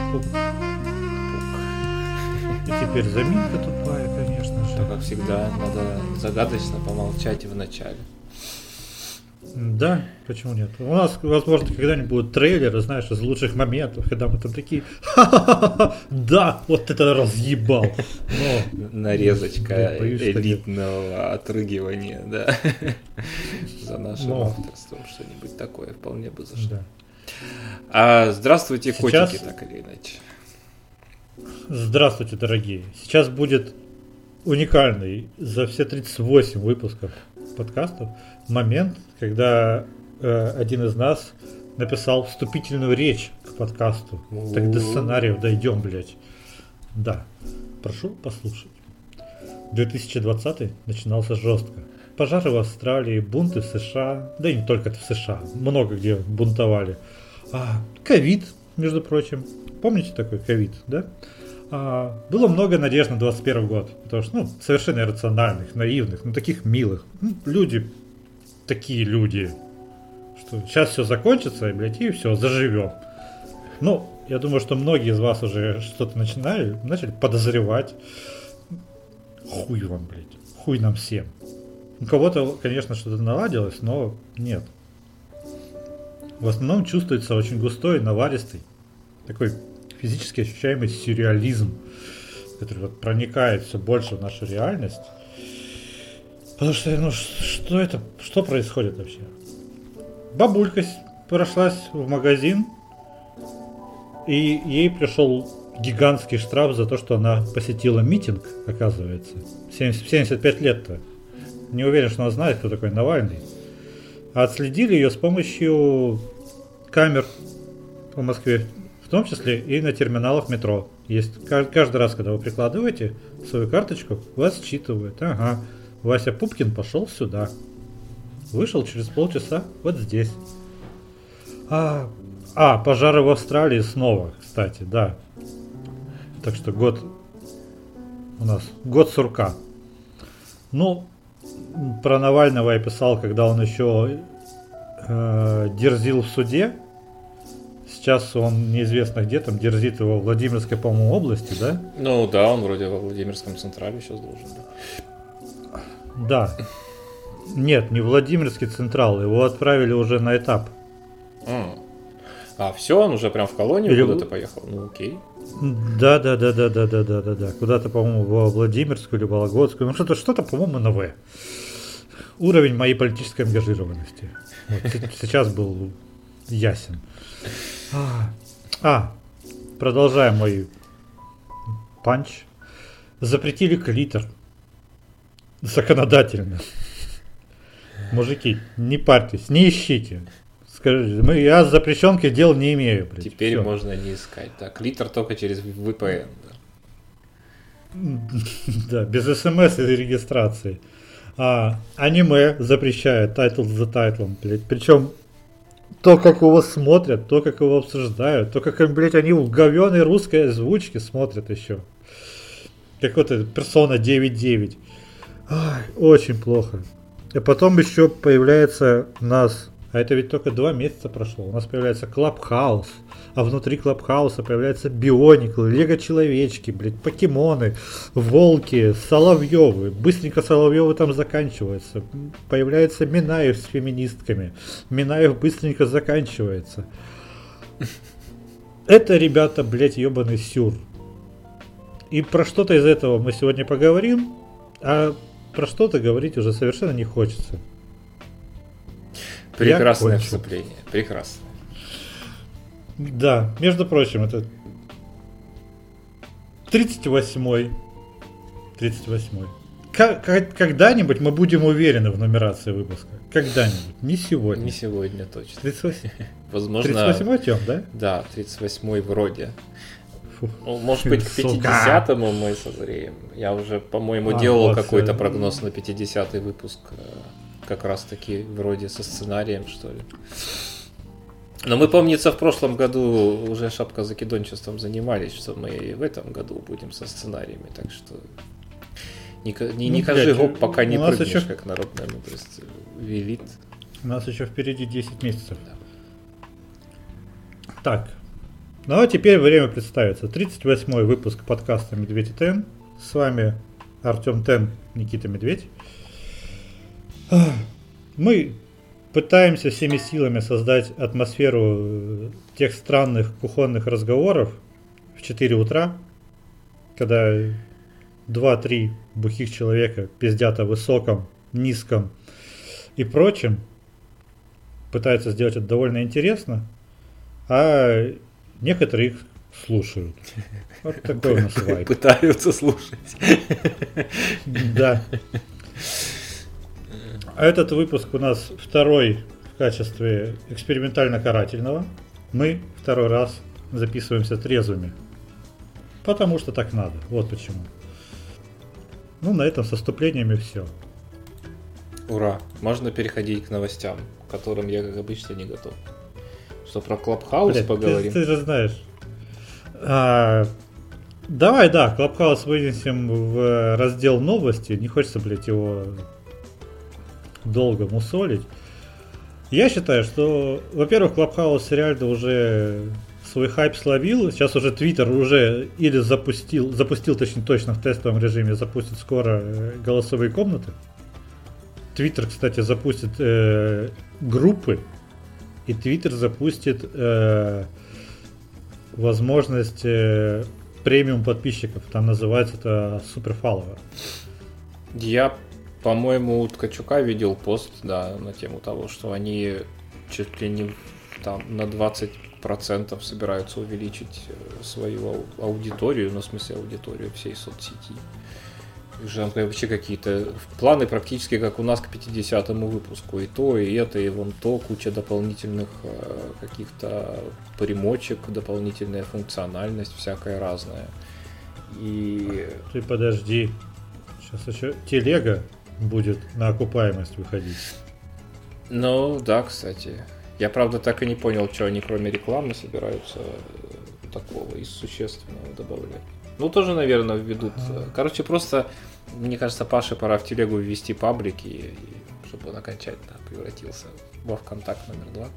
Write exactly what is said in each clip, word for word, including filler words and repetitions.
Пук. И теперь заминка тупая, конечно же. То, как всегда, надо загадочно помолчать в начале. Да, почему нет? У нас, возможно, когда-нибудь будут трейлеры, знаешь, из лучших моментов, когда мы там такие, ха-ха-ха, да, вот это разъебал. Но, нарезочка блин, боюсь, что элитного отрыгивания, да, за нашим Но. авторством, что-нибудь такое вполне бы зашло. Да. А здравствуйте, Сейчас- котики, так или иначе. Здравствуйте, дорогие. Сейчас будет уникальный за все тридцать восемь выпусков подкастов момент, когда э, один из нас написал вступительную речь к подкасту. Так до сценариев дойдем, блядь. Да. Прошу послушать. две тысячи двадцатый начинался жестко. Пожары в Австралии, бунты в США, да и не только в США, много где бунтовали. А, ковид, между прочим. Помните такой ковид, да? А, было много надежд на двадцать первый год, потому что, ну, совершенно иррациональных, наивных, ну, таких милых. Ну, люди, такие люди, что сейчас все закончится, и, блядь, и все, заживем. Ну, я думаю, что многие из вас уже что-то начинали, начали подозревать. Хуй вам, блядь, хуй нам всем. У кого-то, конечно, что-то наладилось, но нет. В основном чувствуется очень густой, наваристый, такой физически ощущаемый сюрреализм, который вот проникает все больше в нашу реальность. Потому что, ну, что это, что происходит вообще? Бабулька прошлась в магазин, и ей пришел гигантский штраф за то, что она посетила митинг, оказывается. семьдесят, семьдесят пять лет-то. Не уверен, что она знает, кто такой Навальный. А отследили ее с помощью камер по Москве, в том числе и на терминалах метро. Есть каждый раз, когда вы прикладываете свою карточку, вас считывают. Ага, Вася Пупкин пошел сюда. Вышел через полчаса вот здесь. А, а пожары в Австралии снова, кстати, да. Так что год у нас, год сурка. Ну, про Навального я писал, когда он еще э, дерзил в суде. Сейчас он неизвестно где там дерзит его в Владимирской, по-моему, области, да? Ну да, он вроде во Владимирском Централе сейчас должен быть. Да. Нет, не Владимирский Централ, его отправили уже на этап. А, а все, он уже прям в колонию Или... куда-то поехал? Ну окей. Да, да, да, да, да, да, да, да, да. Куда-то, по-моему, во Владимирскую или Вологодскую. Ну что-то, что-то, по-моему, на В. Уровень моей политической ангажированности. Вот, сейчас был ясен. А, а, продолжаем мой панч. Запретили клитор. Законодательно. Мужики, не парьтесь, не ищите. Скажите, мы, я с запрещенкой дел не имею. Блядь. Теперь Всё. можно не искать. Так, литр только через ви пи эн. Да. Да, без смс и регистрации. А, аниме запрещает тайтл за тайтлом, блядь. Причем то, как его смотрят, то, как его обсуждают, то, как, блядь, они в говёной русской озвучке смотрят еще. Как вот это Persona девять девять. Ай, очень плохо. И потом еще появляется у нас, а это ведь только два месяца прошло, у нас появляется Clubhouse, а внутри Clubhouse появляются биониклы, лего-человечки, блядь, покемоны, волки, соловьевы. Быстренько соловьевы там заканчиваются. Появляется Минаев с феминистками. Минаев быстренько заканчивается. Это, ребята, блядь, ебаный сюр. И про что-то из этого мы сегодня поговорим, а про что-то говорить уже совершенно не хочется. Прекрасное вступление. Прекрасно. Да, между прочим, это тридцать восьмой. тридцать восьмой. К- когда-нибудь мы будем уверены в нумерации выпуска. Когда-нибудь. Не сегодня. Не сегодня точно. тридцать восемь. Возможно. тридцать восьмой, Тём, да? Да, тридцать восьмой вроде. Фу. Ну, может быть, к Сука. пятидесятому мы созреем. Я уже, по-моему, А, делал вот, какой-то э, прогноз на пятидесятый выпуск. Как раз таки вроде со сценарием, что ли. Но мы, помнится, в прошлом году уже шапкозакидончеством занимались, что мы и в этом году будем со сценариями. Так что не, не, не Ну, кажи блядь, гоп, пока не у нас прыгнешь, еще- как народная мудрость велит. У нас еще впереди десять месяцев. Так. Ну а теперь время представиться. тридцать восьмой выпуск подкаста «Медведь и Тен». С вами Артем Тен, Никита Медведь. Мы пытаемся всеми силами создать атмосферу тех странных кухонных разговоров в четыре утра, когда два-три бухих человека пиздят о высоком, низком и прочем. Пытаются сделать это довольно интересно, а некоторые их слушают. Вот такой у нас вайб. Пытаются слушать. Да. А этот выпуск у нас второй в качестве экспериментально-карательного. Мы второй раз записываемся трезвыми. Потому что так надо. Вот почему. Ну, на этом с отступлениями все. Ура! Можно переходить к новостям, к которым я, как обычно, не готов. Что, про Клабхаус Блядь, поговорим? Ты, ты же знаешь. А, давай, да, Клабхаус вынесем в раздел новости. Не хочется, блядь, его долго мусолить. Я считаю, что, во-первых, Клабхаус реально уже свой хайп словил. Сейчас уже Твиттер уже или запустил, запустил точно, точно в тестовом режиме, запустит скоро голосовые комнаты. Твиттер, кстати, запустит э, группы, и Твиттер запустит э, возможность э, премиум подписчиков. Там называется это Super Follower. Я, по-моему, у Ткачука видел пост, да, на тему того, что они чуть ли не там на двадцать процентов собираются увеличить свою аудиторию, ну, в смысле аудиторию всей соцсети. Уже вообще какие-то планы практически как у нас к пятидесятому выпуску. И то, и это, и вон то, куча дополнительных э, каких-то примочек, дополнительная функциональность, всякая разная. И... Ты подожди. Сейчас еще телега будет на окупаемость выходить. Ну, да, кстати. Я, правда, так и не понял, что они кроме рекламы собираются такого из существенного добавлять. Ну, тоже, наверное, введут. Короче, просто, мне кажется, Паше пора в телегу ввести паблики, и, чтобы он окончательно превратился во ВКонтакт номер два.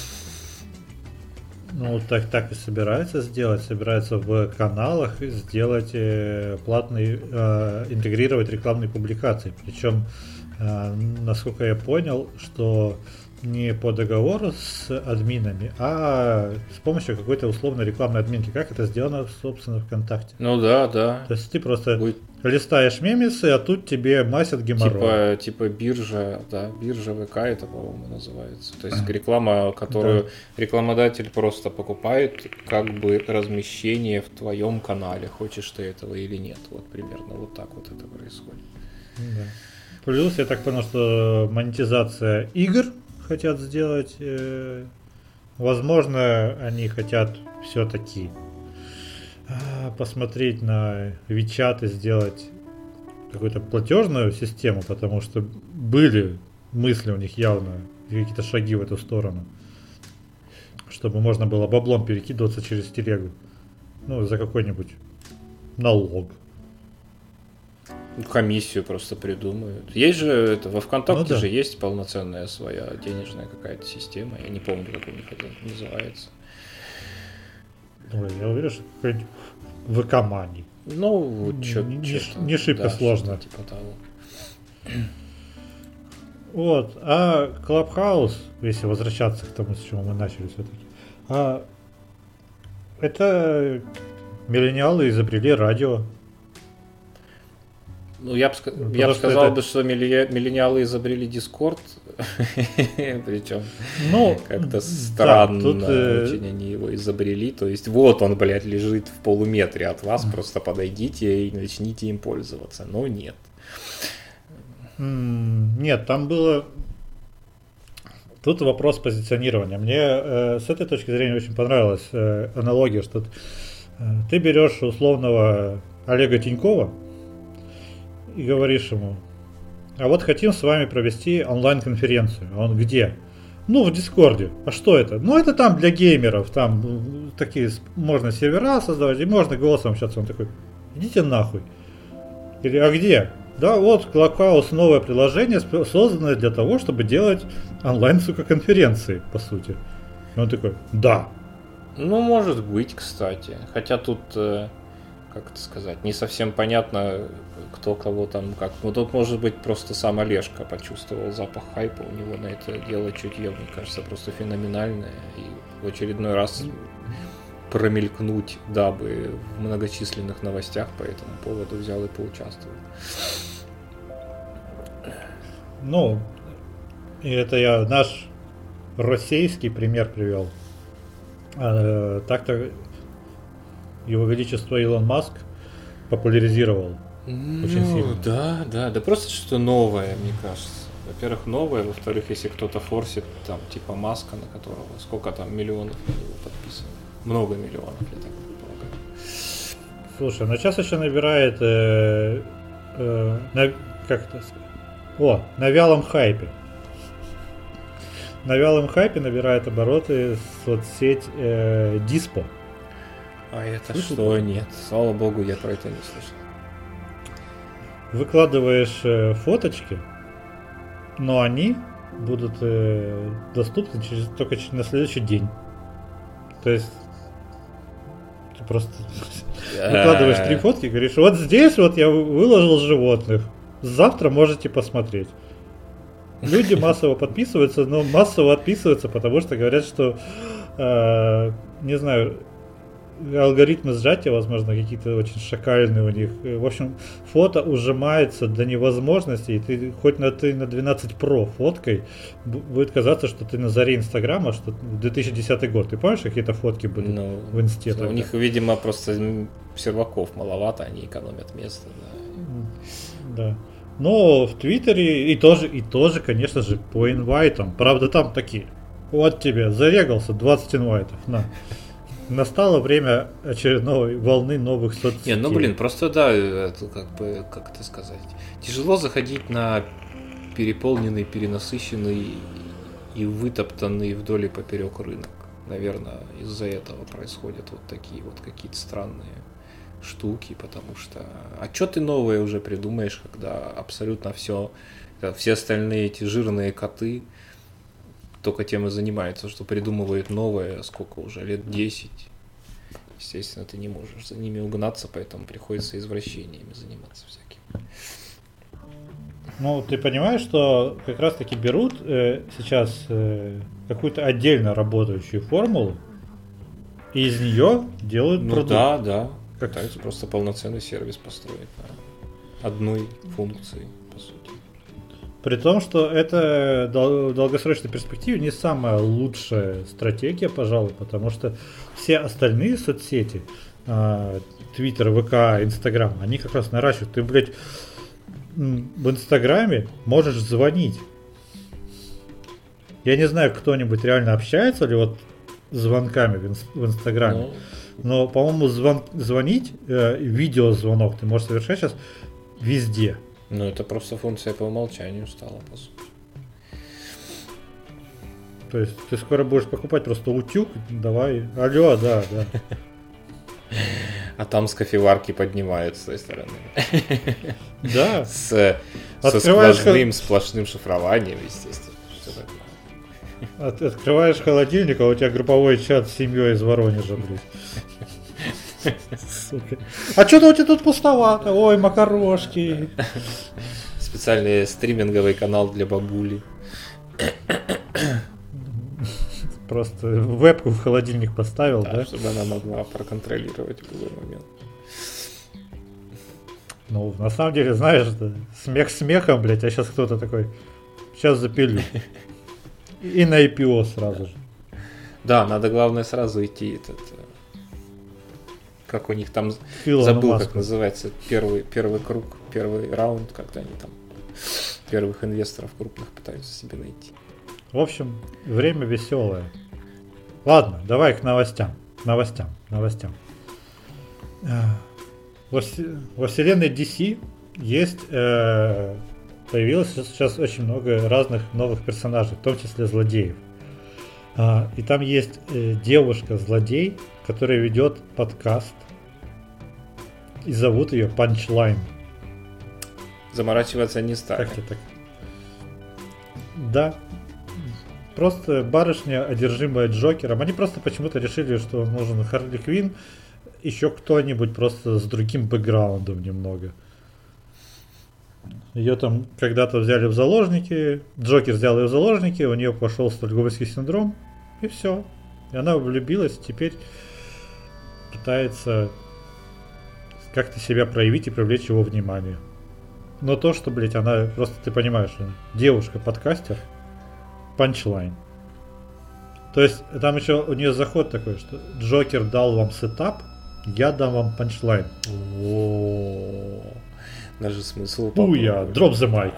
Ну, так, так и собирается сделать. Собирается в каналах сделать э, платные, э, интегрировать рекламные публикации. Причем, э, насколько я понял, что не по договору с админами, а с помощью какой-то условной рекламной админки. Как это сделано, собственно, ВКонтакте. Ну да, да. То есть ты просто Будет... листаешь мемесы, а тут тебе масят геморрой. Типа, типа биржа, да, биржа ВК это, по-моему, называется. То есть реклама, которую да. рекламодатель просто покупает, как бы размещение в твоем канале, хочешь ты этого или нет. Вот примерно вот так вот это происходит. Да. Плюс, я так понял, что монетизация игр хотят сделать. Э, возможно, они хотят все-таки э, посмотреть на WeChat и сделать какую-то платежную систему, потому что были мысли у них явно, какие-то шаги в эту сторону, чтобы можно было баблом перекидываться через телегу. Ну, за какой-нибудь налог. Комиссию просто придумают. Есть же это во ВКонтакте, ну, да. же есть полноценная своя денежная какая-то система. Я не помню, как у них это называется. Ой, я уверен, что какой-нибудь ВК-мани. Ну, вот что-то. Не, не, не шибко да, сложно. Типа того. Вот. А Clubhouse, если возвращаться к тому, с чего мы начали все-таки, а это миллениалы изобрели радио. Ну, я бы ну, я б сказал, это... бы, что миллениалы изобрели Discord, причем ну, как-то странно да, тут, очень они его изобрели. То есть вот он, блядь, лежит в полуметре от вас, просто подойдите и начните им пользоваться. Но нет. Нет, там было... Тут вопрос позиционирования. Мне э, с этой точки зрения очень понравилась э, аналогия, что э, ты берешь условного Олега Тинькова и говоришь ему: а вот хотим с вами провести онлайн-конференцию. А он где? Ну, в Дискорде. А что это? Ну, это там для геймеров. Там такие можно сервера создавать, и можно голосом общаться. Он такой: идите нахуй. Или а где? Да, вот Clubhouse, новое приложение, созданное для того, чтобы делать онлайн, сука, конференции, по сути. И он такой: да. Ну, может быть, кстати. Хотя тут, э, как это сказать, не совсем понятно, кто кого там как. Ну, тут, может быть, просто сам Олежка почувствовал запах хайпа. У него на это дело чутье, мне кажется, просто феноменальное. И в очередной раз промелькнуть, дабы в многочисленных новостях по этому поводу взял и поучаствовал. Ну, и это я наш российский пример привел. А, так-то его величество Илон Маск популяризировал Ну, очень сильно. да, да, да просто что-то новое, мне кажется. Во-первых, новое, во-вторых, если кто-то форсит, там, типа Маска, на которого сколько там миллионов на него подписано. Много миллионов, я так полагаю. Слушай, ну сейчас еще набирает э, э, на, как это сказать? О, на вялом хайпе. На вялом хайпе набирает обороты соцсеть э, Диспо. А это Слышал что? такое? Нет, слава богу, я про это не слышал. Выкладываешь э, фоточки, но они будут э, доступны через, только через- на следующий день. То есть ты просто выкладываешь три фотки и говоришь, вот здесь вот я вы- выложил животных, завтра можете посмотреть. Люди массово подписываются, но массово отписываются, потому что говорят, что э, не знаю, алгоритмы сжатия, возможно, какие-то очень шакальные у них. В общем, фото ужимается до невозможности, и ты хоть на ты на двенадцать про фоткой, бу- будет казаться, что ты на заре Инстаграма, что две тысячи десятый год. Ты помнишь, какие-то фотки были Ну, в Инсте? у тогда? них, видимо, просто м, серваков маловато, они экономят место, да. Да. Но в Твиттере и тоже, и тоже, конечно же, по инвайтам. Правда, там такие. Вот тебе, зарегался, двадцать инвайтов. На. Настало время очередной волны новых соцсетей. Не, ну блин, просто да, это как бы, как это сказать, тяжело заходить на переполненный, перенасыщенный и вытоптанный вдоль и поперек рынок. Наверное, из-за этого происходят вот такие вот какие-то странные штуки, потому что а что ты новое уже придумаешь, когда абсолютно все, все остальные эти жирные коты только тем и занимаются, что придумывают новое, сколько уже, лет десять. Естественно, ты не можешь за ними угнаться, поэтому приходится извращениями заниматься всякими. Ну, ты понимаешь, что как раз таки берут э, сейчас э, какую-то отдельно работающую формулу и из нее делают Ну продукт. да, да. Как- Пытаются просто полноценный сервис построить на одной функции, по сути. При том, что это дол- в долгосрочной перспективе не самая лучшая стратегия, пожалуй, потому что все остальные соцсети, Твиттер, ВК, Инстаграм, они как раз наращивают. Ты, блядь, м, в Инстаграме можешь звонить. Я не знаю, кто-нибудь реально общается ли вот звонками в, инс- в Инстаграме. Ну, Но, по-моему, звон- звонить, э, видеозвонок ты можешь совершать сейчас везде. ну, это просто функция по умолчанию стала, по сути. То есть ты скоро будешь покупать просто утюг, давай, алло, да, да. А там с кофеварки поднимают с той стороны. Да, С, со Открываешь сквозным сплошным шифрованием, естественно. Что такое? От- открываешь холодильник, а у тебя групповой чат с семьей из Воронежа, блядь. Сука. А что-то у тебя тут пустовато, ой, макарошки. Специальный стриминговый канал для бабули. Просто вебку в холодильник поставил, Да, да? чтобы она могла проконтролировать в любой момент. Ну, на самом деле, знаешь, да, смех смехом, блядь, а сейчас кто-то такой, сейчас запилю. И на ай пи о сразу же. Да, надо главное сразу идти этот, э, как у них там, Илону забыл, как Маску. называется, первый, первый круг, первый раунд, когда они там первых инвесторов крупных пытаются себе найти. В общем, время веселое. Ладно, давай к новостям. Новостям, новостям. А, Во, все- во вселенной ди си есть, э, появилось сейчас очень много разных новых персонажей, в том числе злодеев. А, и там есть э, девушка-злодей, которая ведет подкаст. И зовут ее Punchline. Заморачиваться не стали. Как тебе так? Да. просто барышня, одержимая Джокером. Они просто почему-то решили, что нужен Харли Квинн, еще кто-нибудь просто с другим бэкграундом немного. Ее там когда-то взяли в заложники, Джокер взял ее в заложники, у нее пошел стокгольмский синдром, и все. И она влюбилась, теперь пытается как-то себя проявить и привлечь его внимание. Но то, что, блядь, она просто, ты понимаешь, девушка-подкастер, панчлайн. То есть там еще у нее заход такой, что Джокер дал вам сетап, я дам вам панчлайн. О, даже смысл. Буя, drop the mic.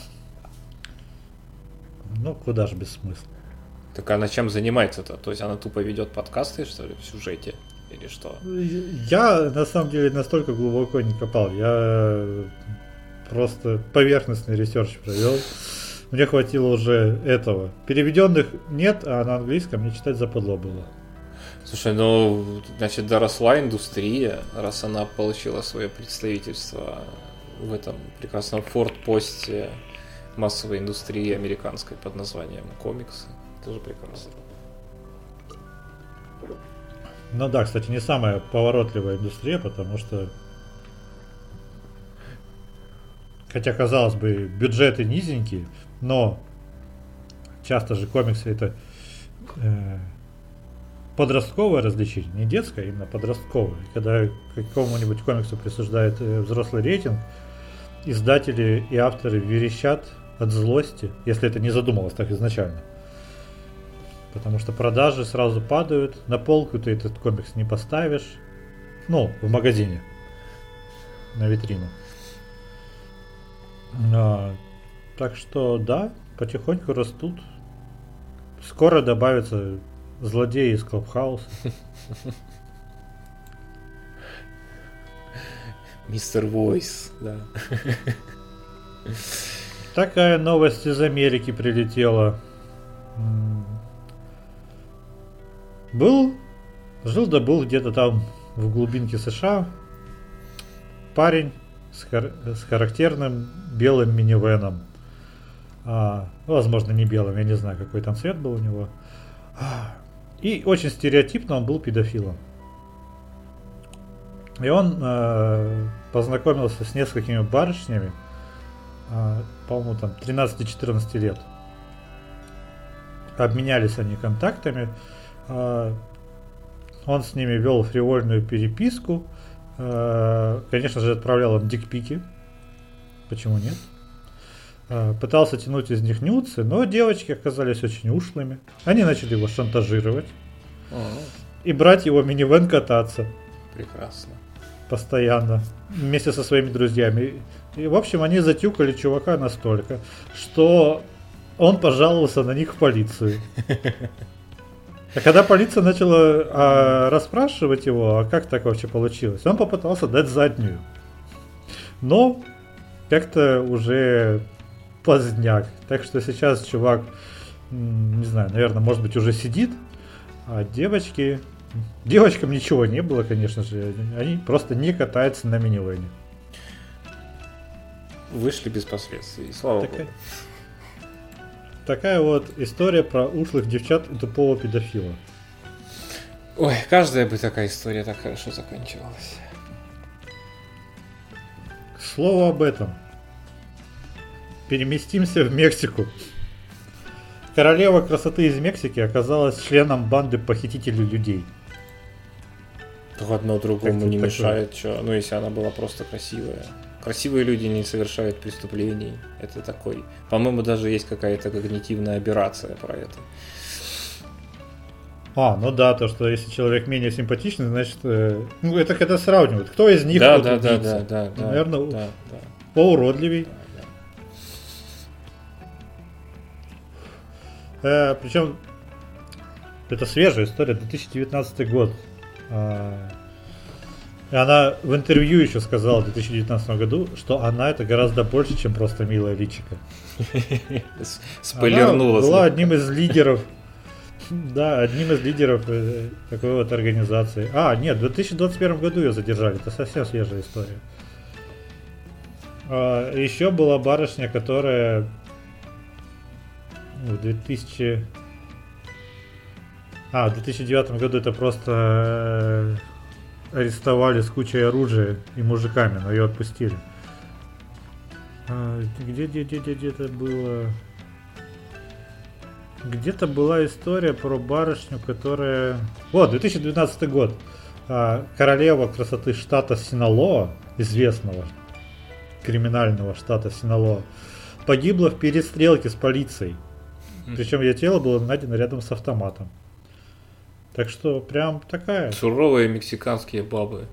Ну, куда же без смысла. Так она чем занимается-то? То есть она тупо ведет подкасты, что ли, в сюжете? Или что? Я, на самом деле, настолько глубоко не копал. Я просто поверхностный ресерч провел. Мне хватило уже этого. Переведенных нет, а на английском мне читать западло было. Слушай, ну, значит, доросла индустрия, раз она получила свое представительство в этом прекрасном форт-посте массовой индустрии американской под названием комиксы. Это же прекрасно. Ну да, кстати, не самая поворотливая индустрия, потому что, хотя, казалось бы, бюджеты низенькие, но часто же комиксы это э, подростковое развлечение, не детское, а именно подростковое. И когда какому-нибудь комиксу присуждают э, взрослый рейтинг, издатели и авторы верещат от злости, если это не задумалось так изначально. Потому что продажи сразу падают, на полку ты этот комикс не поставишь, ну, в магазине, на витрину. А, так что, да, потихоньку растут. Скоро добавятся злодеи из Клабхауса. Мистер Войс, да. Такая новость из Америки прилетела. Был, жил да был где-то там в глубинке США парень с, хар- с характерным белым минивеном. А, возможно, не белым, я не знаю, какой там цвет был у него. И очень стереотипно он был педофилом. И он э, познакомился с несколькими барышнями, э, по-моему, там тринадцать-четырнадцать лет. Обменялись они контактами. Э, он с ними вел фривольную переписку. Э, конечно же, отправлял им дикпики. Почему нет? Э, пытался тянуть из них нюцы, но девочки оказались очень ушлыми. Они начали его шантажировать. О, и брать его минивэн кататься. прекрасно. Постоянно. Вместе со своими друзьями. И, в общем, они затюкали чувака настолько, что он пожаловался на них в полицию. А когда полиция начала а, расспрашивать его, а как так вообще получилось, он попытался дать заднюю. Но как-то уже поздняк. Так что сейчас чувак, не знаю, наверное, может быть, уже сидит, а девочки... Девочкам ничего не было, конечно же. Они просто не катаются на минивэне. Вышли без последствий, слава Такая... богу. Такая вот история про ушлых девчат и тупого педофила. Ой, каждая бы такая история так хорошо заканчивалась. К слову об этом. Переместимся в Мексику. Королева красоты из Мексики оказалась членом банды похитителей людей. Так одно другому Как-то не такое. мешает, что. Ну, если она была просто красивая. Красивые люди не совершают преступлений. Это такой. По-моему, даже есть какая-то когнитивная операция про это. А, ну да, то, что если человек менее симпатичный, значит... Э, ну, это когда сравнивают. Кто из них Да, вот да, да, убийца? да, да, да. Наверное, да, да, поуродливей. да. Э, причем это свежая история, две тысячи девятнадцатый год. А, и она в интервью еще сказала в две тысячи девятнадцатом году, что она это гораздо больше, чем просто милая личико. С- Спойлернула. Она была слегка. одним из лидеров. Да, одним из лидеров э, такой вот организации. А, нет, в две тысячи двадцать первом году ее задержали. Это совсем свежая история. А, еще была барышня, которая в две тысячи А, в две тысячи девятом году это просто арестовали с кучей оружия и мужиками, но ее отпустили. А, где, где, где, где, где это было? Где-то была история про барышню, которая... Вот, две тысячи двенадцатый год. А, королева красоты штата Синалоа, известного криминального штата Синалоа, погибла в перестрелке с полицией. Причем ее тело было найдено рядом с автоматом. Так что прям такая... Суровые мексиканские бабы.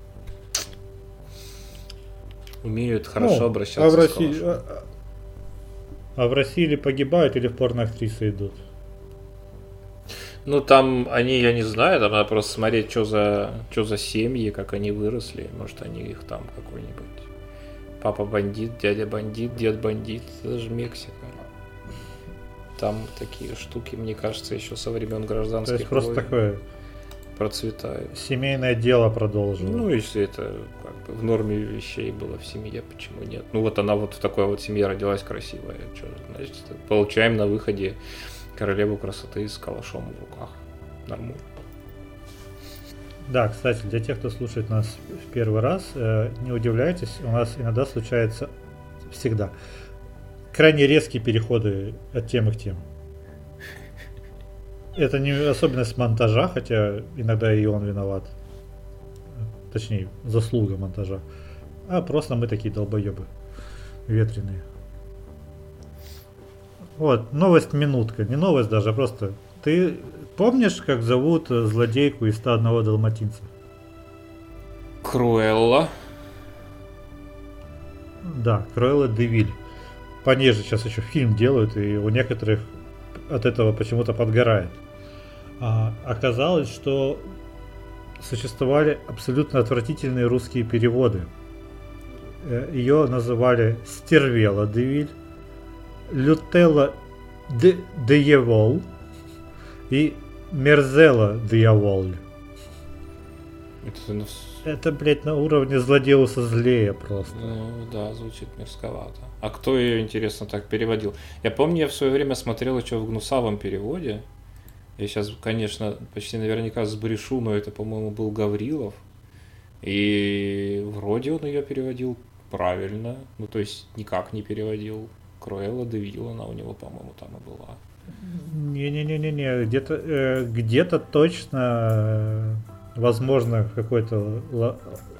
Умеют хорошо ну, обращаться а в с России, калашом. а, а в России или погибают, или в порноактрисы идут? Ну, там они, я не знаю, там надо просто смотреть, что за, что за семьи, как они выросли. Может, они их там какой-нибудь... Папа бандит, дядя бандит, дед бандит. Это же Мексика. Там такие штуки, мне кажется, еще со времен гражданской То есть просто войны такое процветают. семейное дело продолжило. Ну, если это как бы в норме вещей было в семье, почему нет? Ну, вот она вот в такой вот семье родилась красивая. Что, значит, получаем на выходе королеву красоты с калашом в руках. Нормально. Да, кстати, для тех, кто слушает нас в первый раз, э, не удивляйтесь, у нас иногда случается всегда крайне резкие переходы от темы к теме. Это не особенность монтажа, хотя иногда и он виноват. Точнее, заслуга монтажа. А просто мы такие долбоебы. Ветреные. Вот, новость минутка. Не новость даже, а просто... Ты помнишь, как зовут злодейку из ста одного далматинца? Круэлла. Да, Круэлла де Виль. По ней же сейчас еще фильм делают, и у некоторых от этого почему-то подгорает. А, оказалось, что существовали абсолютно отвратительные русские переводы. Ее называли Стервела де Виль, Лютелла де Диявол и Мерзела Дияволь. Это, Это, блядь, на уровне злодеуса злее просто. Ну да, звучит мерзковато. А кто ее, интересно, так переводил? Я помню, я в свое время смотрел еще в гнусавом переводе. Я сейчас, конечно, почти наверняка сбрешу, но это, по-моему, был Гаврилов. И вроде он ее переводил правильно. Ну, то есть никак не переводил. Круэлла де Виль, она у него, по-моему, там и была. Не-не-не-не, где-то э, где-то точно, э, возможно, какой-то... Ла...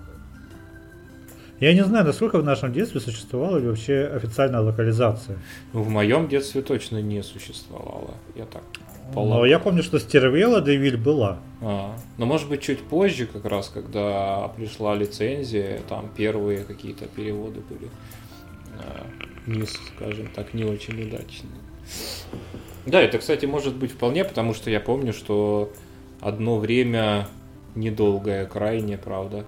Я не знаю, насколько в нашем детстве существовала ли вообще официальная локализация. Ну, в моем детстве точно не существовало. Я так полагаю. Но я помню, что Стервела де Виль была. А, но может быть чуть позже, как раз, когда пришла лицензия, там первые какие-то переводы были. Не, скажем так, не очень удачные. Да, это, кстати, может быть вполне, потому что я помню, что одно время, недолгое, крайне, правда,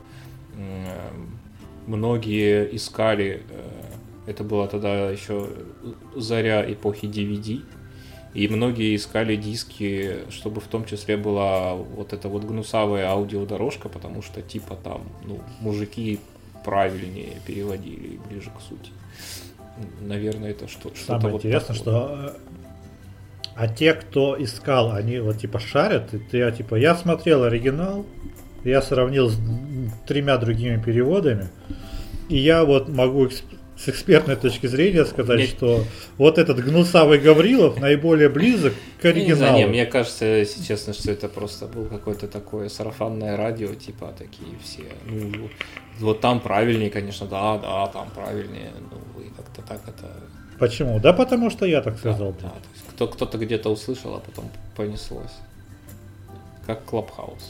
многие искали, это была тогда еще заря эпохи ди ви ди, и многие искали диски, чтобы в том числе была вот эта вот гнусавая аудиодорожка, потому что типа там, ну, мужики правильнее переводили, ближе к сути. Наверное, это что, что-то Самое вот интересное, такое. что а те, кто искал, они вот типа шарят, и ты, типа, я смотрел оригинал, я сравнил с тремя другими переводами, и я вот могу с экспертной точки зрения сказать, Нет. что вот этот гнусавый Гаврилов наиболее близок к оригиналу. Не знаю, не, мне кажется, если честно, что это просто был какое-то такое сарафанное радио, типа такие все. Ну, вот там правильнее, конечно, да, да, там правильнее. Ну, и как-то так это. Почему? Да потому что я так сказал. Да, да, то есть кто, кто-то где-то услышал, а потом понеслось. Как Клабхаус.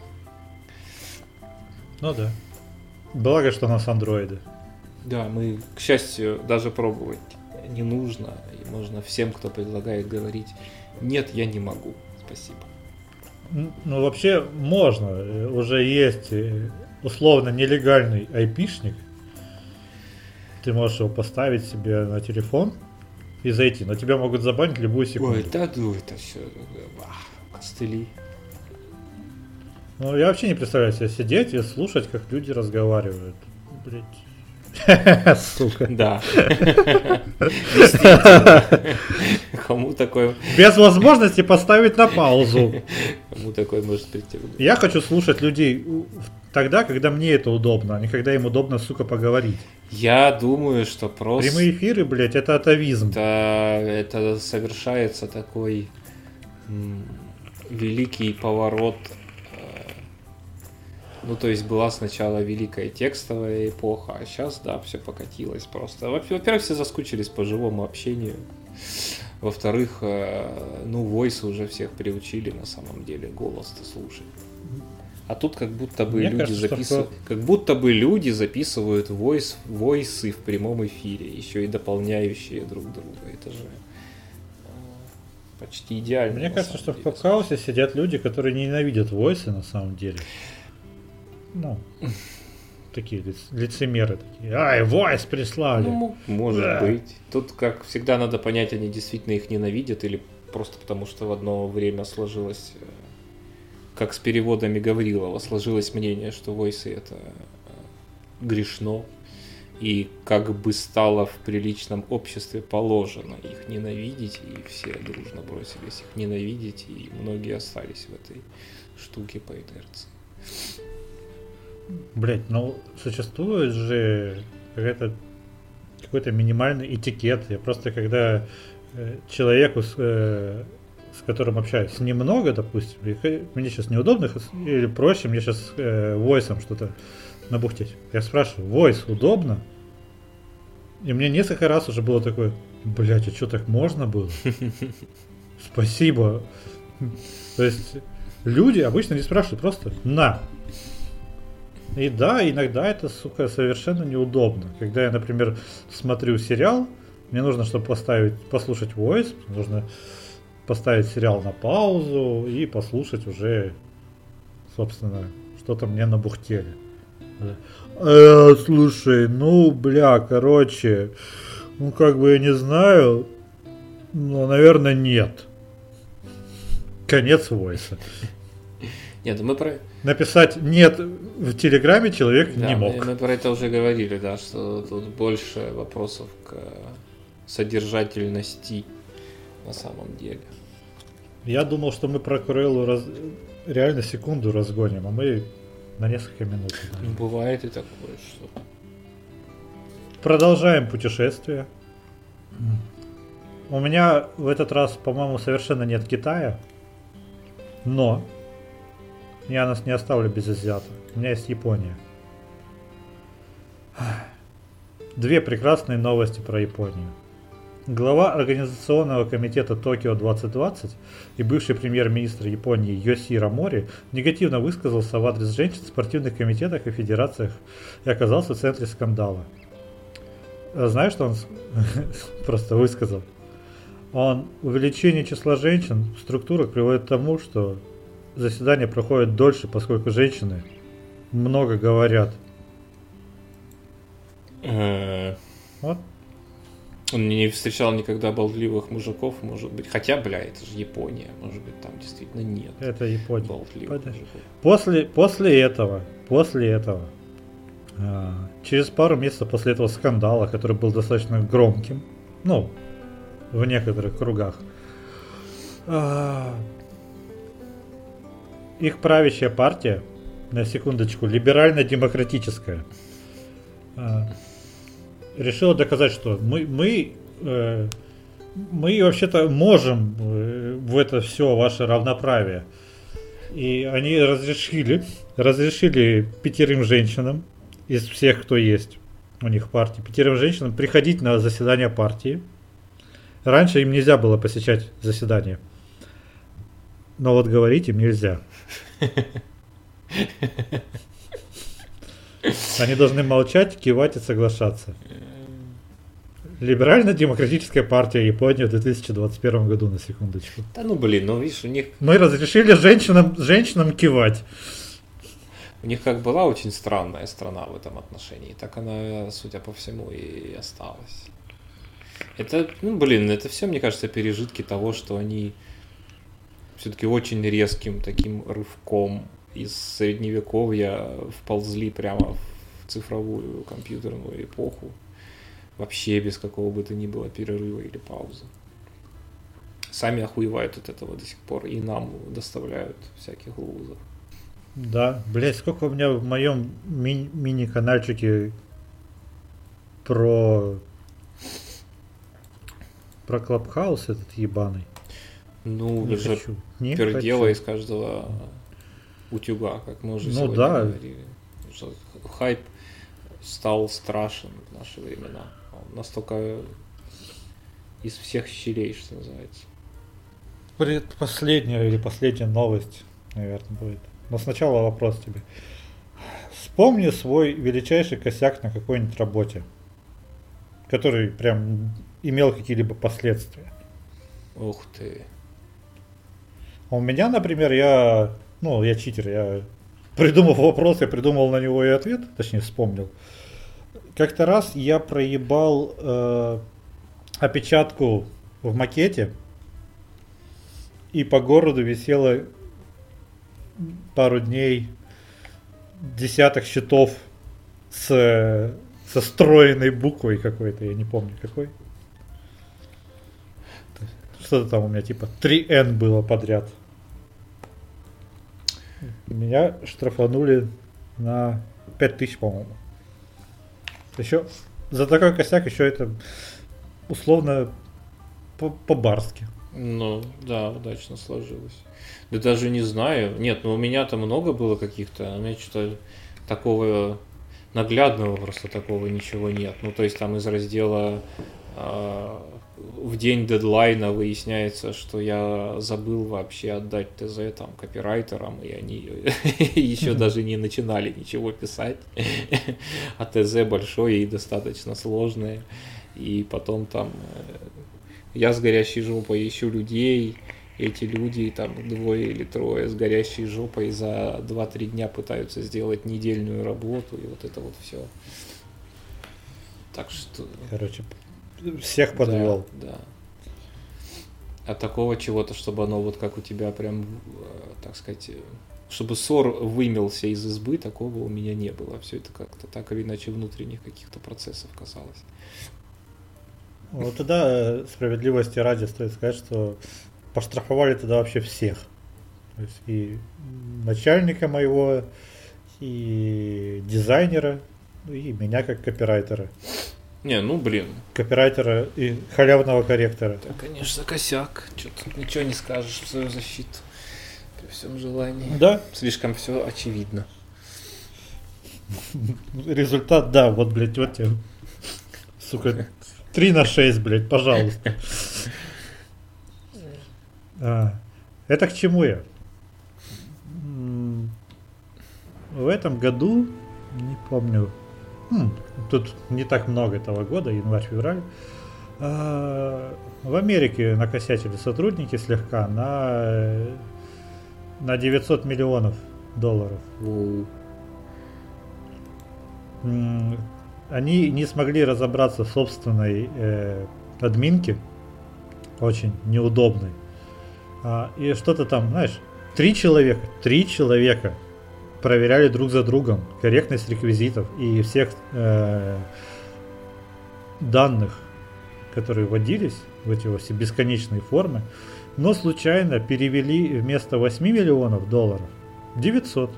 Ну да. Благо, что у нас андроиды. Да, мы, к счастью, даже пробовать не нужно. И можно всем, кто предлагает, говорить: нет, я не могу, спасибо. Ну, вообще можно. Уже есть условно нелегальный айпишник. Ты можешь его поставить себе на телефон и зайти. Но тебя могут забанить любую секунду. Ой, да, ну это все ах, костыли. Ну, я вообще не представляю себе сидеть и слушать, как люди разговаривают. Блять. Сука. Да. Действительно. Кому такой... Без возможности поставить на паузу. Кому такой может прийти? Я хочу слушать людей тогда, когда мне это удобно, а не когда им удобно, сука, поговорить. Я думаю, что просто... Прямые эфиры, блядь, это атовизм. Это, это совершается такой м, великий поворот. Ну, то есть была сначала великая текстовая эпоха, а сейчас, да, все покатилось просто. Во-первых, все заскучились по живому общению. Во-вторых, ну, войсы уже всех приучили на самом деле голос-то слушать. А тут как будто бы Мне люди кажется, записывают, что... как будто бы люди записывают войс, войсы в прямом эфире, еще и дополняющие друг друга. Это же почти идеально. Мне кажется, что деле. В Клабхаусе сидят люди, которые ненавидят войсы на самом деле. Ну, такие лицемеры такие. Ай, войс прислали. Ну, может да. быть. Тут, как всегда, надо понять, они действительно их ненавидят или просто потому, что в одно время сложилось, как с переводами Гаврилова, сложилось мнение, что войсы это грешно, и как бы стало в приличном обществе положено их ненавидеть, и все дружно бросились их ненавидеть, и многие остались в этой штуке по инерции. Блять, ну существует же какая-то, какой-то минимальный этикет. Я просто когда э, человеку, с, э, с которым общаюсь, немного, допустим, и мне сейчас неудобно или проще, мне сейчас э, войсом что-то набухтеть. Я спрашиваю, войс удобно? И мне несколько раз уже было такое, блять, а что, так можно было? Спасибо. То есть люди обычно не спрашивают, просто на. И да, иногда это, сука, совершенно неудобно. Когда я, например, смотрю сериал, мне нужно, чтобы поставить, послушать voice, нужно поставить сериал на паузу и послушать уже, собственно, что-то мне набухтели. Э, слушай, ну, бля, короче, ну, как бы я не знаю, ну, наверное, нет. Конец войса. Нет, мы про... Написать «нет» в Телеграме человек да, не мог. Мы, мы про это уже говорили, да, что тут больше вопросов к содержательности на самом деле. Я думал, что мы про Крэллу раз... реально секунду разгоним, а мы на несколько минут. Ну, бывает и такое, что... Продолжаем путешествие. У меня в этот раз, по-моему, совершенно нет Китая, но... Я нас не оставлю без азиата. У меня есть Япония. Две прекрасные новости про Японию. Глава организационного комитета Токио двадцать двадцать и бывший премьер-министр Японии Йосихиро Мори негативно высказался в адрес женщин в спортивных комитетах и федерациях и оказался в центре скандала. Знаешь, что он просто высказал? Он увеличение числа женщин в структурах приводит к тому, что заседания проходят дольше, поскольку женщины много говорят. Вот. Он не встречал никогда болтливых мужиков, может быть. Хотя, бля, это же Япония. Может быть, там действительно нет. Это Япония. Болтливых мужиков. После, после этого, после этого, а, через пару месяцев после этого скандала, который был достаточно громким, ну, в некоторых кругах, а, их правящая партия, на секундочку, либерально-демократическая, решила доказать, что мы, мы, э, мы вообще-то можем в это все ваше равноправие. И они разрешили, разрешили пятерым женщинам из всех, кто есть у них в партии, пятерым женщинам приходить на заседания партии. Раньше им нельзя было посещать заседания. Но вот говорить им нельзя. Они должны молчать, кивать и соглашаться. Либерально-демократическая партия Японии в две тысячи двадцать первом году, на секундочку. Да ну блин, ну видишь, у них... Мы разрешили женщинам, женщинам кивать. У них как была очень странная страна в этом отношении, так она, судя по всему, и осталась. Это, ну блин, это все, мне кажется, пережитки того, что они все-таки очень резким таким рывком из средневековья вползли прямо в цифровую компьютерную эпоху вообще без какого бы то ни было перерыва или паузы. Сами охуевают от этого до сих пор и нам доставляют всяких лузов. Да, блять, сколько у меня в моем ми- мини-канальчике про про Клабхаус этот ебаный. Ну, не же хочу. Не пердела хочу. из каждого утюга, как мы уже ну, сегодня да. говорили. Хайп стал страшен в наши времена. Он настолько из всех щелей, что называется. Предпоследняя или последняя новость, наверное, будет. Но сначала вопрос тебе. Вспомни свой величайший косяк на какой-нибудь работе, который прям имел какие-либо последствия. Ух ты. У меня, например, я, ну, я читер, я придумав вопрос, я придумал на него и ответ, точнее вспомнил. Как-то раз я проебал э, опечатку в макете, и по городу висело пару дней десяток щитов с со встроенной буквой какой-то, я не помню какой. Что-то там у меня типа три эн было подряд. Меня штрафанули на пять тысяч, по-моему. Еще за такой косяк еще это условно по-барски. Ну, да, удачно сложилось. Да даже не знаю. Нет, ну у меня там много было каких-то, а у меня что-то такого наглядного просто такого ничего нет. Ну, то есть там из раздела э, в день дедлайна выясняется, что я забыл вообще отдать ТЗ там копирайтерам, и они еще даже не начинали ничего писать. А ТЗ большое и достаточно сложное. И потом там я с горящей жопой ищу людей, эти люди, там двое или трое с горящей жопой за два-три дня пытаются сделать недельную работу, и вот это вот все. Так что... Короче, всех подвел. Да, да. А такого чего-то, чтобы оно вот как у тебя прям, так сказать, чтобы ссор вымелся из избы, такого у меня не было. Все это как-то так или иначе внутренних каких-то процессов касалось. Вот тогда справедливости ради стоит сказать, что поштрафовали тогда вообще всех. То есть и начальника моего, и дизайнера, и меня как копирайтера. Не, ну блин. Копирайтера и халявного корректора. Да, конечно, косяк. Что-то тут ничего не скажешь в свою защиту. При всем желании. Да. Слишком все очевидно. Результат, да, вот, блядь, вот тебе. Сука, три на шесть, блядь, пожалуйста. А, это к чему я? В этом году, не помню, хм, тут не так много этого года, январь-февраль, а, в Америке накосячили сотрудники слегка на, на девятьсот миллионов долларов. У. Они не смогли разобраться в собственной э, админке, очень неудобной. А, и что-то там, знаешь, три человека, три человека проверяли друг за другом корректность реквизитов и всех э, данных, которые вводились в эти все бесконечные формы, но случайно перевели вместо восьми миллионов долларов девятьсот.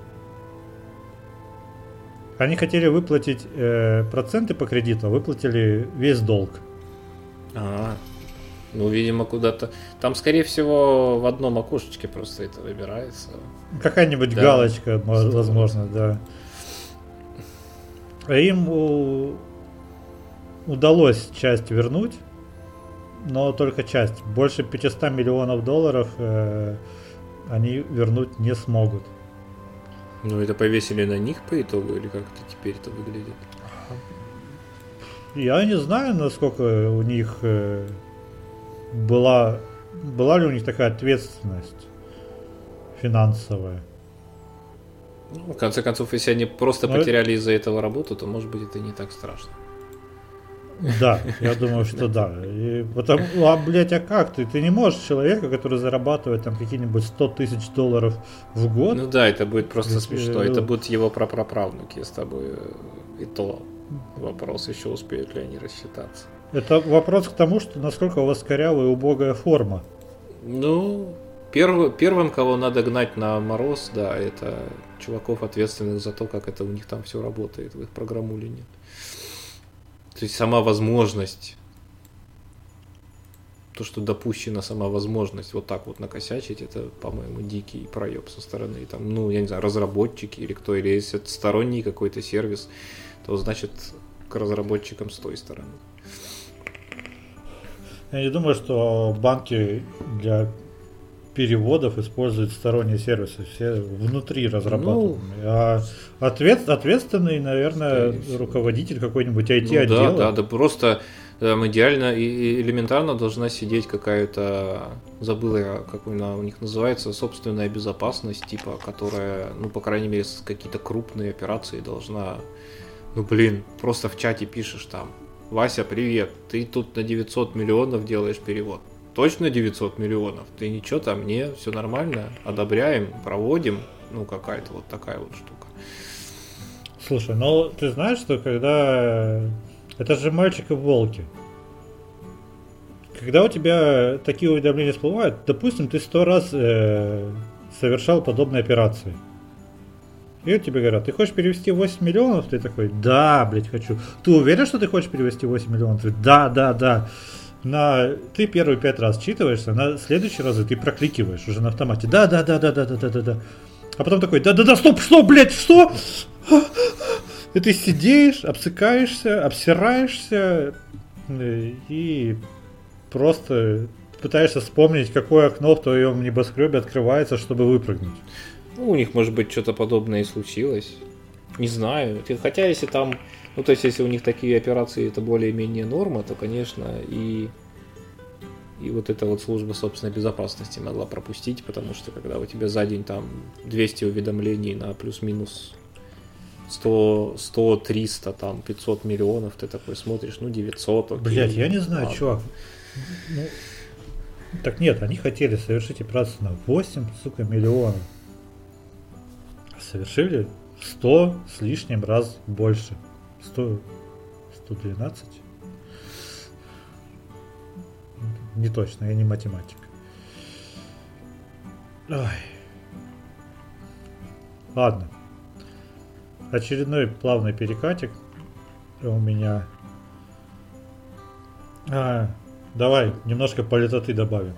Они хотели выплатить э, проценты по кредиту, а выплатили весь долг. А, ну, видимо, куда-то. Там, скорее всего, в одном окошечке просто это выбирается. Какая-нибудь да. галочка, возможно, да. А им у... удалось часть вернуть, но только часть. Больше пятьсот миллионов долларов э, они вернуть не смогут. Ну, это повесили на них по итогу, или как это теперь это выглядит? Я не знаю, насколько у них э, была, была ли у них такая ответственность финансовая. Ну, в конце концов, если они просто Но потеряли это... из-за этого работу, то, может быть, это не так страшно. Да, я думаю, что да. И потому, а, блядь, а как ты? Ты не можешь человека, который зарабатывает там какие-нибудь сто тысяч долларов в год. Ну да, это будет просто и, смешно. э, Это будут его прапраправнуки с тобой И то вопрос, еще успеют ли они рассчитаться. Это вопрос к тому, что насколько у вас корявая и убогая форма. Ну, перв, первым, кого надо гнать на мороз, да, это чуваков, ответственных за то, как это у них там все работает, в их программулине. То есть сама возможность, то, что допущена сама возможность вот так вот накосячить, это, по-моему, дикий проеб со стороны, там, ну, я не знаю, разработчики или кто, или если это сторонний какой-то сервис, то значит к разработчикам с той стороны. Я не думаю, что банки для переводов используют сторонние сервисы, все внутри разрабатывают. Ну, а ответ, ответственный, наверное, руководитель какой-нибудь ай ти-отдела. Ну, да, да, да, просто там идеально и элементарно должна сидеть какая-то, забыл я, как она у них называется, собственная безопасность, типа, которая, ну, по крайней мере, с какие-то крупные операции должна, ну, блин, просто в чате пишешь там: Вася, привет, ты тут на девятьсот миллионов делаешь перевод. Точно девятьсот миллионов? Ты ничего там, не, все нормально, одобряем, проводим, ну, какая-то вот такая вот штука. Слушай, ну, ты знаешь, что когда... Это же мальчик и волки. Когда у тебя такие уведомления всплывают, допустим, ты сто раз э, совершал подобные операции. И вот тебе говорят: ты хочешь перевести восемь миллионов? Ты такой: да, блядь, хочу. Ты уверен, что ты хочешь перевести восемь миллионов? Ты: да, да, да. На... Ты первые пять раз читываешься, на следующий раз ты прокликиваешь уже на автомате. Да, да, да, да, да, да, да, да, да. А потом такой: да, да, да, стоп, что, блядь, что? И ты сидишь, обсыкаешься, обсираешься и просто пытаешься вспомнить, какое окно в твоем небоскребе открывается, чтобы выпрыгнуть. Ну, у них, может быть, что-то подобное и случилось. Не знаю. Хотя, если там... Ну, то есть, если у них такие операции, это более-менее норма, то, конечно, и... И вот эта вот служба собственной безопасности могла пропустить, потому что, когда у тебя за день там двести уведомлений на плюс-минус сто, сто, триста, там, пятьсот миллионов, ты такой смотришь, ну, девятьсот, окей. Блять, я не знаю, ладно. Чувак. Ну, так нет, они хотели совершить операцию на восемь, сука, миллионов. Совершили сто с лишним раз больше. сто, сто двенадцать? Не точно, я не математик. Ой. Ладно. Очередной плавный перекатик у меня. А, давай немножко политоты добавим.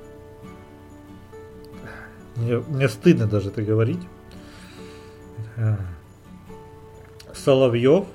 Мне, мне стыдно даже это говорить. Соловьев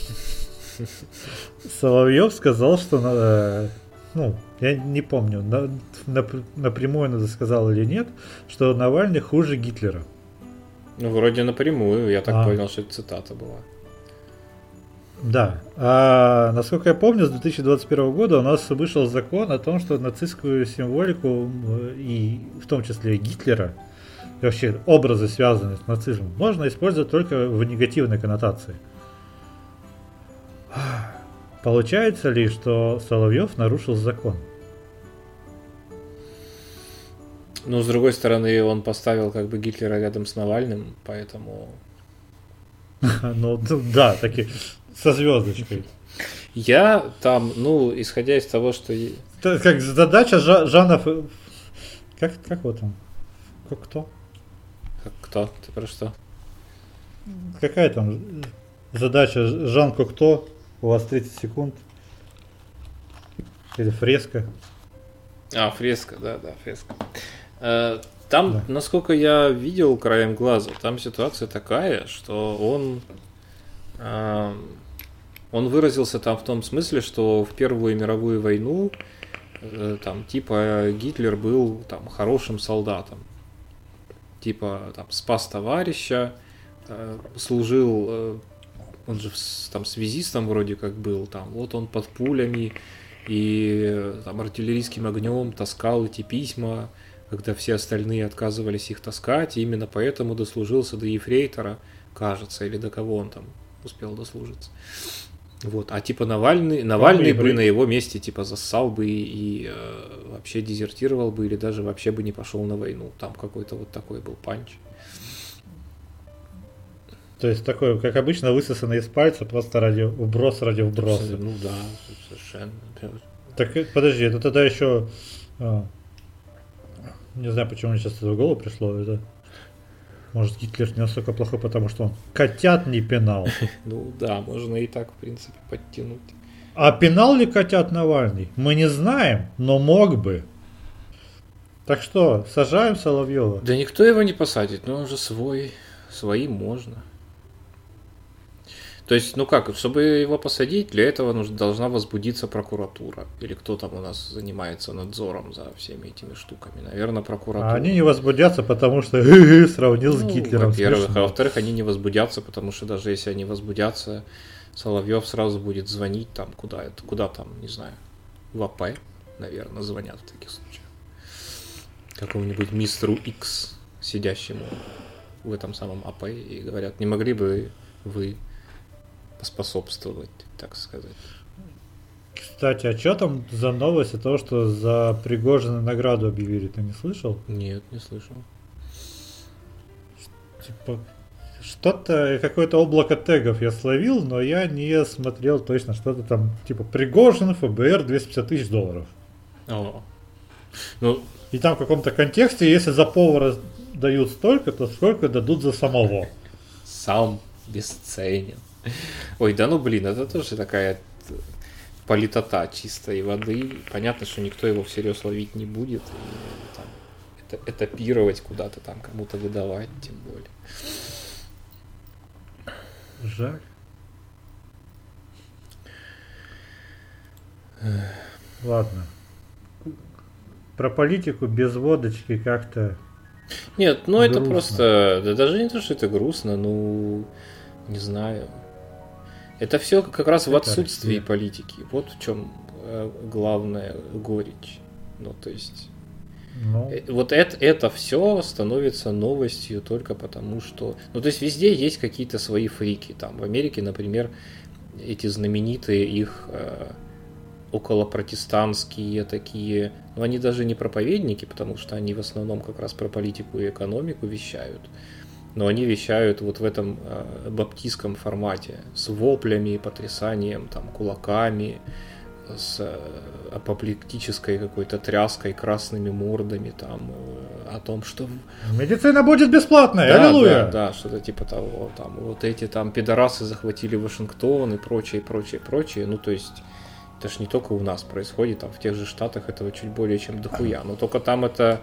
Соловьев сказал, что надо, ну, я не помню, на, на, напрямую надо сказал или нет, что Навальный хуже Гитлера. Ну, вроде напрямую, я так а. понял, что это цитата была. Да. А насколько я помню, с две тысячи двадцать первого года у нас вышел закон о том, что нацистскую символику, и в том числе Гитлера, и вообще образы, связанные с нацизмом, можно использовать только в негативной коннотации. Получается ли, что Соловьев нарушил закон? Ну, с другой стороны, он поставил как бы Гитлера рядом с Навальным, поэтому... Ну, да, таки со звездочкой. Я там, ну, исходя из того, что... Как задача Жанов... Как, как вот он? Как кто? Как кто? Ты про что? Какая там задача Жан Кокто? У вас тридцать секунд. Или фреска. А, фреска, да, да, фреска. Там, да. Насколько я видел краем глаза, там ситуация такая, что он, э, он выразился там в том смысле, что в Первую мировую войну э, там типа Гитлер был там хорошим солдатом, типа там спас товарища, э, служил, э, он же там связистом вроде как был, там вот он под пулями и там артиллерийским огнем таскал эти письма, когда все остальные отказывались их таскать, и именно поэтому дослужился до ефрейтора, кажется, или до кого он там успел дослужиться. Вот. А типа Навальный, Навальный бы на его месте типа зассал бы и, и э, вообще дезертировал бы, или даже вообще бы не пошел на войну. Там какой-то вот такой был панч. То есть такой, как обычно, высосанный из пальца, просто ради вброс ради вброса. Ну да, совершенно. Так подожди, это тогда еще... А, не знаю, почему мне сейчас это в голову пришло. Это... Может, Гитлер не настолько плохой, потому что он котят не пинал. Ну да, можно и так, в принципе, подтянуть. А пинал ли котят Навальный? Мы не знаем, но мог бы. Так что, сажаем Соловьева? Да никто его не посадит, но он же свой, своим можно. То есть, ну как, чтобы его посадить, для этого нужно, должна возбудиться прокуратура. Или кто там у нас занимается надзором за всеми этими штуками. Наверное, прокуратура. А они не возбудятся, потому что сравнил с ну, Гитлером. Во-первых, а во-вторых, они не возбудятся, потому что даже если они возбудятся, Соловьев сразу будет звонить там, куда это, куда там, не знаю, в АП, наверное, звонят в таких случаях. Какому-нибудь мистеру Икс, сидящему в этом самом АП, и говорят, не могли бы вы поспособствовать, так сказать. Кстати, а что там за новость о том, что за Пригожина награду объявили? Ты не слышал? Нет, не слышал. Типа, что-то, какое-то облако тегов я словил, но я не смотрел точно, что-то там, типа, Пригожин, ФБР, двести пятьдесят тысяч долларов. О. Ну, и там в каком-то контексте, если за повара дают столько, то сколько дадут за самого. Сам бесценен. Ой, да ну блин, это тоже такая политота чистой воды. Понятно, что никто его всерьез ловить не будет. И, там, это, этапировать куда-то там, кому-то выдавать, тем более. Жаль. Ладно. Про политику без водочки как-то... Нет, ну грустно. это просто... Да даже не то, что это грустно, ну... Не знаю. Это все как раз в отсутствии Россия. Политики. Вот в чем главная горечь. Ну, то есть... Ну. Вот это, это все становится новостью только потому, что... Ну, то есть везде есть какие-то свои фрики. Там в Америке, например, эти знаменитые их э, околопротестантские такие... Ну, они даже не проповедники, потому что они в основном как раз про политику и экономику вещают. Но они вещают вот в этом э, баптистском формате. С воплями, потрясанием, там, кулаками, с э, апоплектической какой-то тряской, красными мордами, там, э, о том, что... Медицина будет бесплатная, да, аллилуйя! Да, да, что-то типа того, там, вот эти там пидорасы захватили Вашингтон и прочее, прочее, прочее. Ну, то есть, это ж не только у нас происходит, там, в тех же Штатах этого чуть более чем дохуя. Но только там это...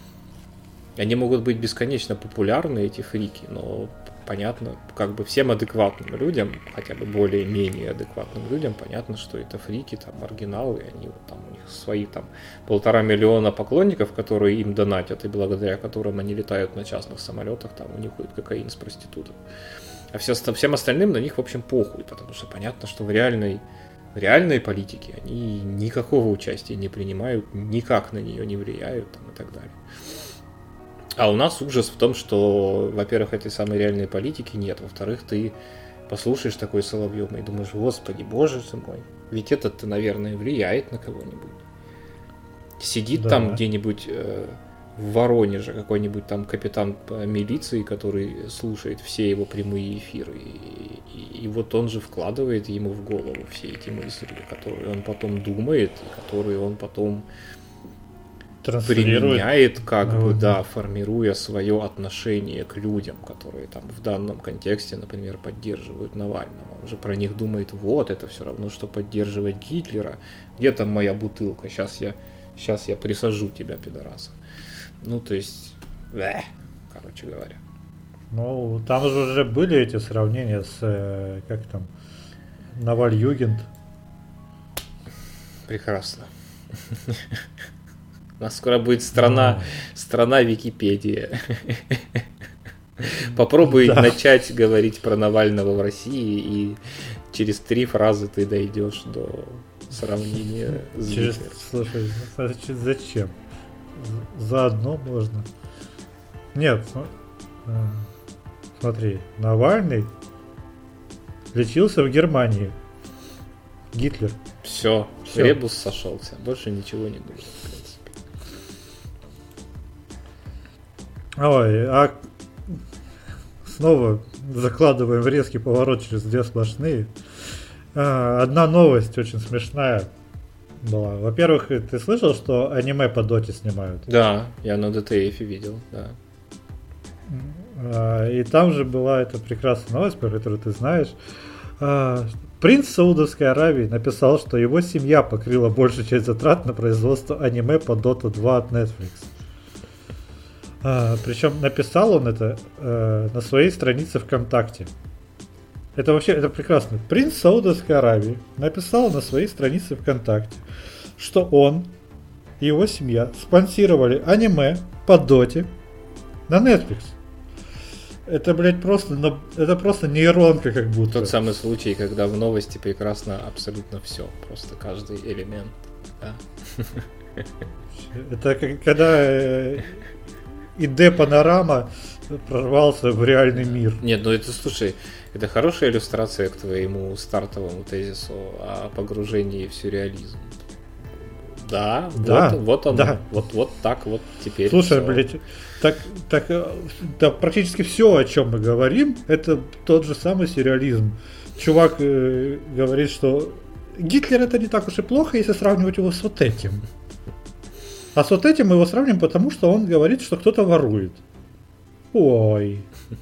Они могут быть бесконечно популярны, эти фрики, но понятно, как бы всем адекватным людям, хотя бы более-менее адекватным людям, понятно, что это фрики, там, маргиналы, они вот там, у них свои там полтора миллиона поклонников, которые им донатят, и благодаря которым они летают на частных самолетах, там у них ходит кокаин с проституток. А все, всем остальным на них, в общем, похуй, потому что понятно, что в реальной, в реальной политике они никакого участия не принимают, никак на нее не влияют там, и так далее. А у нас ужас в том, что, во-первых, этой самой реальной политики нет, во-вторых, ты послушаешь такой Соловьев и думаешь, господи, боже ты мой, ведь этот-то, наверное, влияет на кого-нибудь. Сидит да. там где-нибудь э, в Воронеже какой-нибудь там капитан милиции, который слушает все его прямые эфиры, и, и, и вот он же вкладывает ему в голову все эти мысли, которые он потом думает, и которые он потом... применяет, как а, бы, вот. да, формируя свое отношение к людям, которые там в данном контексте, например, поддерживают Навального. Он же про них думает, вот, это все равно, что поддерживать Гитлера. Где там моя бутылка? Сейчас я, сейчас я присажу тебя, пидораса. Ну, то есть, э, короче говоря. Ну, там же уже были эти сравнения с, э, как там, Навальюгенд. Прекрасно. У нас скоро будет страна, страна Википедия. Попробуй да. начать говорить про Навального в России, и через три фразы ты дойдешь до сравнения с через, слушай, зачем? Заодно можно. Нет, смотри, Навальный лечился в Германии. Гитлер. Все, Все. Ребус сошелся. Больше ничего не нужно. Ой, а снова закладываем в резкий поворот через две сплошные. А, одна новость очень смешная была. Во-первых, ты слышал, что аниме по доте снимают? Да, я на ди ти эф видел, да. А, и там же была эта прекрасная новость, про которую ты знаешь. А, принц Саудовской Аравии написал, что его семья покрыла большую часть затрат на производство аниме по дота два от Netflix. А, причем написал он это э, на своей странице ВКонтакте. Это вообще, это прекрасно. Принц Саудовской Аравии написал на своей странице ВКонтакте, что он и его семья спонсировали аниме по доте на Netflix. Это, блядь, просто, это просто нейронка как будто. Тот самый случай, когда в новости прекрасно абсолютно все. Просто каждый элемент. Да? Это как, когда и ди Панорама прорвался в реальный мир. Нет, ну это, слушай, это хорошая иллюстрация к твоему стартовому тезису о погружении в сюрреализм. Да, да, вот, вот он, да. вот, вот так вот теперь. Слушай, всё. блядь, так, так, да, практически все, о чем мы говорим, это тот же самый сюрреализм. Чувак э, говорит, что Гитлер это не так уж и плохо, если сравнивать его с вот этим. А с вот этим мы его сравним, потому что он говорит, что кто-то ворует. Ой.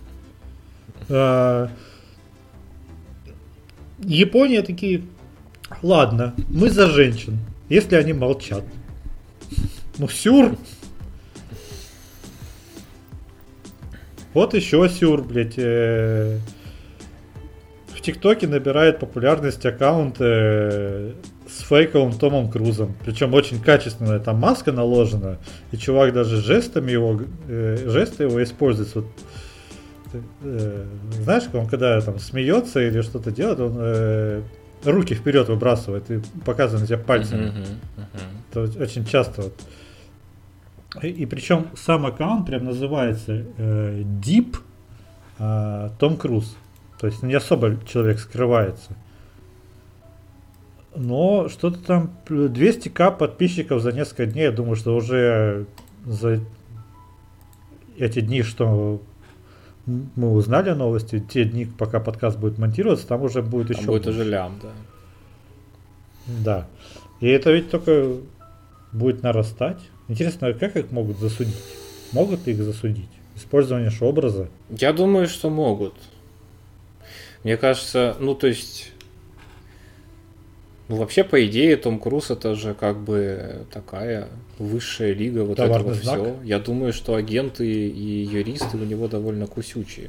А, Япония такие, ладно, мы за женщин, если они молчат. Ну, сюр. Вот еще сюр, блядь. Э, в ТикТоке набирает популярность аккаунт э, с фейковым Томом Крузом. Причем очень качественная там маска наложена. И чувак даже жестами его, э, жесты его использует. Вот, э, знаешь, он когда там смеется или что-то делает, он э, руки вперед выбрасывает и показывает на тебя пальцами. Uh-huh, uh-huh. Это очень часто. Вот. И, и причем сам аккаунт прям называется э, Deep э, Том Круз. То есть не особо человек скрывается. Но что-то там двести тысяч подписчиков за несколько дней. Я думаю, что уже за эти дни, что мы узнали новости, те дни, пока подкаст будет монтироваться, там уже будет там еще будет больше. Уже лям, да. Да. И это ведь только будет нарастать. Интересно, как их могут засудить? Могут ли их засудить? Использование же образа? Я думаю, что могут. Мне кажется, ну то есть, ну вообще по идее Том Круз это же как бы такая высшая лига вот Товарный этого знак. всего. Я думаю, что агенты и юристы у него довольно кусючие.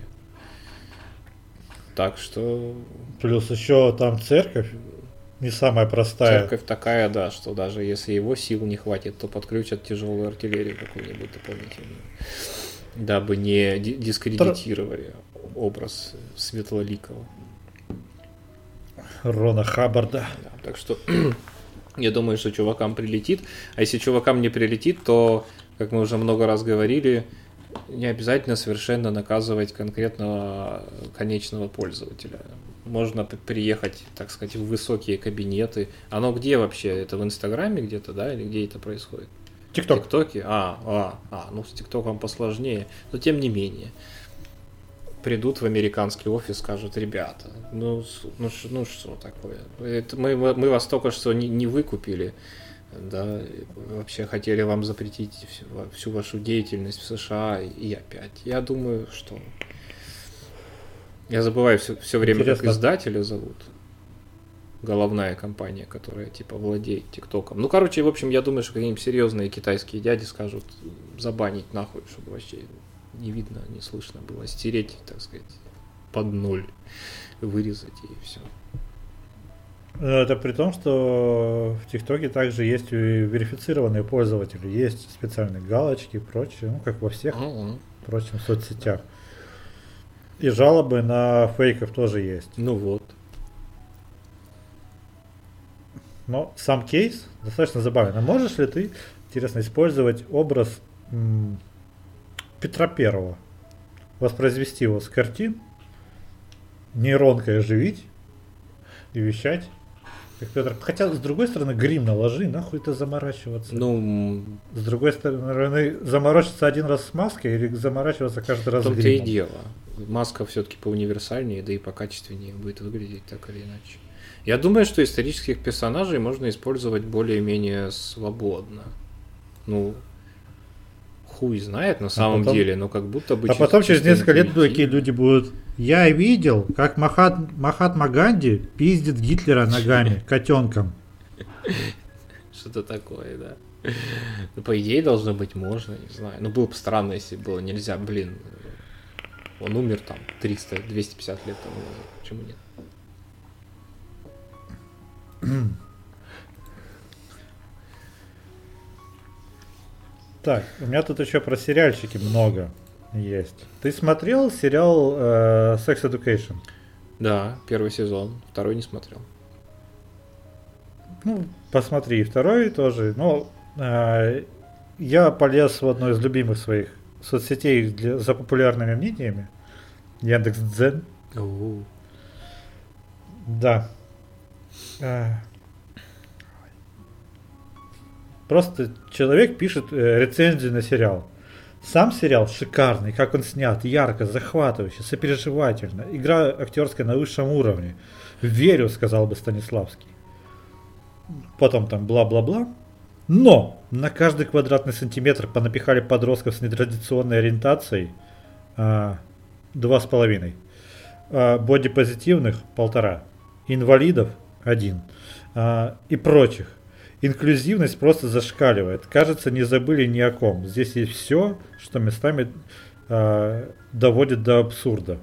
Так что... Плюс еще там церковь не самая простая. Церковь такая, да, что даже если его сил не хватит, то подключат тяжелую артиллерию какую-нибудь дополнительную, дабы не дискредитировали образ Светлоликова. Рона Хаббарда. Да, так что я думаю, что чувакам прилетит. А если чувакам не прилетит, то, как мы уже много раз говорили, не обязательно совершенно наказывать конкретного конечного пользователя. Можно приехать, так сказать, в высокие кабинеты. Оно где вообще? Это в Инстаграме где-то, да? Или где это происходит? ТикТок. В ТикТоке? А, а, а, ну с ТикТоком посложнее. Но тем не менее. Придут в американский офис, скажут: ребята, ну, ну, ну что такое? Это мы, мы вас только что не, не выкупили. Да, вообще хотели вам запретить всю, всю вашу деятельность в США и опять. Я думаю, что... Я забываю все, все время, Интересно. как издателя зовут. Головная компания, которая типа владеет ТикТоком. Ну, короче, в общем, я думаю, что какие-нибудь серьезные китайские дяди скажут забанить нахуй, чтобы вообще не видно, не слышно было. Стереть, так сказать, под ноль. Вырезать и все. Это при том, что в ТикТоке также есть и верифицированные пользователи, есть специальные галочки и прочее, ну как во всех Uh-huh. прочих соцсетях. И жалобы на фейков тоже есть. Ну вот. Но сам кейс достаточно забавен. А можешь ли ты, интересно, использовать образ м, Петра Первого? Воспроизвести его с картин, нейронкой оживить и вещать как Петр. Хотя, с другой стороны, грим наложи, нахуй это заморачиваться. Ну, с другой стороны, заморачиваться один раз с маской или заморачиваться каждый раз с гримом? В том-то и дело. Маска все-таки поуниверсальнее, да и покачественнее будет выглядеть так или иначе. Я думаю, что исторических персонажей можно использовать более-менее свободно. Ну, хуй знает на самом а потом, деле, но как будто бы... А потом через несколько лет такие люди будут... Я видел, как Махат, Махатма Ганди пиздит Гитлера ногами, котенком. Что-то такое, да. Ну, по идее, должно быть можно, не знаю. Ну, было бы странно, если было нельзя, блин. Он умер там триста-двести пятьдесят лет тому назад. Почему нет? Так, у меня тут еще про сериальчики много есть. Ты смотрел сериал э, Sex Education? Да, первый сезон, второй не смотрел. Ну, посмотри, второй тоже. Но э, я полез в одну из любимых своих соцсетей для, за популярными мнениями. Яндекс.Дзен. Uh-huh. Да. Э, просто человек пишет э, рецензию на сериал. Сам сериал шикарный, как он снят, ярко, захватывающе, сопереживательно. Игра актерская на высшем уровне. Верю, сказал бы Станиславский. Потом там бла-бла-бла. Но на каждый квадратный сантиметр понапихали подростков с нетрадиционной ориентацией а, два с половиной. А, бодипозитивных полтора. Инвалидов один. А, и прочих. Инклюзивность просто зашкаливает. Кажется, не забыли ни о ком. Здесь есть все, что местами э, доводит до абсурда.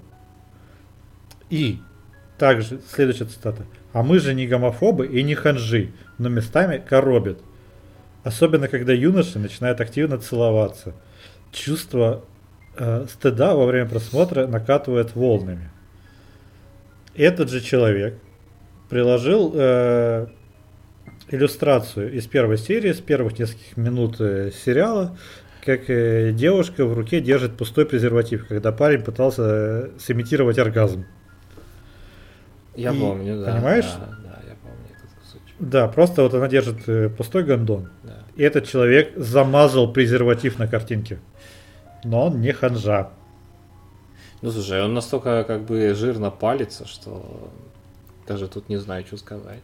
И также, следующая цитата. А мы же не гомофобы и не ханжи, но местами коробят. Особенно, когда юноши начинают активно целоваться. Чувство э, стыда во время просмотра накатывает волнами. Этот же человек приложил... Э, иллюстрацию из первой серии, с первых нескольких минут э, сериала, как э, девушка в руке держит пустой презерватив, когда парень пытался э, сымитировать оргазм. Я И, помню, да. Понимаешь? Да, да, я помню этот кусочек. Да, просто вот она держит э, пустой гондон. Да. И этот человек замазал презерватив на картинке. Но он не ханжа. Ну, слушай, он настолько как бы жирно палится, что даже тут не знаю, что сказать.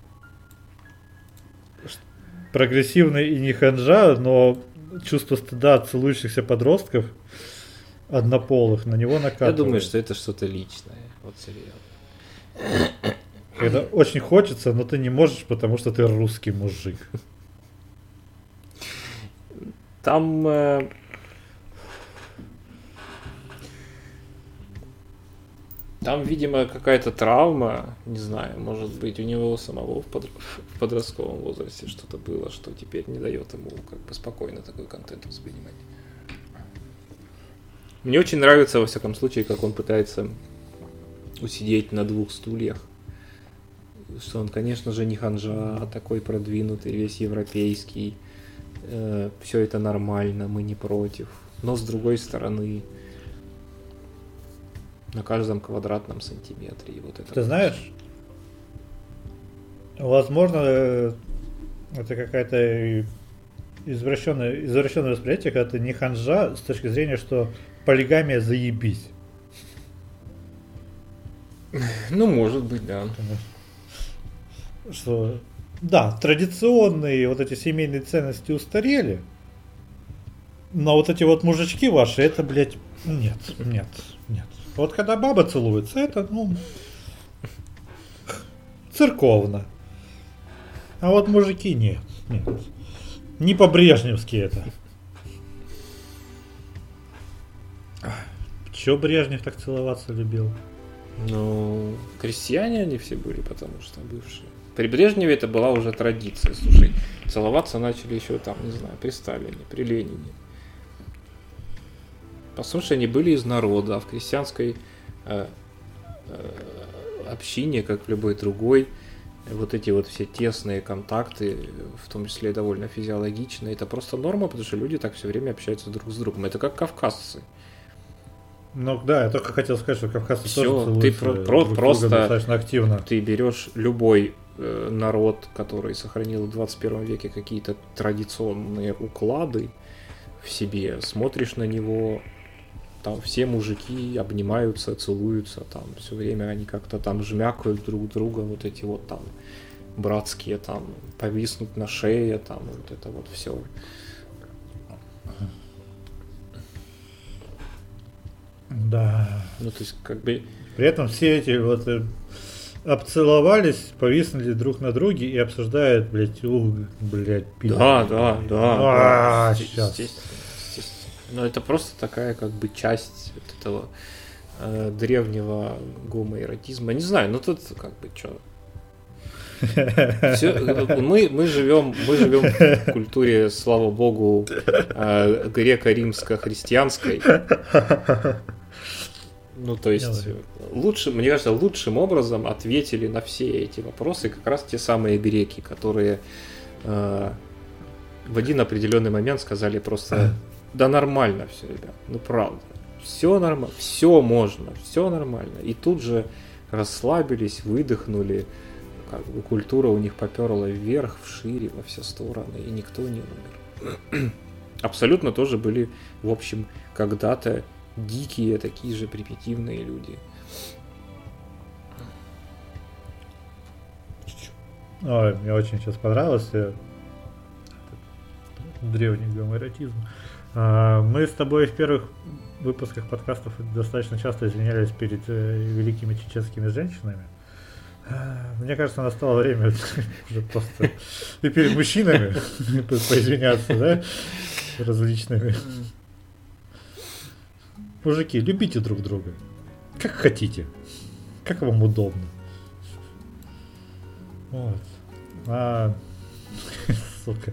Прогрессивный и не ханжа, но чувство стыда от целующихся подростков однополых на него накатывает. Я думаю, что это что-то личное. Вот серьезно. Когда очень хочется, но ты не можешь, потому что ты русский мужик. Там... Э... Там, видимо, какая-то травма, не знаю, может быть, у него самого в, под... в подростковом возрасте что-то было, что теперь не дает ему как бы спокойно такой контент воспринимать. Мне очень нравится, во всяком случае, как он пытается усидеть на двух стульях. Что он, конечно же, не ханжа, а такой продвинутый, весь европейский. Э, все это нормально, мы не против. Но с другой стороны... На каждом квадратном сантиметре. И вот это Ты знаешь, возможно, это какая-то извращенное, извращенное восприятие, когда ты не ханжа с точки зрения, что полигамия заебись. Ну, может быть, да. Что, да, традиционные вот эти семейные ценности устарели, но вот эти вот мужички ваши, это, блядь, нет, нет, нет. Вот когда баба целуется, это, ну, церковно. А вот мужики нет, нет. Не по-брежневски это. Чё Брежнев так целоваться любил? Ну, крестьяне они все были, потому что бывшие. При Брежневе это была уже традиция, слушай. Целоваться начали еще там, не знаю, при Сталине, при Ленине. Послушай, они были из народа, а в крестьянской э, э, общине, как в любой другой, вот эти вот все тесные контакты, в том числе довольно физиологичные, это просто норма, потому что люди так все время общаются друг с другом. Это как кавказцы. Ну да, я только хотел сказать, что кавказцы Всё, тоже целуются ты про- про- друг просто друга достаточно активно. Ты берешь любой э, народ, который сохранил в двадцать первом веке какие-то традиционные уклады в себе, смотришь на него, там все мужики обнимаются, целуются, там все время они как-то там жмякают друг друга, вот эти вот там братские, там повиснуть на шее, там вот это вот все. Да. Ну, то есть, как бы... При этом все эти вот э, обцеловались, повиснули друг на друге и обсуждают, блядь, ух, блядь, пиздец. Да, да, да. А, да. сейчас. Естественно, естественно. Но это просто такая, как бы, часть вот этого э, древнего гомоэротизма. Не знаю, ну тут, как бы, что... Все, мы, мы, живем, мы живем в культуре, слава богу, э, греко-римско-христианской. Ну, то есть, лучше, мне кажется, лучшим образом ответили на все эти вопросы как раз те самые греки, которые э, в один определенный момент сказали просто: да нормально все, ребят, ну правда, все нормально, все можно, все нормально. И тут же расслабились, выдохнули, как бы культура у них поперла вверх, вшире, во все стороны, и никто не умер. Абсолютно тоже были, в общем, когда-то дикие, такие же примитивные люди. Ой, мне очень сейчас понравился древний гомоэротизм. Мы с тобой в первых выпусках подкастов достаточно часто извинялись перед великими чеченскими женщинами. Мне кажется, настало время уже просто и перед мужчинами поизвиняться, да, различными. Мужики, любите друг друга, как хотите, как вам удобно. Вот. А, сука.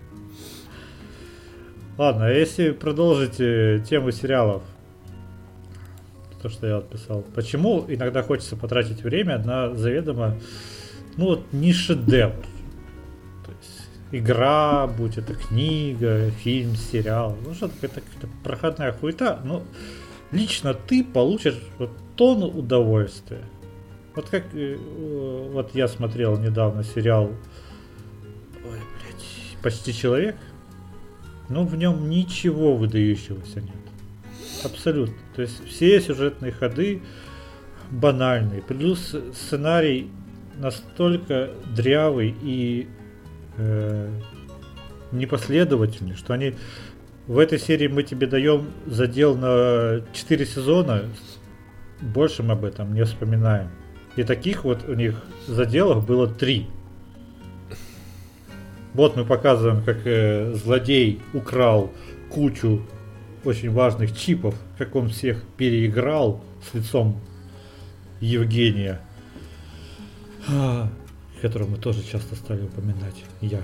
Ладно, а если продолжить тему сериалов, то, что я отписал. Почему иногда хочется потратить время на заведомо, ну вот, не шедевр. То есть игра, будь это книга, фильм, сериал, ну что-то какая-то, какая-то проходная хуета, но лично ты получишь вот тонну удовольствия. Вот как вот я смотрел недавно сериал, ой, блядь, «Почти человек», но в нем ничего выдающегося нет. Абсолютно. То есть все сюжетные ходы банальные. Плюс сценарий настолько дрявый и э, непоследовательный, что они в этой серии мы тебе даем задел на четыре сезона, больше мы об этом не вспоминаем. И таких вот у них заделов было три. Вот мы показываем, как э, злодей украл кучу очень важных чипов, как он всех переиграл с лицом Евгения, которого мы тоже часто стали упоминать, я.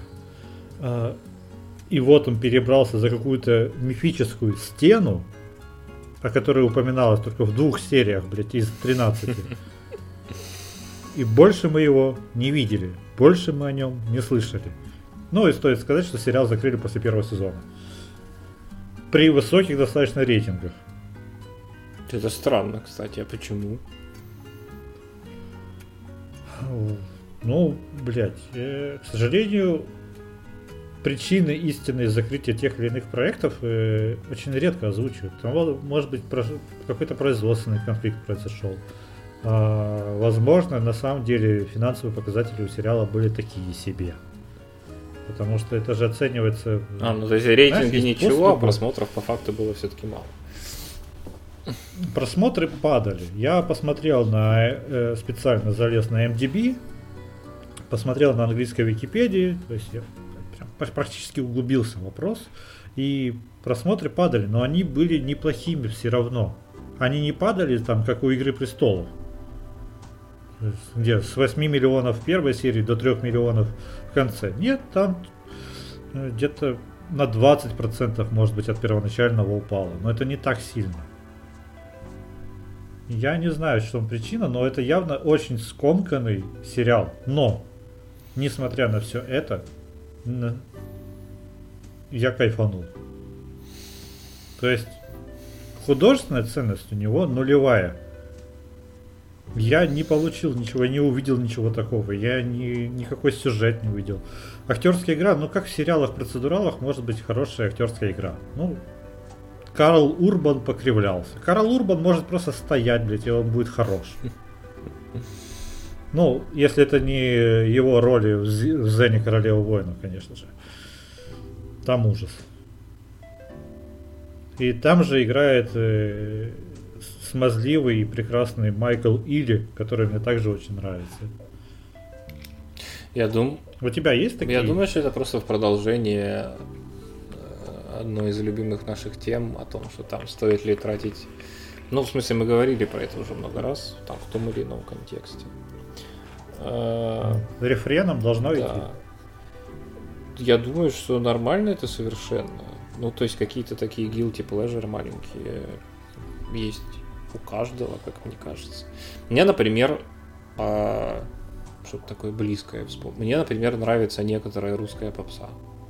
И вот он перебрался за какую-то мифическую стену, о которой упоминалось только в двух сериях, блядь, из тринадцати. И больше мы его не видели, больше мы о нем не слышали. Ну и стоит сказать, что сериал закрыли после первого сезона. При высоких достаточно рейтингах. Это странно, кстати, а почему? Ну, блядь, э, к сожалению, причины истинные закрытия тех или иных проектов э, очень редко озвучивают. Там, может быть, какой-то производственный конфликт произошел. А, возможно, на самом деле финансовые показатели у сериала были такие себе. Потому что это же оценивается... А, ну то есть рейтинги знаешь, ничего, а просмотров по факту было все-таки мало. Просмотры падали. Я посмотрел на... Э, специально залез на эм ди би, посмотрел на английской Википедии, то есть я прям практически углубился в вопрос, и просмотры падали, но они были неплохими все равно. Они не падали там, как у «Игры престолов», где с восьми миллионов в первой серии до трёх миллионов в конце. Нет, там где-то на двадцать процентов, может быть, от первоначального упало. Но это не так сильно. Я не знаю, в чем причина, но это явно очень скомканный сериал. Но, несмотря на все это, я кайфанул. То есть, художественная ценность у него нулевая. Я не получил ничего, не увидел ничего такого. Я ни, никакой сюжет не увидел. Актерская игра, ну как в сериалах-процедуралах может быть хорошая актерская игра? Ну, Карл Урбан покривлялся. Карл Урбан может просто стоять, блядь, и он будет хорош. Ну, если это не его роли в Зене Королевы Воинов, конечно же. Там ужас. И там же играет э, смазливый и прекрасный Майкл Илли, который мне также очень нравится. Я думаю... У тебя есть такие? Я думаю, что это просто в продолжение одной из любимых наших тем о том, что там стоит ли тратить... Ну, в смысле, мы говорили про это уже много раз, там в том или ином контексте. Рефреном должно да. идти. Я думаю, что нормально это совершенно. Ну, то есть какие-то такие guilty pleasure маленькие есть у каждого, как мне кажется. Мне, например, а, что-то такое близкое вспомнил. Мне, например, нравится некоторая русская попса.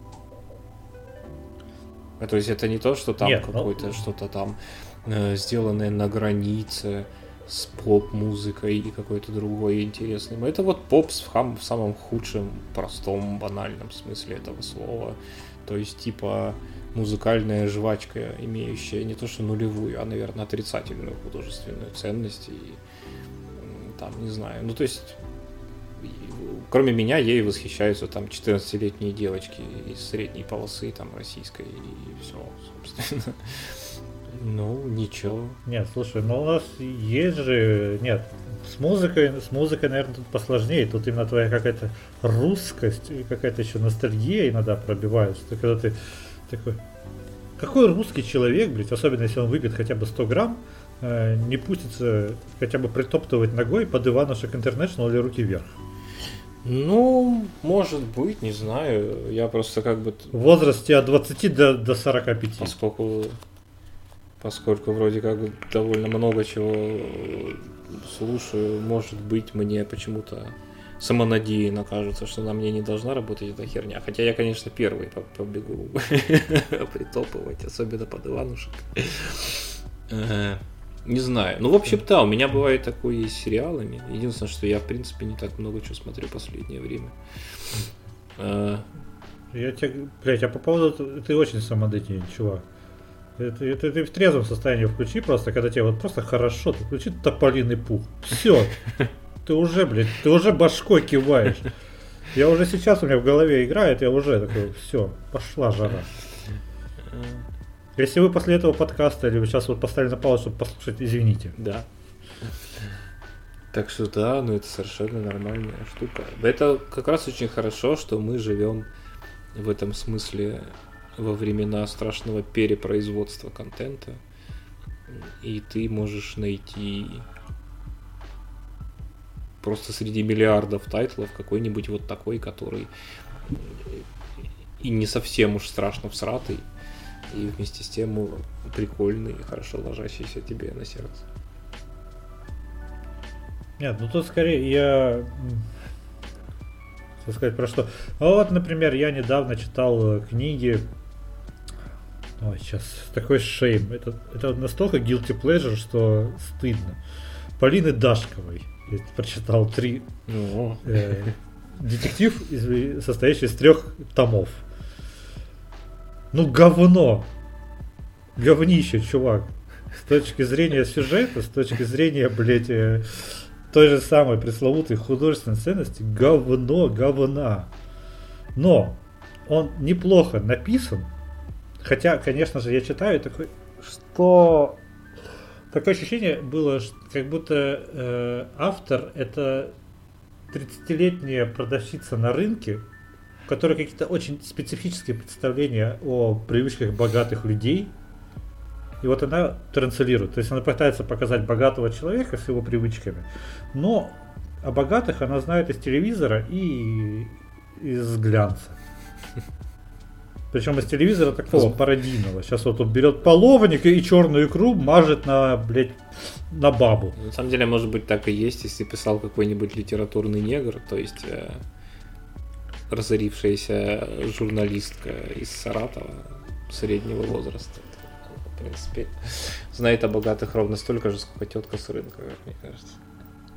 То есть это не то, что там Нет, какое-то но... что-то там э, сделанное на границе с поп-музыкой и какой-то другой интересным. Это вот поп в, хам, в самом худшем, простом, банальном смысле этого слова. То есть типа музыкальная жвачка, имеющая не то что нулевую, а, наверное, отрицательную художественную ценность. И там, не знаю, ну то есть кроме меня ей восхищаются там четырнадцатилетние девочки из средней полосы там российской и все, собственно. Ну, ничего. Нет, слушай, ну у нас есть же... Нет, с музыкой, с музыкой, наверное, тут посложнее. Тут именно твоя какая-то русскость и какая-то еще ностальгия иногда пробивается. Ты, когда ты такой... Какой русский человек, блядь, особенно если он выпьет хотя бы сто грамм, э, не пустится хотя бы притоптывать ногой под Иванушек Интернешнл или Руки вверх? Ну, может быть, не знаю. Я просто как бы... В возрасте от двадцати до, до сорока пяти. Поскольку... Поскольку вроде как довольно много чего слушаю, может быть, мне почему-то самонадеянно кажется, что на мне не должна работать эта херня. Хотя я, конечно, первый побегу притопывать, особенно под Иванушек. Не знаю. Ну, в общем, да, у меня бывает такое и с сериалами. Единственное, что я, в принципе, не так много чего смотрю в последнее время. Я тебе... Блять, а по поводу... Ты очень самонадеянный, чувак. Это, это ты в трезвом состоянии включи просто, когда тебе вот просто хорошо, ты включи Тополиный пух. Все. Ты уже, блядь, ты уже башкой киваешь. Я уже сейчас у меня в голове играет, я уже такой, все, пошла жара. Если вы после этого подкаста или вы сейчас вот поставили на паузу, чтобы послушать, извините. Да. Так что да, ну это совершенно нормальная штука. Это как раз очень хорошо, что мы живем в этом смысле во времена страшного перепроизводства контента, и ты можешь найти просто среди миллиардов тайтлов какой-нибудь вот такой, который и не совсем уж страшно всратый, и вместе с тем прикольный и хорошо ложащийся тебе на сердце. Нет, ну тут скорее я... Что сказать про что? А вот, например, я недавно читал книги. Ой, сейчас такой шейм. Это, это настолько guilty pleasure, что стыдно. Полины Дашковой. Я прочитал три. Э, детектив, из, состоящий из трех томов. Ну, говно. Говнище, чувак. С точки зрения сюжета, с точки зрения, блядь, э, той же самой пресловутой художественной ценности, говно, говна. Но он неплохо написан. Хотя, конечно же, я читаю такой, что такое ощущение было, как будто э, автор это тридцатилетняя продавщица на рынке, у которой какие-то очень специфические представления о привычках богатых людей. И вот она транслирует. То есть она пытается показать богатого человека с его привычками, но о богатых она знает из телевизора и из глянца. Причем из телевизора такого пародийного. Сейчас вот он берет половник и черную икру мажет на, блядь, на бабу. На самом деле, может быть, так и есть, если писал какой-нибудь литературный негр, то есть э, разорившаяся журналистка из Саратова среднего возраста. В принципе, знает о богатых ровно столько же, сколько тетка с рынка, как мне кажется.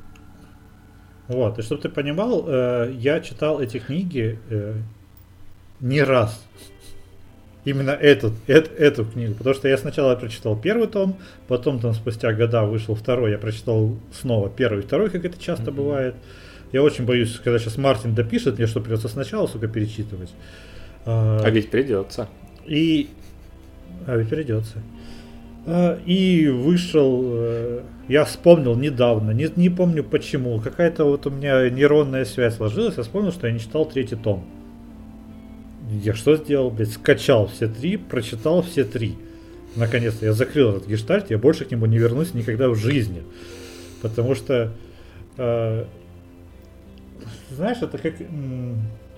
Вот, и чтобы ты понимал, э, я читал эти книги э, не раз. Именно эту, эту, эту книгу. Потому что я сначала прочитал первый том, потом там спустя года вышел второй, я прочитал снова первый и второй, как это часто mm-hmm. бывает. Я очень боюсь, когда сейчас Мартин допишет, мне что, придется сначала, сука, перечитывать. А, а ведь придется. И... А ведь придется. А, и вышел... Я вспомнил недавно, не, не помню почему, какая-то вот у меня нейронная связь сложилась, я вспомнил, что я не читал третий том. Я что сделал, блядь, скачал все три, прочитал все три. Наконец-то я закрыл этот гештальт, я больше к нему не вернусь никогда в жизни. Потому что, э, знаешь, это как... М-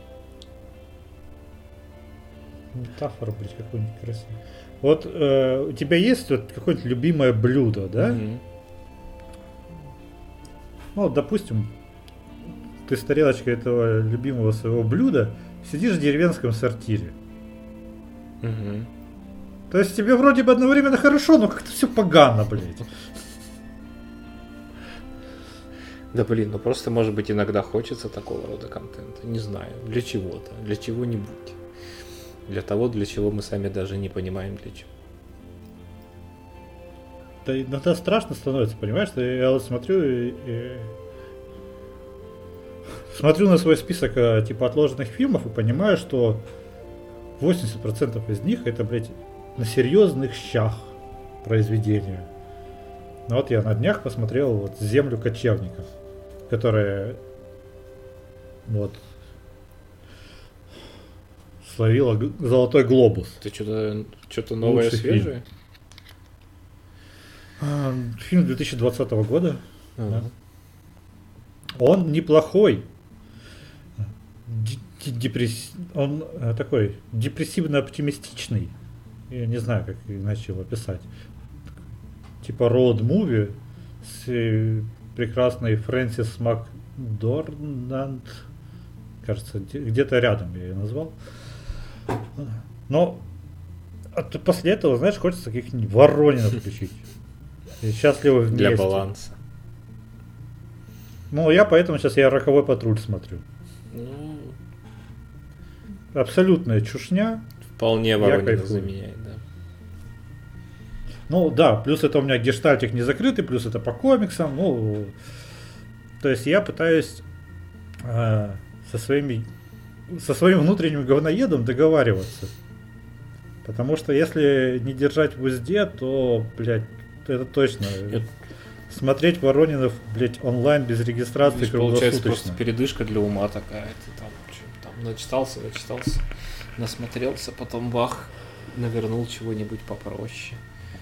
метафора, блядь, какой-нибудь красивый. Вот э, у тебя есть вот какое-нибудь любимое блюдо, да? Mm-hmm. Ну, допустим, ты с тарелочкой этого любимого своего блюда сидишь в деревенском сортире. Угу. То есть тебе вроде бы одновременно хорошо, но как-то все погано, блядь. Да блин, ну просто может быть иногда хочется такого рода контента. Не знаю, для чего-то, для чего-нибудь. Для того, для чего мы сами даже не понимаем для чего. Да иногда страшно становится, понимаешь? Я вот смотрю и... и... Смотрю на свой список типа отложенных фильмов и понимаю, что восемьдесят процентов из них это, блядь, на серьезных щах произведения. Ну вот я на днях посмотрел вот «Землю кочевников», которая вот словила золотой глобус. Ты что-то, что-то новое, лучший свежее? Фильм, фильм две тысячи двадцатого года. Uh-huh. Да. Он неплохой. Депресс... Он такой депрессивно-оптимистичный. Я не знаю, как иначе его описать. Типа роуд-муви с прекрасной Фрэнсис Макдорнанд. Кажется, где-то рядом я ее назвал. Но после этого, знаешь, хочется каких-нибудь Воронинов включить. Счастливы вместе. Для баланса. Ну, я поэтому сейчас я «Роковой патруль» смотрю. Ну, абсолютная чушня. Вполне Воронина заменяет, да. Ну да, плюс это у меня гештальтик не закрытый, плюс это по комиксам. Ну, то есть я пытаюсь э, со своими со своим внутренним говноедом договариваться. Потому что если не держать в узде, то, блядь, это точно... Это... Смотреть Воронинов, блядь, онлайн без регистрации круглосуточно. Получается просто передышка для ума такая. Ты там, там начитался, начитался, насмотрелся, потом бах, навернул чего-нибудь попроще.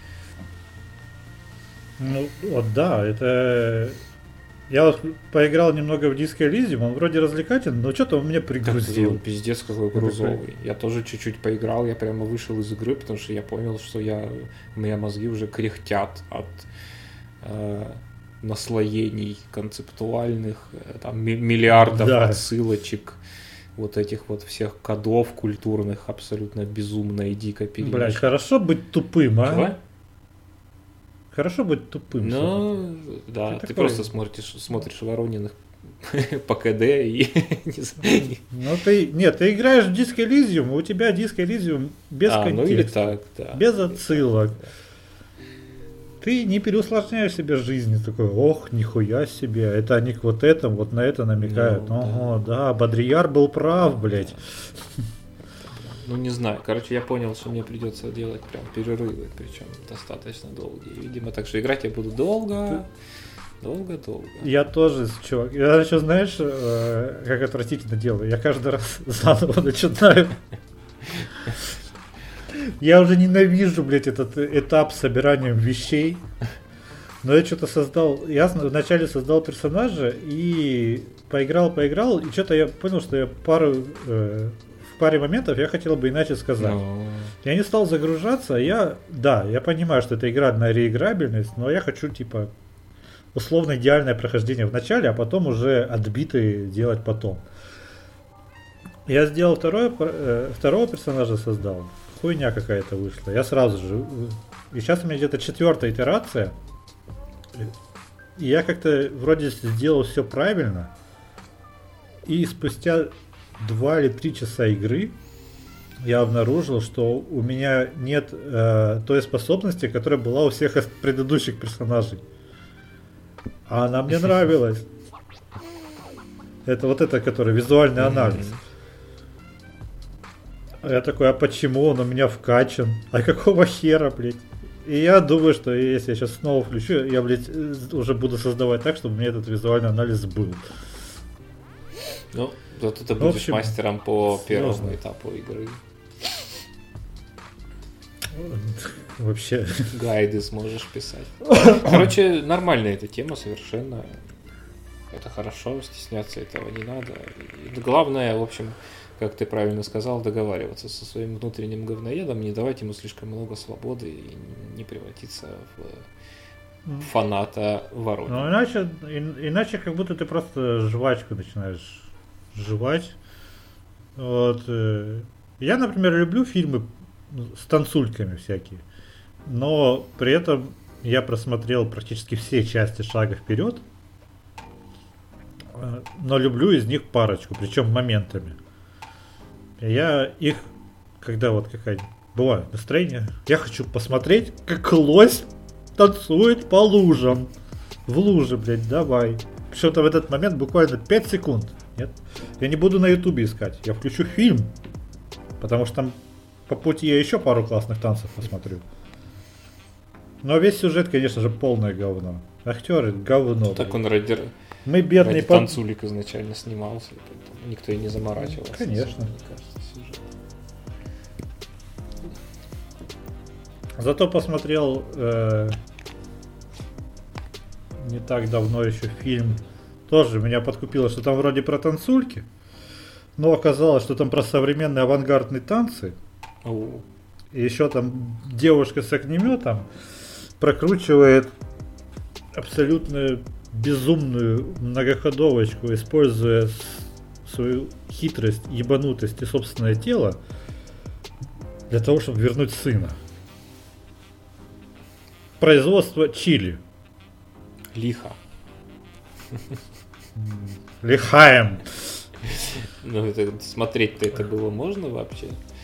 Ну, вот да, это... Я вот поиграл немного в Disco Elysium, он вроде развлекательный, но что-то он меня пригрузил. Да, пиздец какой грузовый. Я тоже чуть-чуть поиграл, я прямо вышел из игры, потому что я понял, что я, у меня мозги уже кряхтят от э, наслоений концептуальных, э, там миллиардов да. отсылочек, вот этих вот всех кодов культурных, абсолютно безумно и дико перемешанных. Блядь, хорошо быть тупым, а? Чего? Хорошо быть тупым. Ну, да, ты, ты такой... просто смотришь, смотришь Ворониных по КД и... Ну, ты... Нет, ты играешь в Disco Elysium, у тебя Disco Elysium без а, контекста. Ну или так, да. Без отсылок. Да. Ты не переусложняешь себе жизнь, такой, ох, нихуя себе, это они к вот этому, вот на это намекают. Ну, ого, да. да, Бодрияр был прав, блядь. Ну, не знаю. Короче, я понял, что мне придется делать прям перерывы, причем достаточно долгие. Видимо, так что играть я буду долго, долго-долго. Я тоже, чувак. Я еще, знаешь, как отвратительно делаю? Я каждый раз заново начинаю. Я уже ненавижу, блядь, этот этап с собиранием вещей. Но я что-то создал... Я вначале создал персонажа и поиграл-поиграл, и что-то я понял, что я пару... В паре моментов я хотел бы иначе сказать. No. Я не стал загружаться, я, да, я понимаю, что это игра на реиграбельность, но я хочу, типа, условно идеальное прохождение в начале, а потом уже отбитые делать потом. Я сделал второе, э, второго персонажа создал, хуйня какая-то вышла, я сразу же, и сейчас у меня где-то четвертая итерация, И я как-то вроде сделал все правильно. И спустя два или три часа игры я обнаружил, что у меня нет э, той способности, которая была у всех предыдущих персонажей. А она мне нравилась. Это вот это, который визуальный анализ. Я такой, а почему он у меня вкачан? А какого хера, блядь? И я думаю, что если я сейчас снова включу, я, блядь, уже буду создавать так, чтобы мне этот визуальный анализ был. Ну, зато ты будешь общем, мастером по первому сложно. этапу игры. Вообще. Гайды сможешь писать. Короче, нормальная эта тема совершенно. Это хорошо, стесняться этого не надо. И главное, в общем, как ты правильно сказал, договариваться со своим внутренним говноедом, не давать ему слишком много свободы и не превратиться в фаната Воронина. Ну иначе, и, иначе как будто ты просто жвачку начинаешь жевать. Вот. э, Я, например, люблю фильмы с танцульками всякие, но при этом я просмотрел практически все части «Шага вперед», э, но люблю из них парочку, причем моментами. Я их, когда вот какая-нибудь бывает настроение, я хочу посмотреть, как лось танцует по лужам. В луже, блядь, давай. Причем-то в этот момент буквально пять секунд. Нет? Я не буду на ютубе искать. Я включу фильм. Потому что там по пути я еще пару классных танцев посмотрю. Но весь сюжет, конечно же, полное говно. Актеры говно. Так он ради, Мы бедные ради под... танцулик изначально снимался, поэтому никто и не заморачивался. Конечно. Мне кажется, сюжет. Зато посмотрел э, не так давно еще фильм. Тоже меня подкупило, что там вроде про танцульки. Но оказалось, что там про современные авангардные танцы. О. И еще там девушка с огнеметом прокручивает абсолютно безумную многоходовочку, используя свою хитрость, ебанутость и собственное тело для того, чтобы вернуть сына. Производство Чили. Лихо. Лихаем. Ну, это, смотреть-то это было можно вообще?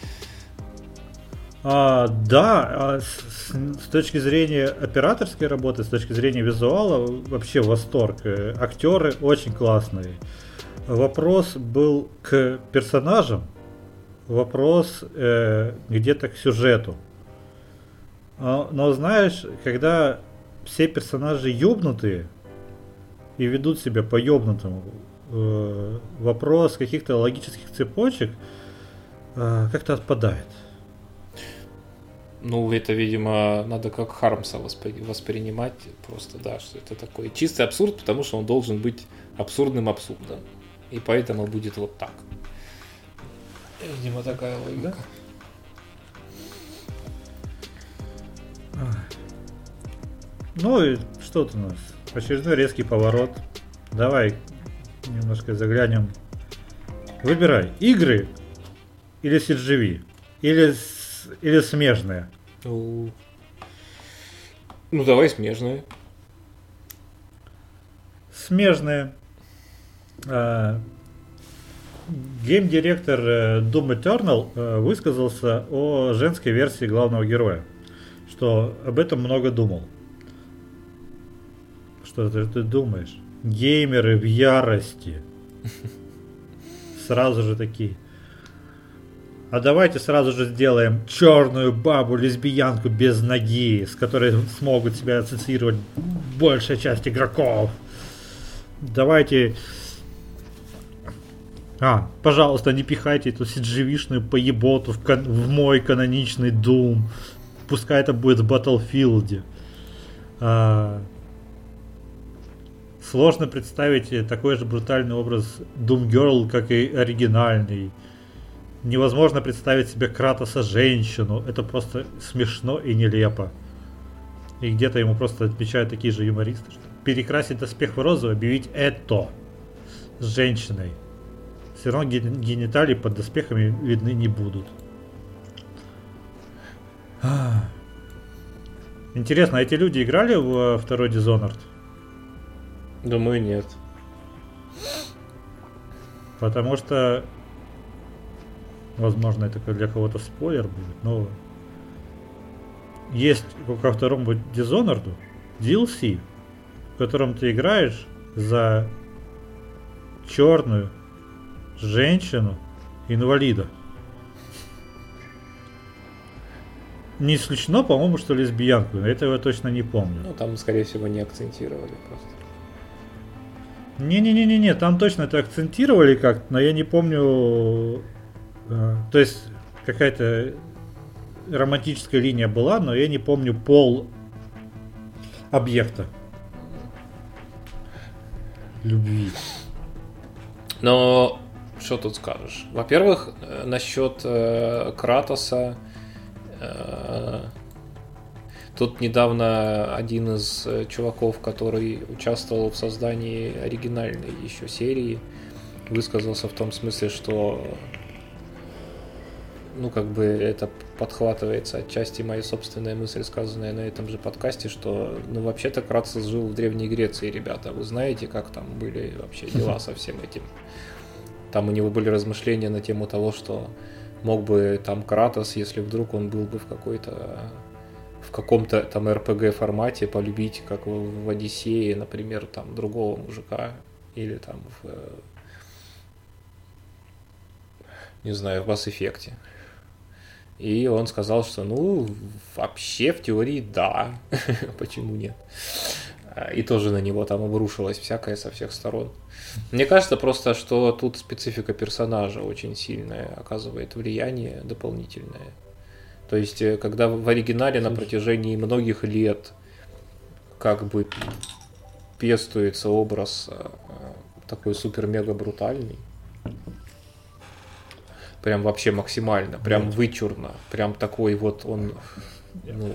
А, да, а с, с точки зрения операторской работы, с точки зрения визуала, вообще восторг. Актеры очень классные. Вопрос был к персонажам, вопрос э, где-то к сюжету. Но, но знаешь, когда все персонажи ёбнутые и ведут себя по-ёбнутому, э, вопрос каких-то логических цепочек э, как-то отпадает. Ну, это, видимо, надо как Хармса воспри- воспринимать просто, да, что это такой чистый абсурд, потому что он должен быть абсурдным абсурдом. И поэтому будет вот так. Видимо, такая логика. Ну и что тут у нас? Очередной резкий поворот. Давай немножко заглянем. Выбирай, игры или си джи ви? Или, с- или смежные? Ну, ну, давай смежные. Смежные. А, Гейм-директор э, Doom Eternal э, высказался о женской версии главного героя. Что об этом много думал. Что ты, ты думаешь? Геймеры в ярости. Сразу же такие. А давайте сразу же сделаем черную бабу, лесбиянку без ноги, с которой смогут себя ассоциировать большая часть игроков. Давайте... А, пожалуйста, не пихайте эту си джи ви-шную поеботу в, кан- в мой каноничный Doom. Пускай это будет в Battlefield. А... Сложно представить такой же брутальный образ Doom Girl, как и оригинальный. Невозможно представить себе Кратоса женщину. Это просто смешно и нелепо. И где-то ему просто отвечают такие же юмористы, что перекрасить доспех в розовый, объявить это с женщиной. Все равно ген- гениталии под доспехами видны не будут. Интересно, а эти люди играли в второй Dishonored? Думаю, нет. Потому что, возможно, это для кого-то спойлер будет, но есть ко второму Dishonored ди эл си, в котором ты играешь за черную женщину-инвалида. Не исключено, по-моему, что лесбиянку, но этого я точно не помню. Ну, там, скорее всего, не акцентировали просто. Не-не-не-не, там точно это акцентировали как-то, но я не помню. Э, то есть какая-то романтическая линия была, но я не помню пол объекта любви. Но что тут скажешь? Во-первых, насчет э, Кратоса. Э, тут недавно один из чуваков, который участвовал в создании оригинальной еще серии, высказался в том смысле, что ну, как бы это подхватывается отчасти моя собственная мысль, сказанная на этом же подкасте, что, ну, вообще-то Кратос жил в Древней Греции, ребята. Вы знаете, как там были вообще дела со всем этим? Там у него были размышления на тему того, что мог бы там Кратос, если вдруг он был бы в какой-то в каком-то там эр пи джи формате, полюбить, как в, в Одиссее, например, там другого мужика, или там в, не знаю, в Mass Effect. И он сказал, что ну, вообще в теории да, почему нет. И тоже на него там обрушилось всякое со всех сторон. Мне кажется просто, что тут специфика персонажа очень сильная оказывает влияние дополнительное. То есть, когда в оригинале на протяжении многих лет как бы пестуется образ такой супер-мега брутальный, прям вообще максимально, прям вычурно, прям такой вот он, ну,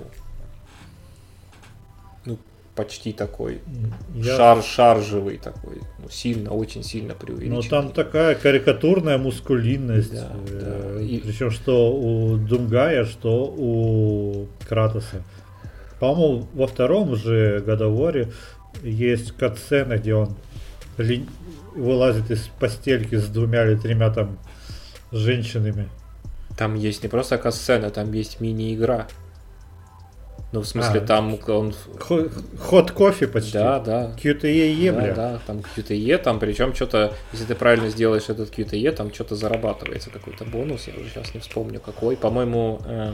ну почти такой Я... шар шаржевый такой, ну, сильно, очень сильно преувеличенный. Ну там такая карикатурная мускулинность, да, э, да. И... причем что у Думгая, что у Кратоса. По-моему, во втором же God of War есть катсцена, где он ли... вылазит из постельки с двумя или тремя там женщинами. Там есть не просто катсцена, там есть мини-игра. Ну, в смысле, а, там он... Хот кофе почти. Да, да. кью ти и, да, бля. Да, там кью ти и, там причем что-то, если ты правильно сделаешь этот кью ти и, там что-то зарабатывается, какой-то бонус, я уже сейчас не вспомню какой. По-моему... Э...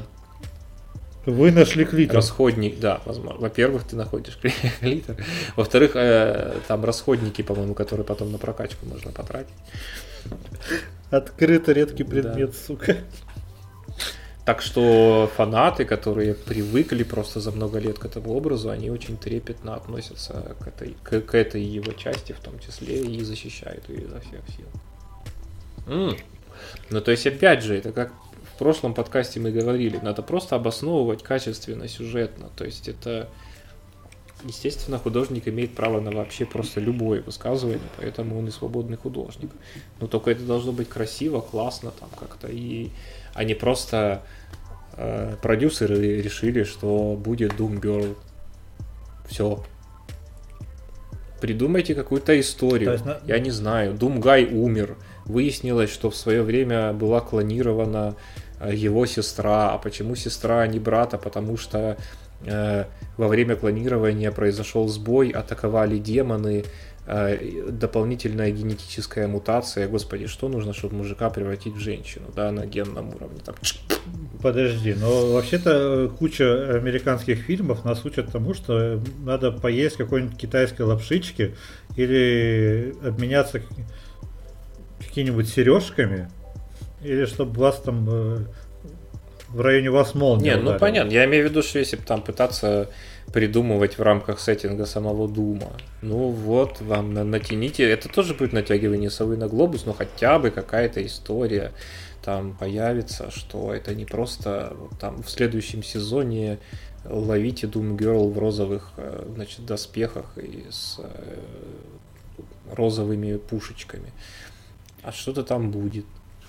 Вы нашли клитор. Расходник, да, возможно. Во-первых, ты находишь клитор. Во-вторых, э, там расходники, по-моему, которые потом на прокачку можно потратить. Открыто редкий предмет, да. Сука. Так что фанаты, которые привыкли просто за много лет к этому образу, они очень трепетно относятся к этой, к, к этой его части в том числе и защищают ее изо всех сил. М-м. Ну, то есть, опять же, это как в прошлом подкасте мы говорили, надо просто обосновывать качественно, сюжетно. То есть, это, естественно, художник имеет право на вообще просто любое высказывание, поэтому он и свободный художник. Но только это должно быть красиво, классно там как-то, и а не просто э, продюсеры решили, что будет Doom Girl. Все. Придумайте какую-то историю. Есть, на... Я не знаю. Думгай умер. Выяснилось, что в свое время была клонирована э, его сестра. А почему сестра, а не брата? Потому что э, во время клонирования произошел сбой, атаковали демоны, э, дополнительная генетическая мутация. Господи, что нужно, чтобы мужика превратить в женщину, да, на генном уровне? Так. Подожди, но вообще-то куча американских фильмов нас учат тому, что надо поесть какой-нибудь китайской лапшички или обменяться какими-нибудь сережками, или чтобы вас там э, в районе вас молния Не, ударила. ну понятно, я имею в виду, что если бы там пытаться придумывать в рамках сеттинга самого Дума, ну вот, вам натяните, это тоже будет натягивание совы на глобус, но хотя бы какая-то история там появится, что это не просто вот, там в следующем сезоне ловите Doom Girl в розовых, значит, доспехах и с э, розовыми пушечками, а что-то там будет.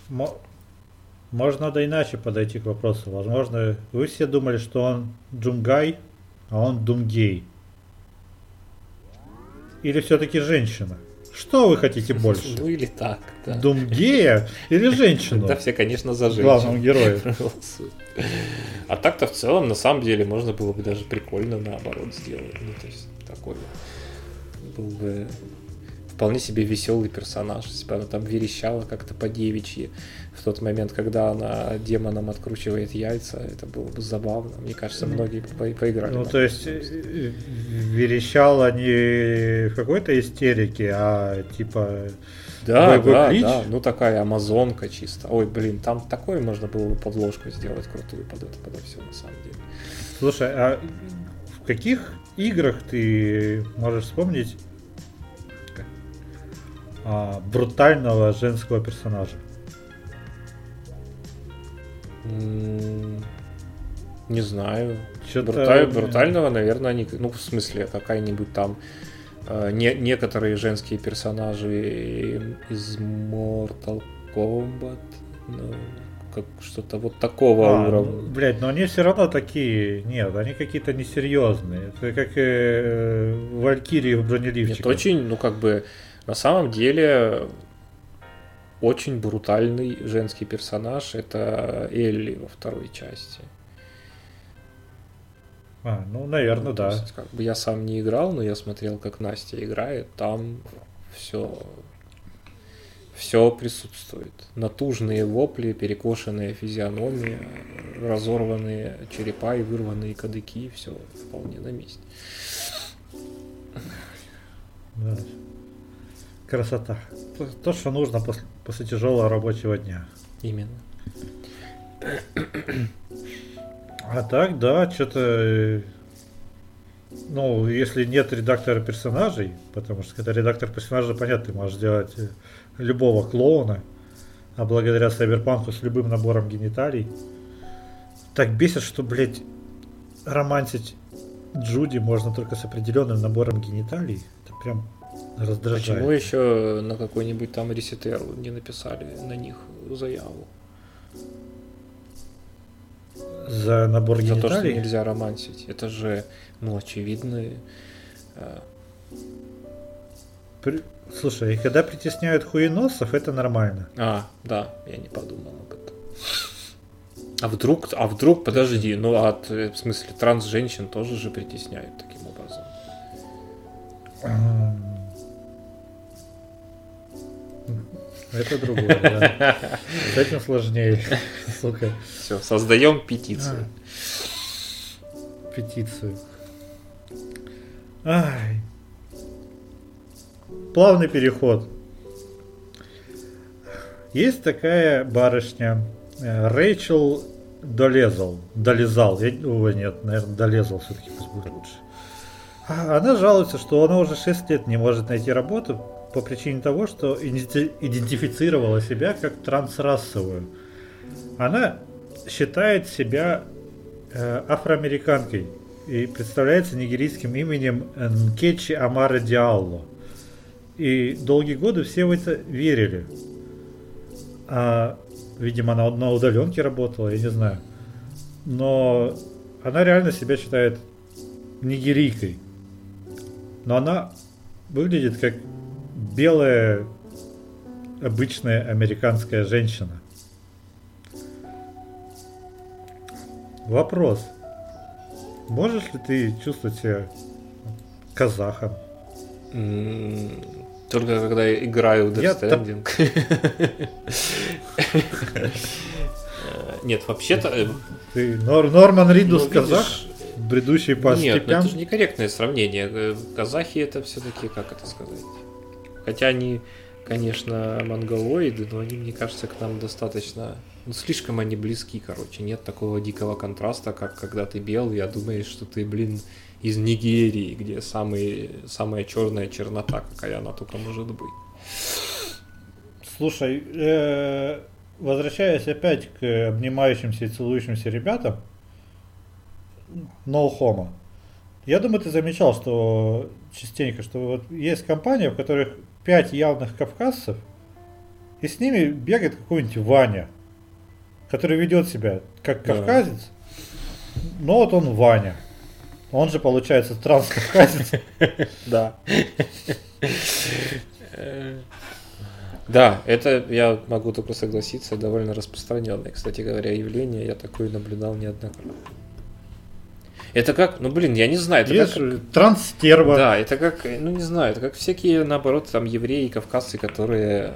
Может, надо иначе подойти к вопросу. Возможно, вы все думали, что он Джунгай, а он Думгей. или все-таки женщина? Что вы хотите больше? Ну или так, да. Думгея или женщину? Да, все, конечно, за женщину. Главного героя. А так-то в целом, на самом деле, можно было бы даже прикольно наоборот сделать. Ну, то есть, такой был бы вполне себе веселый персонаж, если бы она там верещала как-то по-девичьи в тот момент, когда она демонам откручивает яйца, это было бы забавно. Мне кажется, многие по- поиграли. Ну, то есть, верещала не в какой-то истерике, а типа... Да, да, клич? да, ну такая амазонка чисто. Ой, блин, там такое можно было бы подложку сделать крутую под это, подо все на самом деле. Слушай, а в каких играх ты можешь вспомнить а, брутального женского персонажа? М, Не знаю. Чё-то Бруталь- у меня- Брутального, наверное, они, ну, в смысле, какая-нибудь там э, не, некоторые женские персонажи из Mortal Kombat, ну, как что-то вот такого А, уровня. ну, блядь, но они все равно такие, нет, они какие-то несерьезные. Это как э, Валькирии в Нет, бронеливчиках. очень, ну, как бы, на самом деле, очень брутальный женский персонаж — это Элли во второй части. А, ну, наверное, Ну, то да. есть, как бы я сам не играл, но я смотрел, как Настя играет, там все, все присутствует. Натужные вопли, перекошенные физиономии, разорванные черепа и вырванные кадыки, все вполне на месте. Да. Красота. То, то, что нужно после, после тяжелого рабочего дня. Именно. А так, да, что-то... Ну, если нет редактора персонажей, потому что когда редактор персонажа, понятно, ты можешь сделать э, любого клоуна, а благодаря Сайберпанку с любым набором гениталий. Так бесит, что, блядь, романсить Джуди можно только с определенным набором гениталий. Это прям раздражает. Почему еще на какой-нибудь там ресетер не написали на них заяву? За набор За то, что гениталий? нельзя романсить. Это же, ну, очевидные. э, При- Слушай, когда притесняют хуеносов, это нормально. А, да, я не подумал об этом. А вдруг, а вдруг, подожди, ну от, э, в смысле, транс-женщин тоже же притесняют таким образом. Это другое, да. С этим сложнее, сука, Все, создаем петицию. петицию. Ай. Плавный переход. Есть такая барышня э, Рэйчел Долезал. Долезал. Я, ой, нет, наверное, Долезал все-таки пусть будет лучше. А, Она жалуется, что она уже шесть лет не может найти работу по причине того, что иденти- идентифицировала себя как трансрасовую. Она считает себя э, афроамериканкой и представляется нигерийским именем Нкечи Амара Диалло. И долгие годы все в это верили. А, видимо, она на удаленке работала, я не знаю. Но она реально себя считает нигерийкой. Но она выглядит как белая обычная американская женщина. Вопрос. Можешь ли ты чувствовать себя казахом? М, Только когда я играю в Я Death Stranding. Э, Нет, вообще-то... э, Ты Нор- Норман Ридус ну, казах, видишь, бредущий по Нет, ну степям? это же некорректное сравнение. Э, Казахи это все-таки, как это сказать? Хотя они, конечно, монголоиды, но они, мне кажется, к нам достаточно... Ну, слишком они близки, короче. Нет такого дикого контраста, как когда ты белый, а думаешь, что ты, блин, из Нигерии, где самый, самая черная чернота, какая она только может быть. Слушай, э, возвращаясь опять к обнимающимся и целующимся ребятам, no homo. Я думаю, ты замечал, что частенько, что вот есть компания, в которых пять явных кавказцев, и с ними бегает какой-нибудь Ваня, который ведет себя как Да. кавказец, но вот он Ваня. Он же, получается, транскавказец. Да. Да, это я могу только согласиться, довольно распространенное, кстати говоря, явление. Я такое наблюдал неоднократно. Это как, ну блин, я не знаю, это Есть как... трансстерва. Да, это как, ну не знаю, это как всякие, наоборот, там евреи, кавказцы, которые,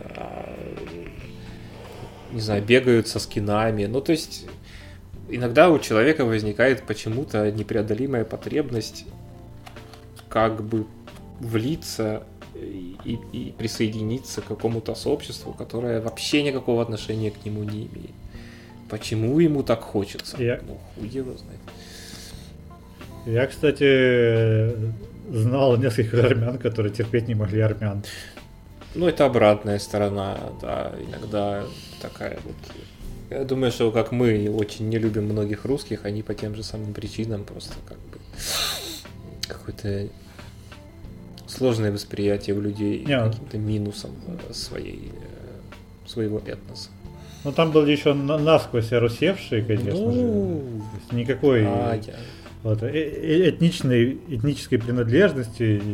не знаю, бегают со скинами. Ну то есть иногда у человека возникает почему-то непреодолимая потребность как бы влиться и, и присоединиться к какому-то сообществу, которое вообще никакого отношения к нему не имеет. Почему ему так хочется? Я... Ну, хуй его знает. Я, кстати, знал нескольких армян, которые терпеть не могли армян. Ну, это обратная сторона, да, иногда такая вот. Я думаю, что как мы очень не любим многих русских, они по тем же самым причинам просто как бы какое-то сложное восприятие у людей не, каким-то минусом своей, своего этноса. Ну, там были еще насквозь орусевшие, конечно ну... же. Никакой... А, я... Вот, этничной, этнической принадлежности.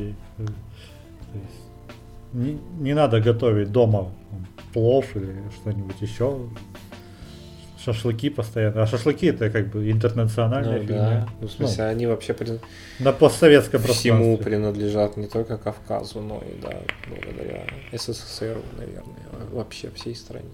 Не, не надо готовить дома плов или что-нибудь еще. Шашлыки постоянно. А шашлыки это как бы интернациональная ну, фигня. Да. Ну, в смысле, ну, они вообще при... на постсоветском пространстве. Всему принадлежат не только Кавказу, но и да, благодаря СССР, наверное, вообще всей стране.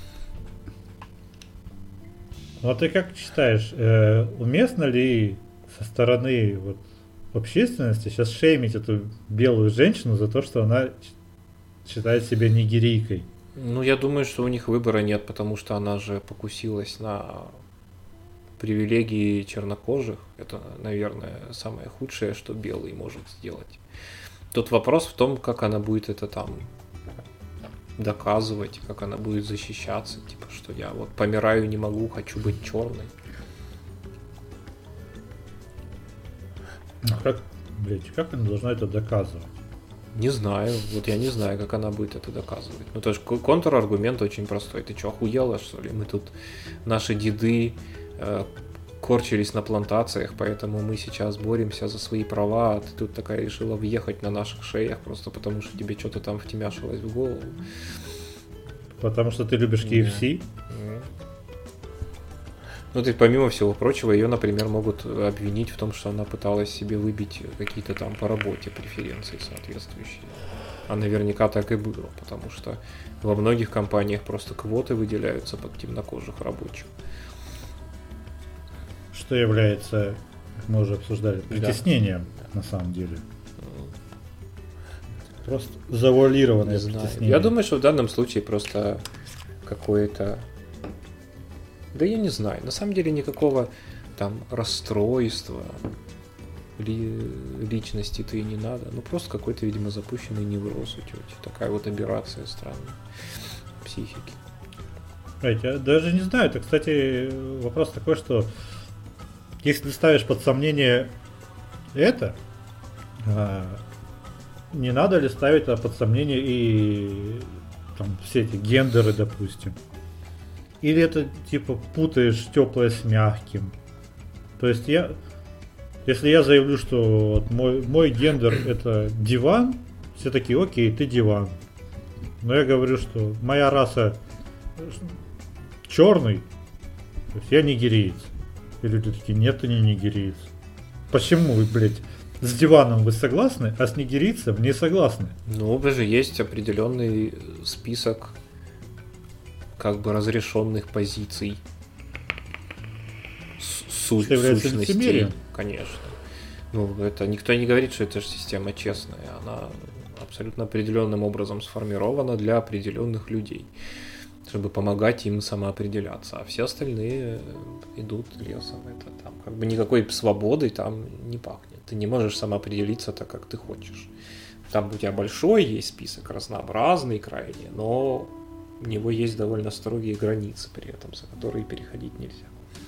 Ну а ты как считаешь, э, уместно ли со стороны вот, общественности сейчас шеймить эту белую женщину за то, что она считает себя нигерийкой? Ну, я думаю, что у них выбора нет, потому что она же покусилась на привилегии чернокожих. Это, наверное, самое худшее, что белый может сделать. Тут вопрос в том, как она будет это там доказывать, как она будет защищаться, типа, что я вот помираю, не могу, хочу быть черной. А как, блядь, как она должна это доказывать? Не знаю, вот я не знаю, как она будет это доказывать. Ну, то есть контраргумент очень простой. Ты что, охуела, что ли? Мы тут, наши деды э, корчились на плантациях, поэтому мы сейчас боремся за свои права, а ты тут такая решила въехать на наших шеях просто потому, что тебе что-то там втемяшилось в голову. Потому что ты любишь кей эф си? Mm. Ну, ты, помимо всего прочего, ее, например, могут обвинить в том, что она пыталась себе выбить какие-то там по работе преференции соответствующие. А наверняка так и было, потому что во многих компаниях просто квоты выделяются под темнокожих рабочих. Что является, как мы уже обсуждали, притеснением, да. На самом деле. Просто завуалированное притеснение. Я думаю, что в данном случае просто какое-то... Да я не знаю, на самом деле никакого там расстройства ли, личности-то и не надо. Ну просто какой-то, видимо, запущенный невроз у тети. Такая вот аберрация странная психики. Я даже не знаю, это, кстати, вопрос такой, что если ты ставишь под сомнение это, не надо ли ставить под сомнение и там, все эти гендеры, допустим. Или это типа путаешь теплое с мягким. То есть я, если я заявлю, что вот мой, мой гендер это диван, все такие, окей, ты диван. Но я говорю, что моя раса черный, то есть я нигериец. И люди такие, нет, ты не нигериец. Почему вы, блядь, с диваном вы согласны, а с нигерийцем не согласны? Ну, даже есть определенный список как бы разрешенных позиций, су- сущностей, конечно. Ну, это никто не говорит, что эта же система честная, она абсолютно определенным образом сформирована для определенных людей, чтобы помогать им самоопределяться, а все остальные идут лесом. Это там как бы никакой свободой там не пахнет. Ты не можешь самоопределиться так, как ты хочешь. Там у тебя большой есть список, разнообразный крайне, но у него есть довольно строгие границы при этом, за которые переходить нельзя.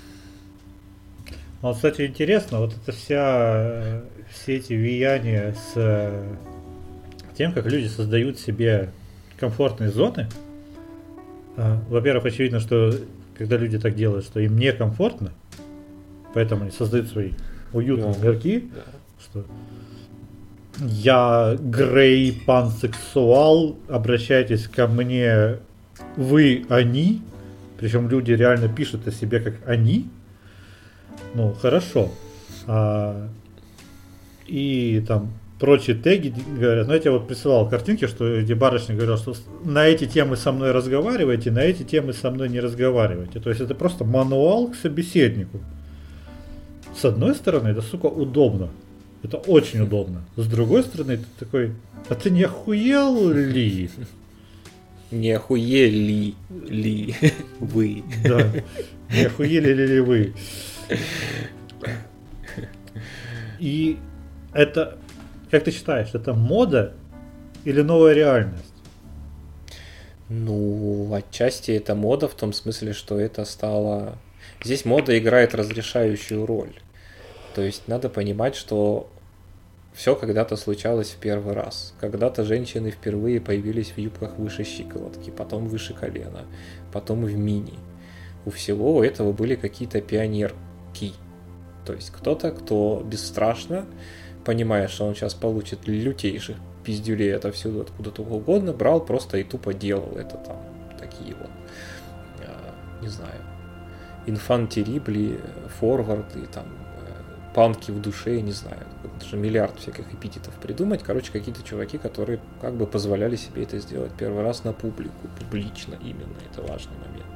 Ну, кстати, интересно, вот это вся, все эти влияния с тем, как люди создают себе комфортные зоны. Во-первых, очевидно, что когда люди так делают, что им некомфортно, поэтому они создают свои уютные Да. мирки, Да. что я грей пансексуал, обращайтесь ко мне вы, они, причем люди реально пишут о себе как они, ну хорошо, а, и там прочие теги говорят, ну я тебе вот присылал картинки, что где барышня говорила, что на эти темы со мной разговаривайте, на эти темы со мной не разговаривайте, то есть это просто мануал к собеседнику. С одной стороны, это, сука, удобно. Это очень удобно. С другой стороны, ты такой, а ты не охуел ли? Не охуели ли вы? Да. Не охуели ли вы? И это, как ты считаешь, это мода или новая реальность? Ну, отчасти это мода в том смысле, что это стало... Здесь мода играет разрешающую роль. То есть надо понимать, что все когда-то случалось в первый раз. Когда-то женщины впервые появились в юбках выше щиколотки, потом выше колена, потом в мини. У всего этого были какие-то пионерки. То есть кто-то, кто бесстрашно, понимая, что он сейчас получит лютейших пиздюлей отовсюду, откуда-то угодно, брал просто и тупо делал это там. Такие вот, не знаю, инфан-террибли, форварды, там, панки в душе, не знаю, даже миллиард всяких эпитетов придумать. Короче, какие-то чуваки, которые как бы позволяли себе это сделать первый раз на публику, публично именно, это важный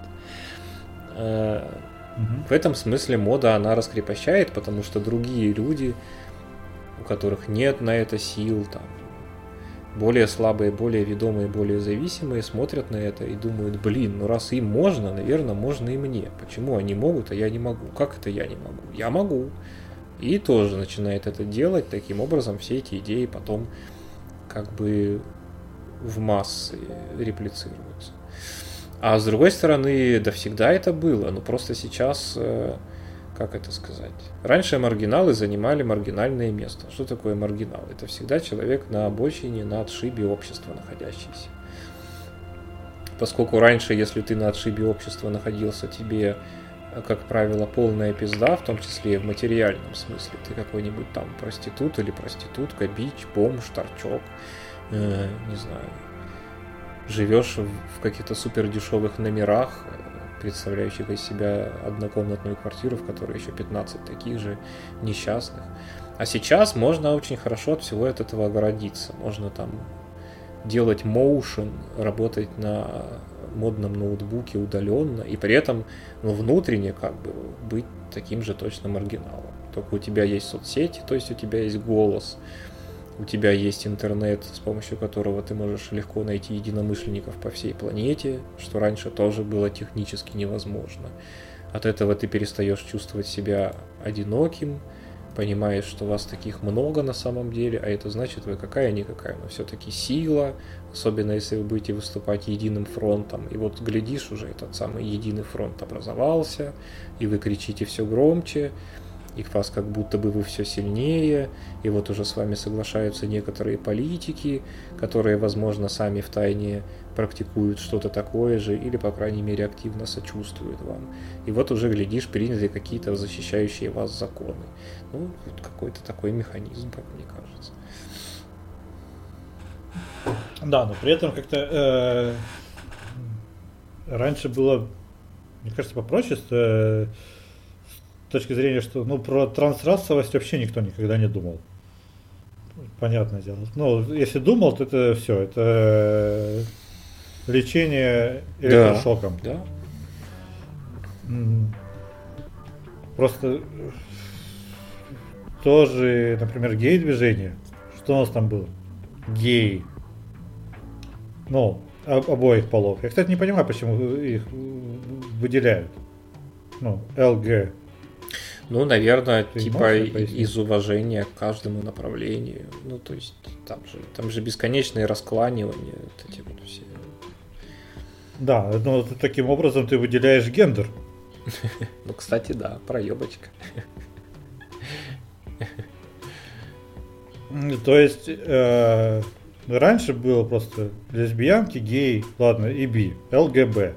момент. Угу. В этом смысле мода, она раскрепощает, потому что другие люди, у которых нет на это сил, там, более слабые, более ведомые, более зависимые, смотрят на это и думают, блин, ну раз им можно, наверное, можно и мне. Почему они могут, а я не могу? Как это я не могу? Я могу. И тоже начинает это делать. Таким образом, все эти идеи потом как бы в массы реплицируются. А с другой стороны, да всегда это было. Но просто сейчас, как это сказать? Раньше маргиналы занимали маргинальное место. Что такое маргинал? Это всегда человек на обочине, на отшибе общества находящийся. Поскольку раньше, если ты на отшибе общества находился, тебе, как правило, полная пизда, в том числе и в материальном смысле. Ты какой-нибудь там проститут или проститутка, бич, бомж, торчок, э, не знаю, живешь в каких-то супер дешевых номерах, представляющих из себя однокомнатную квартиру, в которой еще пятнадцать таких же несчастных. А сейчас можно очень хорошо от всего от этого огородиться. Можно там делать моушен, работать на модном ноутбуке удаленно и при этом, ну, внутренне как бы быть таким же точно маргиналом. Только у тебя есть соцсети, то есть у тебя есть голос, у тебя есть интернет, с помощью которого ты можешь легко найти единомышленников по всей планете, что раньше тоже было технически невозможно. От этого ты перестаешь чувствовать себя одиноким, понимаешь, что вас таких много на самом деле, а это значит, вы какая-никакая, но все-таки сила, особенно если вы будете выступать единым фронтом, и вот глядишь, уже этот самый единый фронт образовался, и вы кричите все громче, и вас как будто бы вы все сильнее, и вот уже с вами соглашаются некоторые политики, которые, возможно, сами втайне практикуют что-то такое же, или, по крайней мере, активно сочувствуют вам. И вот уже, глядишь, приняли какие-то защищающие вас законы. Ну, вот какой-то такой механизм, как мне кажется. Да, но при этом как-то э, раньше было, мне кажется, попроще, с, э, с точки зрения, что ну, про трансрасовость вообще никто никогда не думал. Понятное дело. Ну, если думал, то это все, это лечение электрошоком. Да, да. Просто тоже, например, гей-движение. Что у нас там было? Геи. Ну, об, обоих полов. Я, кстати, не понимаю, почему их выделяют. Ну, ЛГ. Ну, наверное, Ты типа из уважения к каждому направлению. Ну, то есть, там же, там же бесконечные раскланивания. Вот эти вот все. Да, но таким образом ты выделяешь гендер. Ну, кстати, да, проебочка. То есть, э, раньше было просто лесбиянки, геи, ладно, и би, ЛГБ.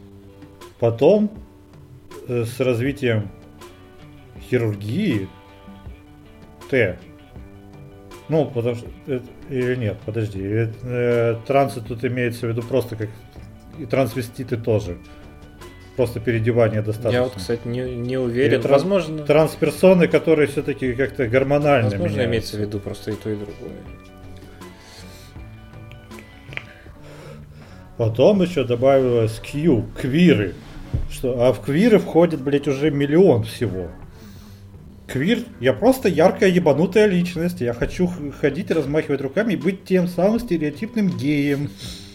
Потом, э, с развитием хирургии, Т. Ну, потому что... Или нет, подожди. Э, трансы тут имеется в виду просто как... И трансвеститы тоже. Просто переодевание достаточно. Я вот, кстати, не, не уверен. Тран- Возможно... Трансперсоны, которые все-таки как-то гормонально Возможно, меняются. имеется в виду просто и то, и другое. Потом еще добавилось Q, квиры. Что, а в квиры входит, блять, уже миллион всего. Квир, я просто яркая ебанутая личность. Я хочу ходить, размахивать руками и быть тем самым стереотипным геем.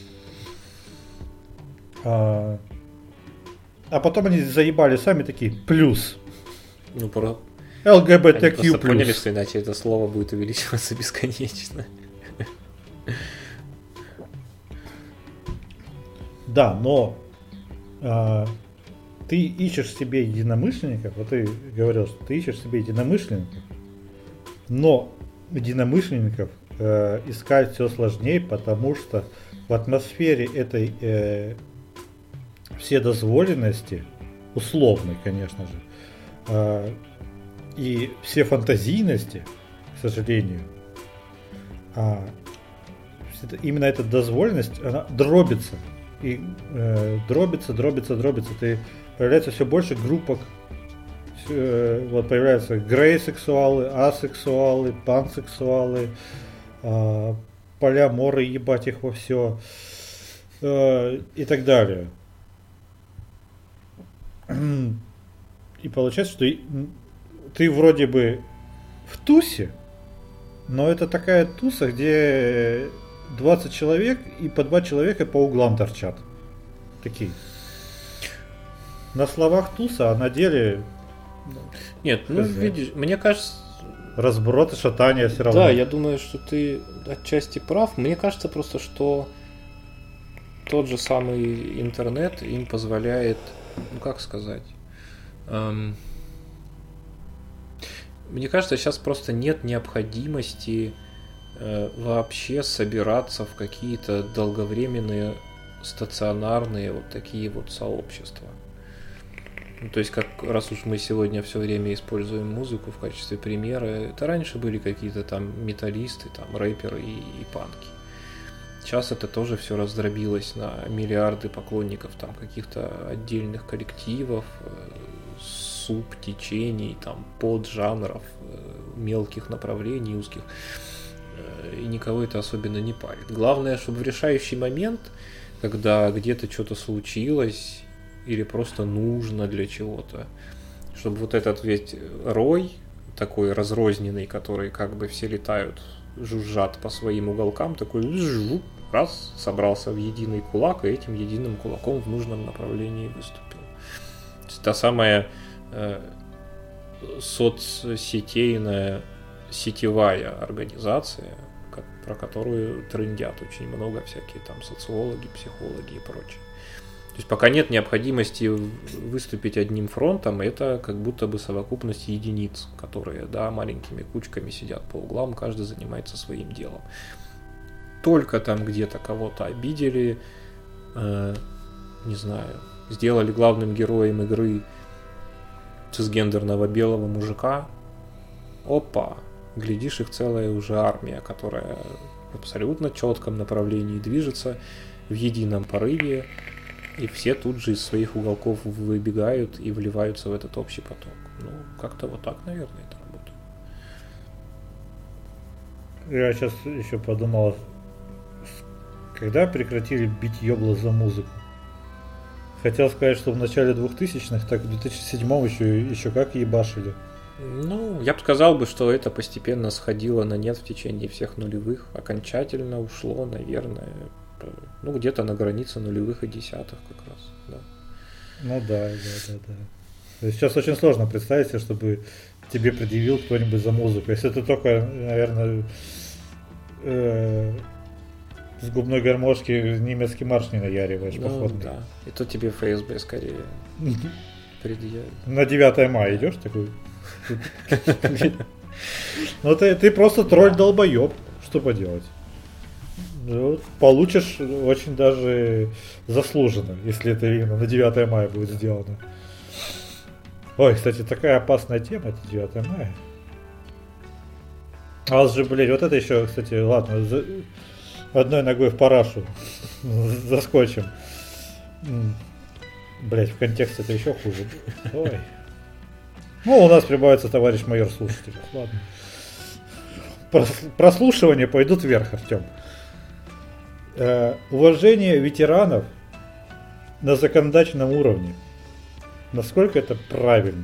А, а потом они заебали сами такие, плюс. Ну, про... эл гэ бэ тэ Они кью просто плюс. поняли, что иначе это слово будет увеличиваться бесконечно. Да, но а, ты ищешь себе единомышленников, вот ты говорил, что ты ищешь себе единомышленников, но единомышленников э, искать все сложнее, потому что в атмосфере этой э, вседозволенности, условной, конечно же, э, и все фантазийности, к сожалению, а, именно эта дозволенность, она дробится. И э, дробится, дробится, дробится. Ты, появляется все больше группок. Э, вот появляются грей-сексуалы, асексуалы, пансексуалы, э, полиаморы, ебать их во все. Э, и так далее. И получается, что ты вроде бы в тусе, но это такая туса, где двадцать человек и по два человека по углам торчат. Такие. На словах туса, а на деле... Нет, ну видишь, мне кажется... Разброд и шатание все равно. Да, я думаю, что ты отчасти прав. Мне кажется просто, что тот же самый интернет им позволяет, ну как сказать... Эм... Мне кажется, сейчас просто нет необходимости вообще собираться в какие-то долговременные стационарные вот такие вот сообщества. Ну, то есть, как раз уж мы сегодня все время используем музыку в качестве примера, это раньше были какие-то там металлисты, там рэперы и, и панки. Сейчас это тоже все раздробилось на миллиарды поклонников там каких-то отдельных коллективов, субтечений, там поджанров, мелких направлений, узких. И никого это особенно не парит. Главное, чтобы в решающий момент, когда где-то что-то случилось или просто нужно для чего-то, чтобы вот этот ведь рой такой разрозненный, который как бы все летают, жужжат по своим уголкам, такой раз, собрался в единый кулак и этим единым кулаком в нужном направлении выступил. То есть та самая э, соцсетейная сетевая организация, про которую трындят очень много всякие там социологи, психологи и прочее. То есть пока нет необходимости выступить одним фронтом, это как будто бы совокупность единиц, которые, да, маленькими кучками сидят по углам, каждый занимается своим делом. Только там где-то кого-то обидели, э, не знаю, сделали главным героем игры цисгендерного белого мужика, опа, глядишь, их целая уже армия, которая в абсолютно четком направлении движется, в едином порыве, и все тут же из своих уголков выбегают и вливаются в этот общий поток. Ну, как-то вот так, наверное, это работает. Я сейчас еще подумал, когда прекратили бить ёбла за музыку? Хотел сказать, что в начале двухтысячных, так в две тысячи седьмом еще, еще как ебашили. Ну, я бы сказал, бы, что это постепенно сходило на нет в течение всех нулевых. Окончательно ушло, наверное, ну, где-то на границе нулевых и десятых как раз, да. Ну да, да, да, да. То есть сейчас очень сложно представить себе, чтобы тебе предъявил кто-нибудь за музыку. Если ты только, наверное, э, с губной гармошки немецкий марш не наяриваешь, ну, походный. Да, и то тебе эф эс бэ скорее предъявит. На девятое мая идешь такой? Ну ты, ты просто тролль-долбоеб. Что поделать? Получишь очень даже заслуженно, если это именно на девятое мая будет сделано. Ой, кстати, такая опасная тема, это девятое мая. А у вас же, блядь, вот это еще, кстати, ладно, за... одной ногой в парашу заскочим. Блять, в контексте это еще хуже. Ой. Ну, у нас прибавится товарищ майор слушателей. Ладно. Прослушивания пойдут вверх, Артем. Э, уважение ветеранов на законодательном уровне. Насколько это правильно?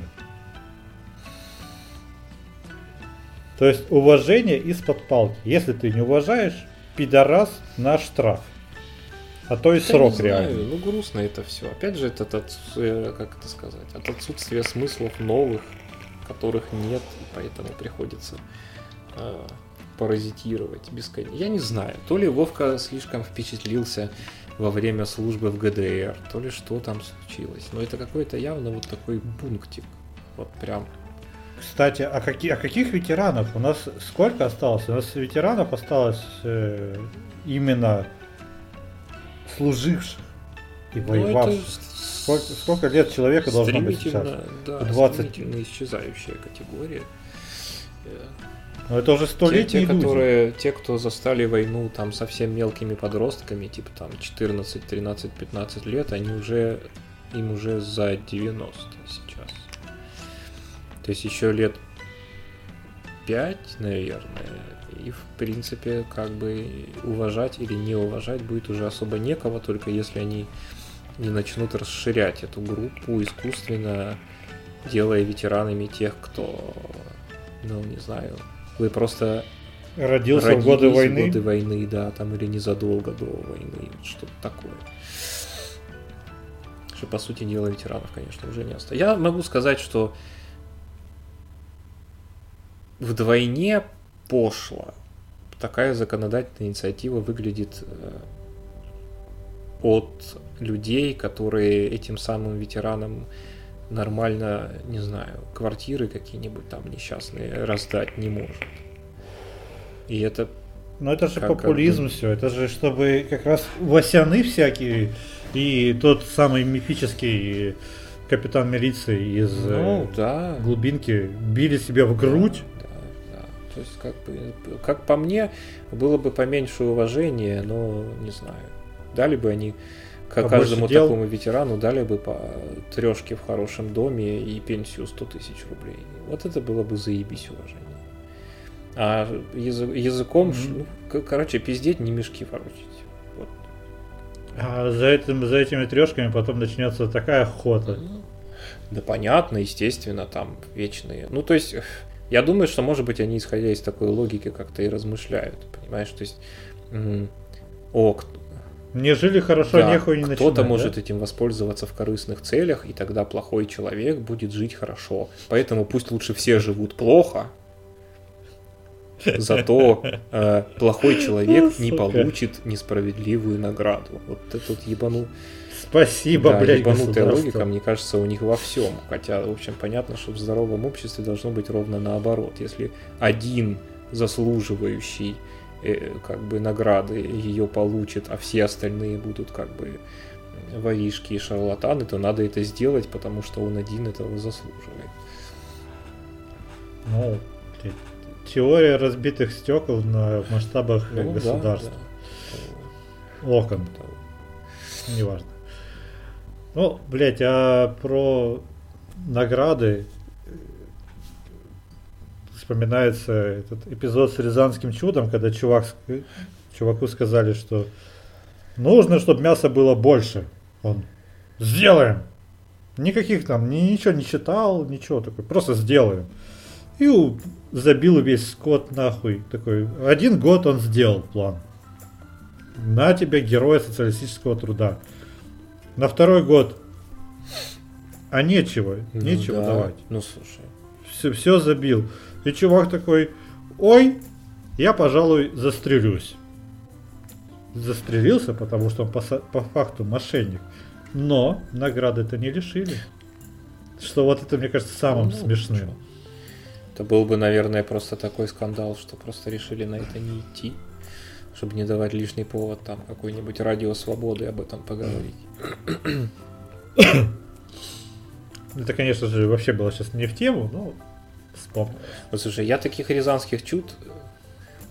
То есть уважение из-под палки. Если ты не уважаешь, пидорас на штраф. А то и срок реально. Ну, грустно это все. Опять же, это, это, как это сказать, от отсутствия смыслов новых, которых нет, и поэтому приходится э, паразитировать бесконечно. Я не знаю, то ли Вовка слишком впечатлился во время службы в ГДР, то ли что там случилось. Но это какой-то явно вот такой пунктик. Вот прям. Кстати, а, какие, а каких ветеранов? У нас сколько осталось? У нас ветеранов осталось э, именно служивших и воевавших. Ну, сколько, сколько лет человека должно быть сейчас? Да, двадцать. Стремительно исчезающая категория. Но это уже столетние те, те, люди. Которые, те, кто застали войну там совсем мелкими подростками, типа там четырнадцать, тринадцать, пятнадцать лет, они уже, им уже за девяносто сейчас. То есть еще лет пять, наверное, и в принципе как бы уважать или не уважать будет уже особо некого, только если они не начнут расширять эту группу искусственно, делая ветеранами тех, кто, ну не знаю, вы просто родился в годы войны. в годы войны, да, там или незадолго до войны, что-то такое. Что по сути дела ветеранов, конечно, уже не осталось. Я могу сказать, что вдвойне пошло такая законодательная инициатива выглядит от людей, которые этим самым ветеранам нормально, не знаю, квартиры какие-нибудь там несчастные раздать не может. И это... Ну это же популизм как бы... все, это же чтобы как раз Васяны всякие и тот самый мифический капитан милиции из ну, да. глубинки били себя в грудь. Да, да, да. То есть как бы, как по мне, было бы поменьше уважения, но не знаю. Дали бы они к каждому дел. Такому ветерану дали бы по трешке в хорошем доме и пенсию сто тысяч рублей. Вот это было бы заебись уважение. А язы- языком, mm-hmm. ну, короче, пиздеть, не мешки ворочать. Вот. А за, этим, за этими трешками потом начнется такая охота. Mm-hmm. Да понятно, естественно, там вечные. Ну, то есть, я думаю, что, может быть, они, исходя из такой логики, как-то и размышляют. Понимаешь, то есть, м- о, не жили хорошо, да, нехуй не начинать. Кто-то может да? этим воспользоваться в корыстных целях, и тогда плохой человек будет жить хорошо. Поэтому пусть лучше все живут плохо, зато э, плохой человек ну, не получит несправедливую награду. Вот это вот ебану... Спасибо, да, блядь, ебанутая логика, мне кажется, у них во всем. Хотя, в общем, понятно, что в здоровом обществе должно быть ровно наоборот. Если один заслуживающий э, как бы награды ее получит, а все остальные будут как бы воришки и шарлатаны, то надо это сделать, потому что он один этого заслуживает. Ну, теория разбитых стекол на масштабах ну, государств. Да, да. Окон. Да. Неважно. Ну, блять, а про награды вспоминается этот эпизод с Рязанским чудом, когда чувак, чуваку сказали, что нужно, чтобы мяса было больше. Он, сделаем. Никаких там, ничего не читал, ничего такой, просто сделаем. И забил весь скот нахуй. Такой, один год он сделал план. На тебя, героя социалистического труда. На второй год. А нечего, ну, нечего да. давать. Ну слушай. Все, все забил. И чувак такой, ой, я, пожалуй, застрелюсь. Застрелился, потому что он по, по факту мошенник. Но награды-то не лишили. Что вот это, мне кажется, самым ну, смешным. Ничего. Это был бы, наверное, просто такой скандал, что просто решили на это не идти, чтобы не давать лишний повод там какой-нибудь радио свободы об этом поговорить. Это, конечно же, вообще было сейчас не в тему, но вспомнил. Вот слушай, я таких рязанских чуд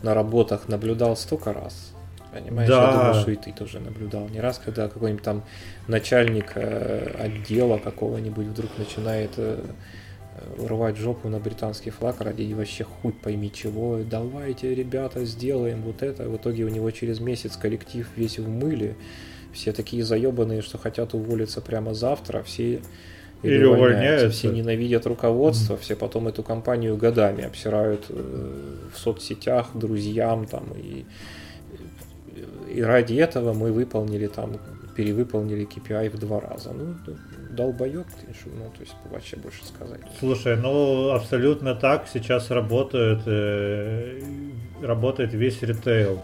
на работах наблюдал столько раз. Понимаешь, Да. я думаю, что и ты тоже наблюдал. Не раз, когда какой-нибудь там начальник э, отдела какого-нибудь вдруг начинает э, урвать жопу на британский флаг ради вообще хуй пойми чего. Давайте, ребята, сделаем вот это. В итоге у него через месяц коллектив весь в мыле. Все такие заебанные, что хотят уволиться прямо завтра. Все или, Или увольняются, увольняются. все ненавидят руководство, mm. все потом эту компанию годами обсирают э, в соцсетях друзьям там и И ради этого мы выполнили там, перевыполнили кей пи ай в два раза. Ну, долбоёб ты, ну, то есть вообще больше сказать. Слушай, ну абсолютно так сейчас работает, э, работает весь ритейл.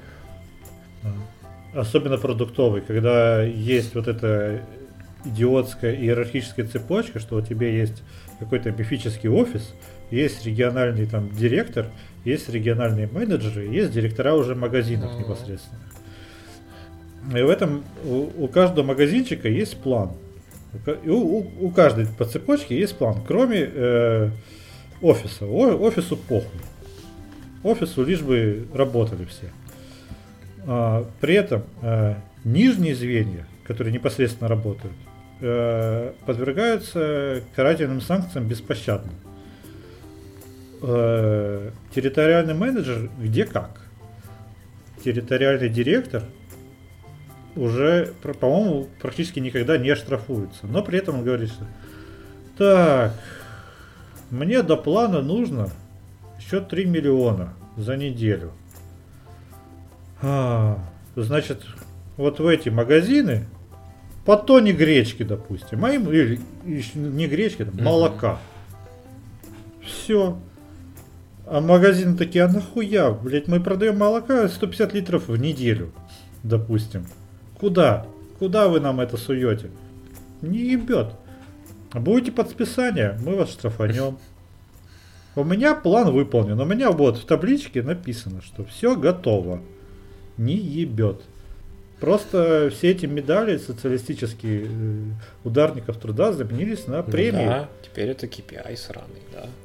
Особенно продуктовый, когда есть вот эта идиотская иерархическая цепочка, что у тебя есть какой-то мифический офис, есть региональный там директор, есть региональные менеджеры, есть директора уже магазинов mm-hmm. непосредственно. И в этом у, у каждого магазинчика есть план. У, у, у каждой по цепочке есть план, кроме э, офиса. О, офису похуй. Офису лишь бы работали все. А, при этом э, нижние звенья, которые непосредственно работают, э, подвергаются карательным санкциям беспощадно. Э, территориальный менеджер где как. Территориальный директор уже, по-моему, практически никогда не штрафуется. Но при этом он говорит, что так, мне до плана нужно еще три миллиона за неделю. А, значит, вот в эти магазины по тонне гречки, допустим, а им, или не гречки, там, молока. Все. А магазины такие, а нахуя, блять, мы продаем молока сто пятьдесят литров в неделю, допустим. Куда? Куда вы нам это суете? Не ебет. Будете под списание, мы вас штрафанем. У меня план выполнен. У меня вот в табличке написано, что все готово. Не ебет. Просто все эти медали социалистические э, ударников труда заменились на премии. Ну да, теперь это кей пи ай сраный, да. да.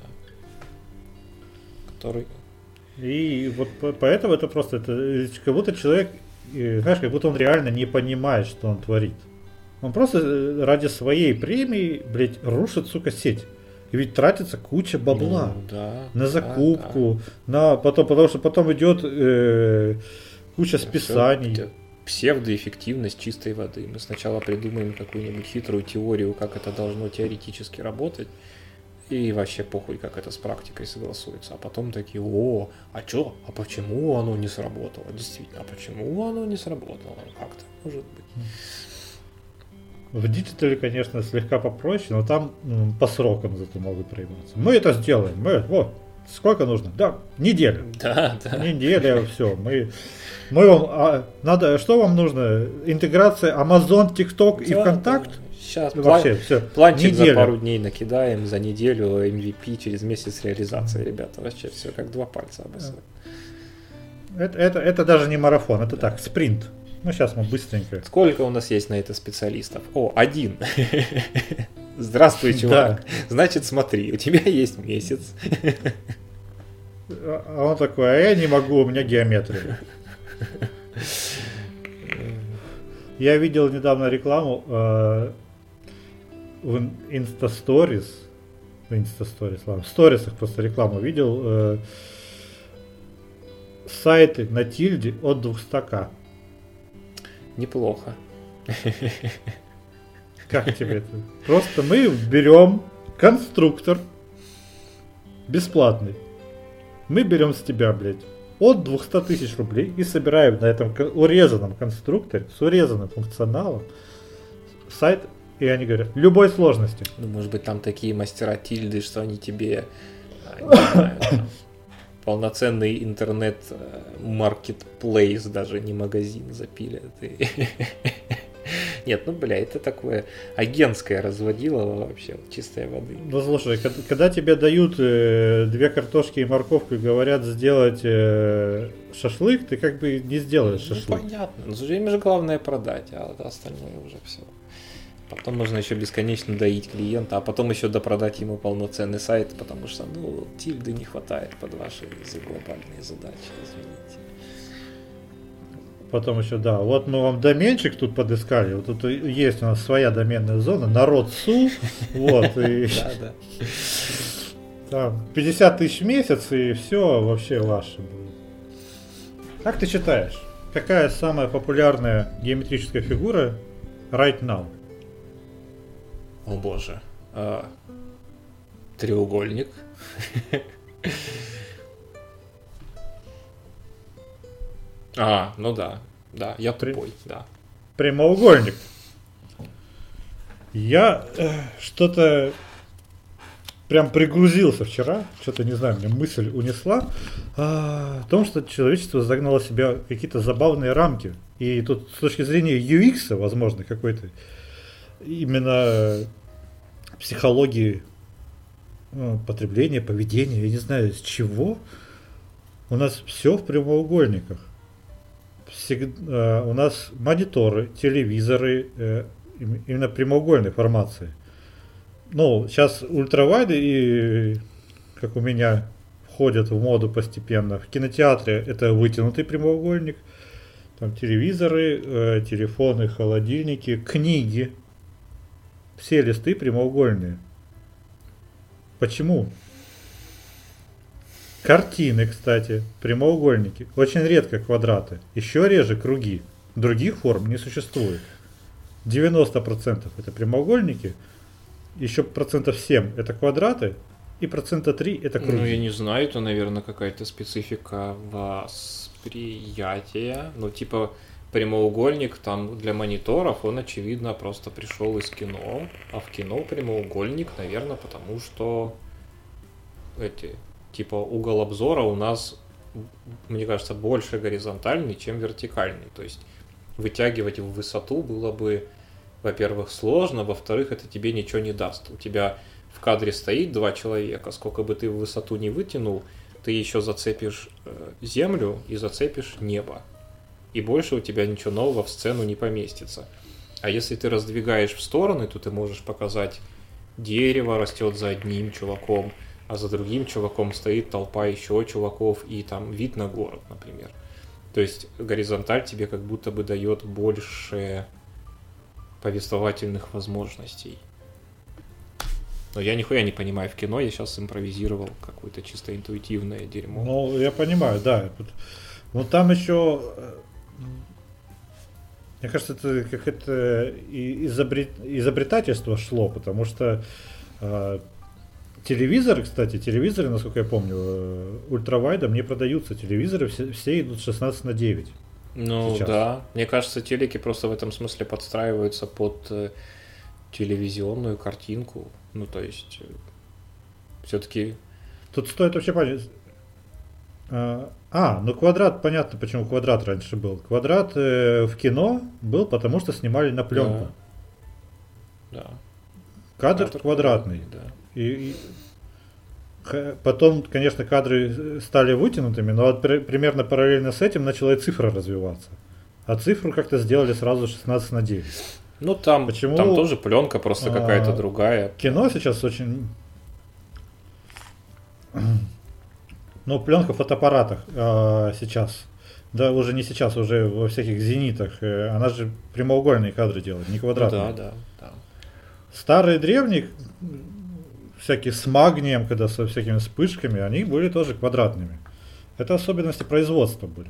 Который... И вот по- поэтому это просто, это, как будто человек, э, знаешь, как будто он реально не понимает, что он творит. Он просто ради своей премии, блядь, рушит, сука, сеть. И ведь тратится куча бабла. Ну, да, на закупку, да, да. на потом, потому что потом идет э, куча списаний. Все, псевдоэффективность чистой воды. Мы сначала придумаем какую-нибудь хитрую теорию, как это должно теоретически работать, и вообще похуй, как это с практикой согласуется. А потом такие, о, а чё? А почему оно не сработало? Действительно, а почему оно не сработало? Как-то может быть. В диджитале, конечно, слегка попроще, но там м, по срокам зато могут проебаться. Мы это сделаем. Мы, вот, сколько нужно? Да, неделю. Да, да. Неделя, все. Мы, мы вам, а, надо, что вам нужно? Интеграция Amazon, TikTok и Да, ВКонтакт? да. Сейчас Вообще, план, все. планчик Неделя. за пару дней накидаем, за неделю эм ви пи, через месяц реализация, ребята. Вообще все как два пальца обоссать. Это, это, это даже не марафон, это так, спринт. Ну, сейчас мы быстренько. Сколько у нас есть на это специалистов? О, один. Здравствуй, чувак. Да. Значит, смотри, у тебя есть месяц. А он такой, а я не могу, у меня геометрия. Я видел недавно рекламу э, в Insta Stories. В Insta Stories, ладно. В сторисах просто рекламу видел. Э, сайты на тильде от двести тысяч. Неплохо. Как тебе это? Просто мы берем конструктор бесплатный. Мы берем с тебя, блядь, от двести тысяч рублей и собираем на этом урезанном конструкторе с урезанным функционалом сайт, и они говорят, любой сложности. Ну, может быть, там такие мастера тильды, что они тебе, не знаю, там, полноценный интернет-маркетплейс, даже не магазин запилят. Нет, ну, бля, это такое агентское разводилово вообще, чистой воды. Ну, слушай, когда, когда тебе дают э, две картошки и морковку и говорят сделать э, шашлык, ты как бы не сделаешь Ну, шашлык. понятно. Но им же главное продать, а остальное уже все. Потом можно еще бесконечно доить клиента, а потом еще допродать ему полноценный сайт, потому что, ну, тильды не хватает под ваши глобальные задачи, извините. Потом еще, да, вот мы вам доменчик тут подыскали, вот тут есть у нас своя доменная зона, народ.су, вот, и там пятьдесят тысяч в месяц, и все вообще ваше будет. Как ты считаешь, какая самая популярная геометрическая фигура right now? О боже. А, треугольник. А, ну да. Да, я тупой, да. Прямоугольник. Я э, что-то прям пригрузился вчера, что-то, не знаю, мне мысль унесла а, о том, что человечество загнало себя в какие-то забавные рамки. И тут с точки зрения ю экс, возможно, какой-то именно психологии ну, потребления, поведения, я не знаю, с чего у нас все в прямоугольниках. Всегда, у нас мониторы, телевизоры э, именно прямоугольной формации. Ну, сейчас ультравайды и, как у меня, входят в моду постепенно. В кинотеатре это вытянутый прямоугольник. Там телевизоры, э, телефоны, холодильники, книги. Все листы прямоугольные. Почему? Картины, кстати, прямоугольники. Очень редко квадраты. Еще реже круги. Других форм не существует. девяносто процентов это прямоугольники. Еще процентов семь это квадраты. И процента три это круги. Ну, я не знаю, это, наверное, какая-то специфика восприятия. Ну, типа, прямоугольник там для мониторов, он, очевидно, просто пришел из кино. А в кино прямоугольник, наверное, потому что эти... Типа угол обзора у нас, мне кажется, больше горизонтальный, чем вертикальный. То есть вытягивать в высоту было бы, во-первых, сложно, во-вторых, это тебе ничего не даст. У тебя в кадре стоит два человека, сколько бы ты в высоту не вытянул, ты еще зацепишь землю и зацепишь небо. И больше у тебя ничего нового в сцену не поместится. А если ты раздвигаешь в стороны, то ты можешь показать дерево растет за одним чуваком, а за другим чуваком стоит толпа еще чуваков и там вид на город, например. То есть горизонталь тебе как будто бы дает больше повествовательных возможностей. Но я нихуя не понимаю в кино, я сейчас импровизировал какое-то чисто интуитивное дерьмо. Ну, я понимаю, да. Вот там еще, мне кажется, это как это изобрет... изобретательство шло, потому что телевизоры, кстати, телевизоры, насколько я помню, ультравайдом не продаются. Телевизоры все, все идут шестнадцать на девять. Ну сейчас. Да, мне кажется, телеки просто в этом смысле подстраиваются под э, телевизионную картинку. Ну, то есть, э, все-таки... Тут стоит вообще понять. А, а, ну квадрат, понятно, почему квадрат раньше был. Квадрат э, в кино был, потому что снимали на пленку. Да. да. Кадр, Кадр квадратный. Да. И, и потом, конечно, кадры стали вытянутыми, но вот при, примерно параллельно с этим начала и цифра развиваться. А цифру как-то сделали сразу шестнадцать на девять. Ну там, Почему, там тоже пленка, просто а, какая-то другая. Кино сейчас очень... Ну, пленка в фотоаппаратах а, сейчас. Да, уже не сейчас, уже во всяких зенитах. Она же прямоугольные кадры делает, не квадратные. Ну, да, да, да. Старые древние, всякие с магнием, когда со всякими вспышками, они были тоже квадратными. Это особенности производства были.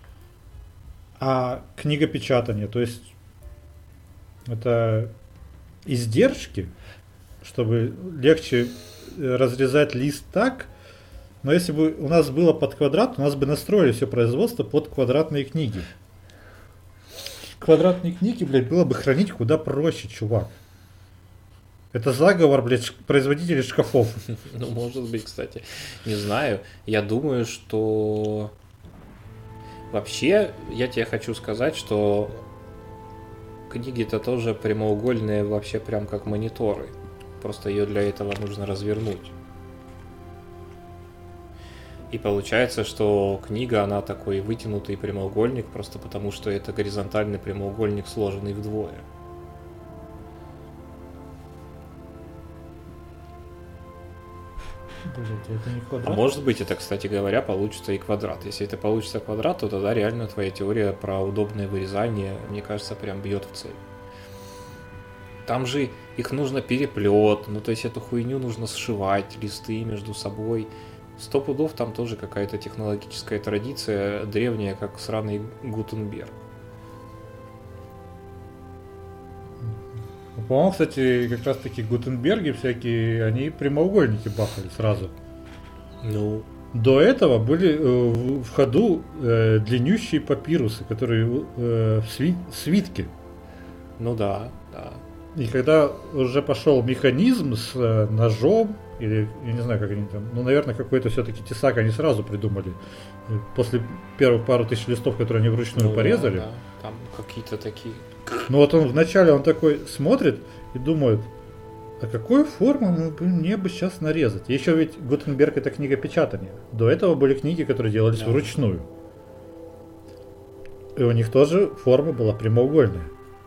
А книгопечатание, то есть это издержки, чтобы легче разрезать лист так, но если бы у нас было под квадрат, у нас бы настроили все производство под квадратные книги. Квадратные книги, блядь, было бы хранить куда проще, чувак. Это заговор, блядь, производителей шкафов. Ну, может быть, кстати. Не знаю. Я думаю, что... Вообще, я тебе хочу сказать, что книги-то тоже прямоугольные вообще прям как мониторы. Просто ее для этого нужно развернуть. И получается, что книга, она такой вытянутый прямоугольник, просто потому что это горизонтальный прямоугольник, сложенный вдвое. Блять, это не квадрат. А может быть, это, кстати говоря, получится и квадрат. Если это получится квадрат, то тогда реально твоя теория про удобное вырезание, мне кажется, прям бьет в цель. Там же их нужно переплет, ну то есть эту хуйню нужно сшивать, листы между собой. Сто пудов там тоже какая-то технологическая традиция древняя, как сраный Гутенберг. По-моему, кстати, как раз таки Гутенберги всякие, они прямоугольники бахали сразу. Ну. До этого были э, в, в ходу э, длиннющие папирусы, которые э, в сви- свитки. Ну да, да. И когда уже пошел механизм с э, ножом, или я не знаю, как они там, ну, наверное, какой-то все-таки тесак они сразу придумали. После первых пару тысяч листов, которые они вручную ну, порезали. Да, да. Там какие-то такие. Ну вот он вначале он такой смотрит и думает, а какую форму мне бы сейчас нарезать? Еще ведь Гутенберг это книга печатания. До этого были книги, которые делались да. вручную. И у них тоже форма была прямоугольная.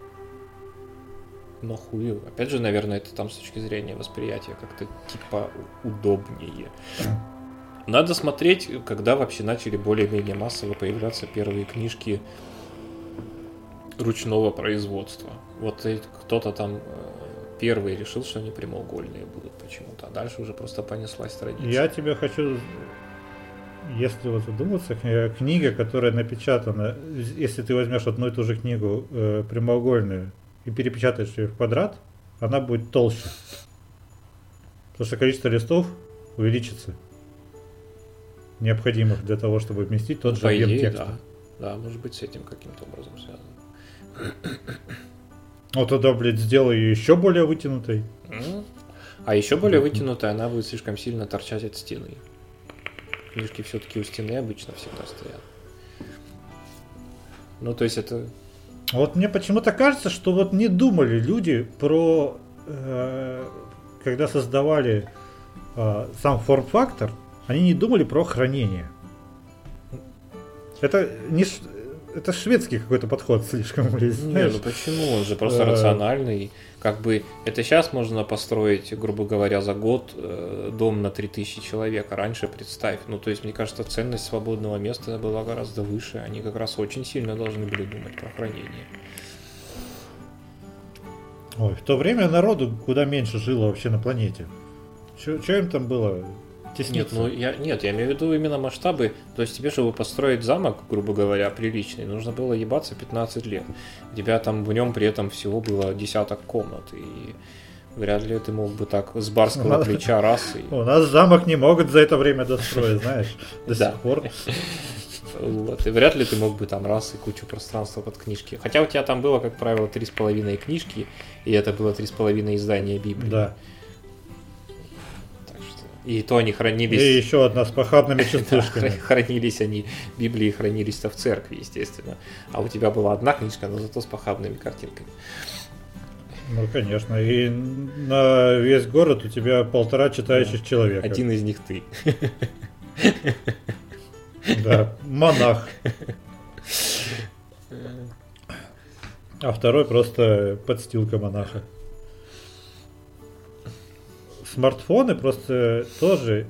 Но хую. Опять же, наверное, это там с точки зрения восприятия как-то типа удобнее. Надо смотреть, когда вообще начали более-менее массово появляться первые книжки ручного производства. Вот кто-то там первый решил, что они прямоугольные будут почему-то, а дальше уже просто понеслась традиция. Я тебе хочу, если вот задуматься, книга, которая напечатана, если ты возьмешь одну и ту же книгу э, прямоугольную и перепечатаешь ее в квадрат, она будет толще. Потому что количество листов увеличится, необходимых для того, чтобы вместить тот ну, же объем идее, текста. Да. да, может быть, с этим каким-то образом связано. Ну тогда, блядь, сделай ее еще более вытянутой. Mm. А еще более вытянутая она будет слишком сильно торчать от стены. Книжки все-таки у стены обычно всегда стоят. Ну, то есть это... Вот мне почему-то кажется, что вот не думали люди про... Э, когда создавали э, сам форм-фактор, они не думали про хранение. Это не... Это шведский какой-то подход слишком, блин, Не, ну почему? Он же просто рациональный. Как бы это сейчас можно построить, грубо говоря, за год э, дом на три тысячи человек, а раньше представь. Ну, то есть, мне кажется, ценность свободного места была гораздо выше. Они как раз очень сильно должны были думать про хранение. Ой, в то время народу куда меньше жило вообще на планете. Что им там было? Тесниться. Нет, ну я нет, я имею в виду именно масштабы. То есть тебе, чтобы построить замок, грубо говоря, приличный, нужно было ебаться пятнадцать лет. У тебя там в нем при этом всего было десяток комнат, и вряд ли ты мог бы так с барского плеча раз и... У нас замок не могут за это время достроить, знаешь, до сих пор. Вот, и вряд ли ты мог бы там раз и кучу пространства под книжки. Хотя у тебя там было, как правило, три с половиной книжки, и это было три с половиной издания Библии. Да. И то они хранились... И еще одна с похабными частушками. Хранились они, Библии хранились-то в церкви, естественно. А у тебя была одна книжка, но зато с похабными картинками. Ну, конечно. И на весь город у тебя полтора читающих да. человека. Один из них ты. Да, монах. А второй просто подстилка монаха. Смартфоны просто тоже,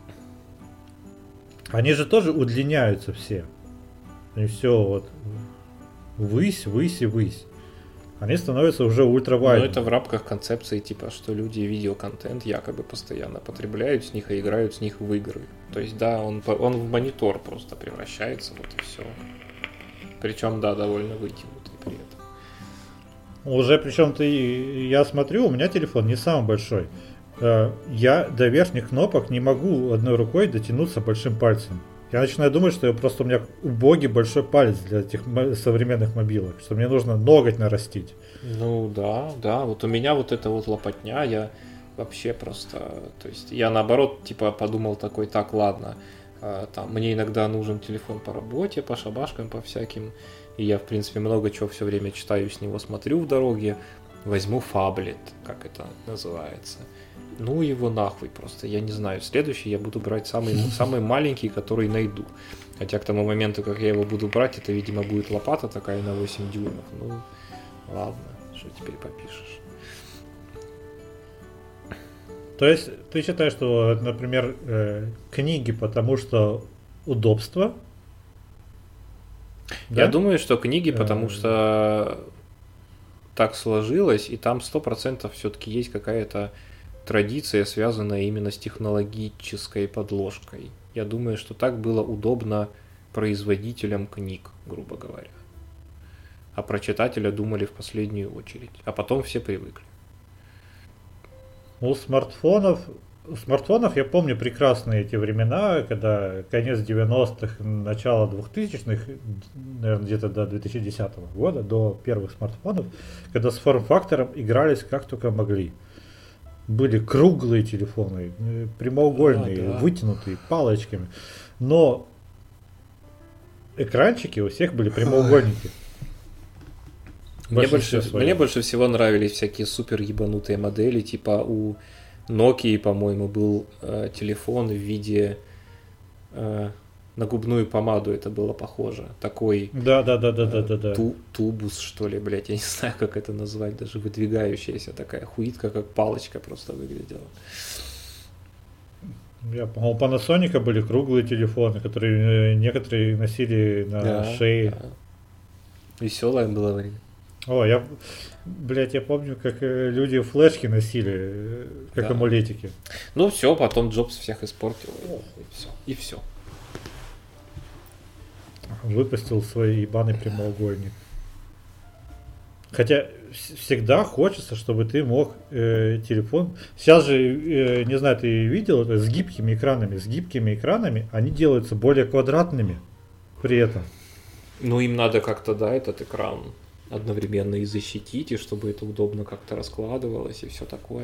они же тоже удлиняются все. Они все вот высь, высь и высь. Они становятся уже ультравайдными. Но это в рамках концепции типа, что люди видеоконтент якобы постоянно потребляют с них и играют с них в игры. То есть да, он, он в монитор просто превращается, вот и все. Причем, да, довольно вытянутый при этом. Уже причем ты, я смотрю, у меня телефон не самый большой. Я до верхних кнопок не могу одной рукой дотянуться большим пальцем. Я начинаю думать, что я просто у меня убогий большой палец для этих современных мобилок, что мне нужно ноготь нарастить. Ну да, да, вот у меня вот эта вот лопатня, я вообще просто, то есть я наоборот типа подумал такой, так, ладно, там мне иногда нужен телефон по работе, по шабашкам, по всяким, и я в принципе много чего все время читаю, с него смотрю в дороге, возьму фаблет, как это называется. Ну его нахуй просто, я не знаю. Следующий я буду брать самый, самый маленький, который найду. Хотя к тому моменту, как я его буду брать, это, видимо, будет лопата такая на восемь дюймов. Ну, ладно, что теперь попишешь. То есть ты считаешь, что, например, э, книги, потому что удобство? Я Да? думаю, что книги, потому Э, что так сложилось, и там сто процентов все-таки есть какая-то традиция, связанная именно с технологической подложкой. Я думаю, что так было удобно производителям книг, грубо говоря. А про читателя думали в последнюю очередь. А потом все привыкли. У смартфонов, у смартфонов я помню прекрасные эти времена, когда конец девяностых, начало двухтысячных, наверное, где-то до две тысячи десятого года, до первых смартфонов, когда с форм-фактором игрались как только могли. Были круглые телефоны, э, прямоугольные, А, да. вытянутые, палочками. Но экранчики у всех были прямоугольники. В Мне большинстве больше, своем. мне больше всего нравились всякие супер ебанутые модели, типа у Nokia, по-моему, был э, телефон в виде э, на губную помаду, это было похоже. Такой Да, да, да, да, да, э, да, да. ту- тубус, что ли, блядь, я не знаю, как это назвать, даже выдвигающаяся такая хуитка, как палочка просто выглядела. Я, по-моему, у Panasonic были круглые телефоны, которые э, некоторые носили на Да, шее. да. Веселое было время. О, я, блядь, я помню, как э, люди флешки носили, э, как Да. амулетики. Ну все, потом Джобс всех испортил, и все. И все. Выпустил свой ебаный прямоугольник. Хотя вс- всегда хочется, чтобы ты мог э, телефон. Сейчас же, э, не знаю, ты видел, это с гибкими экранами. С гибкими экранами они делаются более квадратными при этом. Ну, им надо как-то, да, этот экран одновременно и защитить, и чтобы это удобно как-то раскладывалось, и все такое.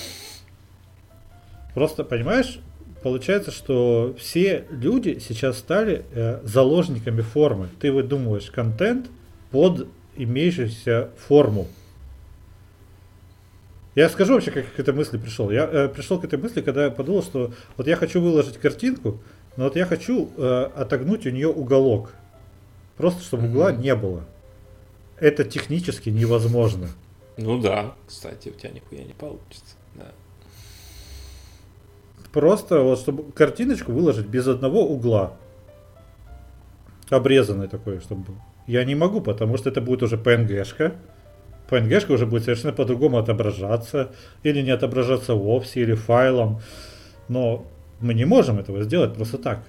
Просто, понимаешь, получается, что все люди сейчас стали э, заложниками формы. Ты выдумываешь контент под имеющуюся форму. Я скажу вообще, как к этой мысли пришел. Я э, пришел к этой мысли, когда я подумал, что вот я хочу выложить картинку, но вот я хочу э, отогнуть у нее уголок. Просто чтобы угла Мгм. не было. Это технически невозможно. Ну да, кстати, у тебя нихуя не получится. Да. Просто вот чтобы картиночку выложить без одного угла. Обрезанный такой, чтобы был. Я не могу, потому что это будет уже пэ эн гэ-шка. пэ эн гэ-шка уже будет совершенно по-другому отображаться. Или не отображаться вовсе, или файлом. Но мы не можем этого сделать просто так.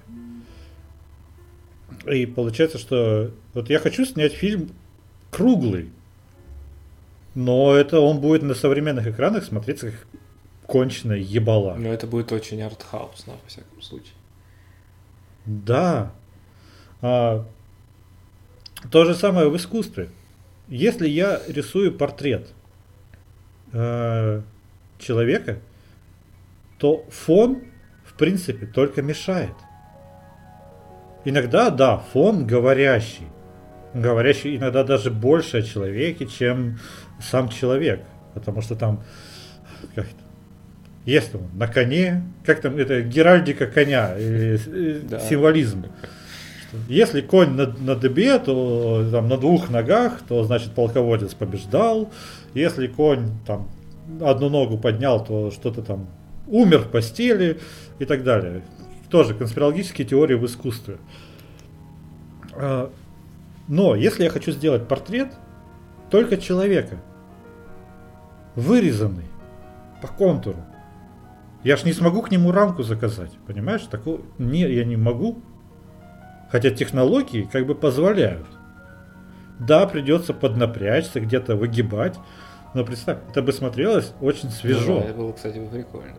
И получается, что вот я хочу снять фильм круглый. Но это он будет на современных экранах смотреться как конченая ебала. Но это будет очень артхаусно, во всяком случае. Да. А, то же самое в искусстве. Если я рисую портрет э, человека, то фон, в принципе, только мешает. Иногда, да, фон говорящий. Говорящий иногда даже больше о человеке, чем сам человек. Потому что там, как это, если он на коне, как там, это геральдика коня, э, э, Да. символизм. Если конь на, на дыбе, то там, на двух ногах, то значит полководец побеждал. Если конь там одну ногу поднял, то что-то там умер в постели и так далее. Тоже конспирологические теории в искусстве. А, Но если я хочу сделать портрет только человека, вырезанный по контуру, я ж не смогу к нему рамку заказать, понимаешь? Такого не, я не могу. Хотя технологии как бы позволяют. Да, придется поднапрячься, где-то выгибать. Но представь, это бы смотрелось очень свежо. Ну да, это было, кстати, бы прикольно.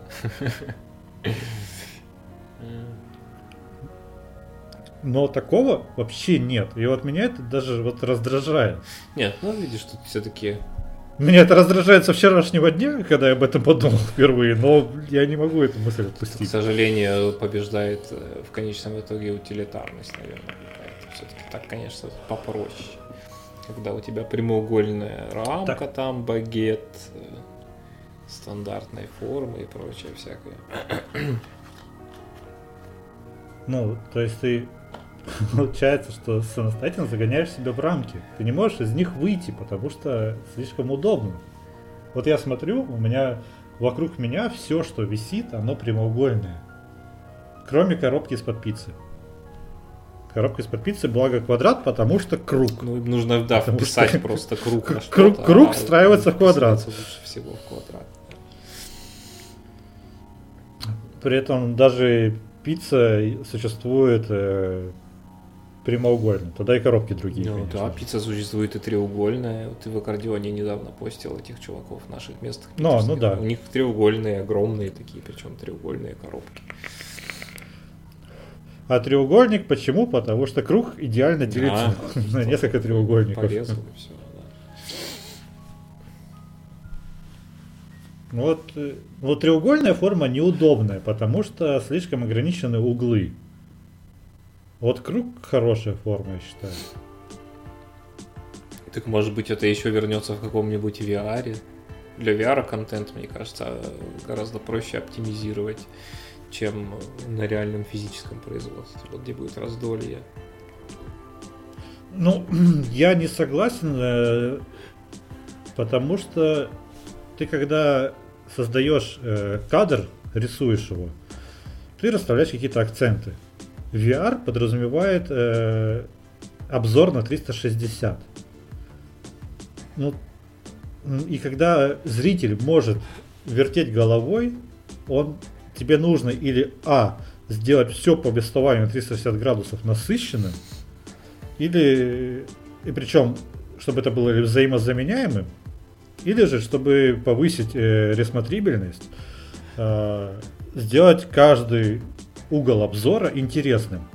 Но такого вообще нет. И вот меня это даже вот раздражает. Нет, ну видишь, тут все-таки Меня это раздражает со вчерашнего дня, когда я об этом подумал впервые, но я не могу эту мысль к отпустить. сожалению, побеждает э, в конечном итоге утилитарность, наверное, какая-то. Все-таки так, конечно, попроще. Когда у тебя прямоугольная рамка, Так. там багет, э, стандартной формы и прочее всякое. Ну, то есть ты получается, что самостоятельно загоняешь себя в рамки. Ты не можешь из них выйти, потому что слишком удобно. Вот я смотрю, у меня вокруг меня все, что висит, оно прямоугольное. Кроме коробки из-под пиццы. Коробка из-под пиццы, благо квадрат, потому что круг. Ну, нужно, да, потому вписать что просто круг на круг, что-то. круг а встраивается в квадрат. Лучше всего в квадрат. При этом даже пицца существует э, прямоугольно. Тогда и коробки другие. Ну конечно. да, пицца существует и треугольная. Вот ты в аккордеоне недавно постил этих чуваков наших местных. Ну, ну да. У них треугольные, огромные такие, причем треугольные коробки. А треугольник почему? Потому что круг идеально делится а, на несколько треугольников. Порезал и все, да. Ну вот, э, вот треугольная форма неудобная, потому что слишком ограничены углы. Вот круг хорошая форма, я считаю. Так может быть это еще вернется в каком-нибудь ви ар. Для ви ар контент, мне кажется, гораздо проще оптимизировать, чем на реальном физическом производстве, вот где будет раздолье. Ну, я не согласен, э, потому что ты когда создаешь э, кадр, рисуешь его, ты расставляешь какие-то акценты. ви ар подразумевает э, обзор на триста шестьдесят. Ну, и когда зритель может вертеть головой, он тебе нужно или а сделать все повествование на триста шестьдесят градусов насыщенным, или и причем чтобы это было взаимозаменяемым, или же чтобы повысить э, ресмотрибельность, э, сделать каждый угол обзора интересным.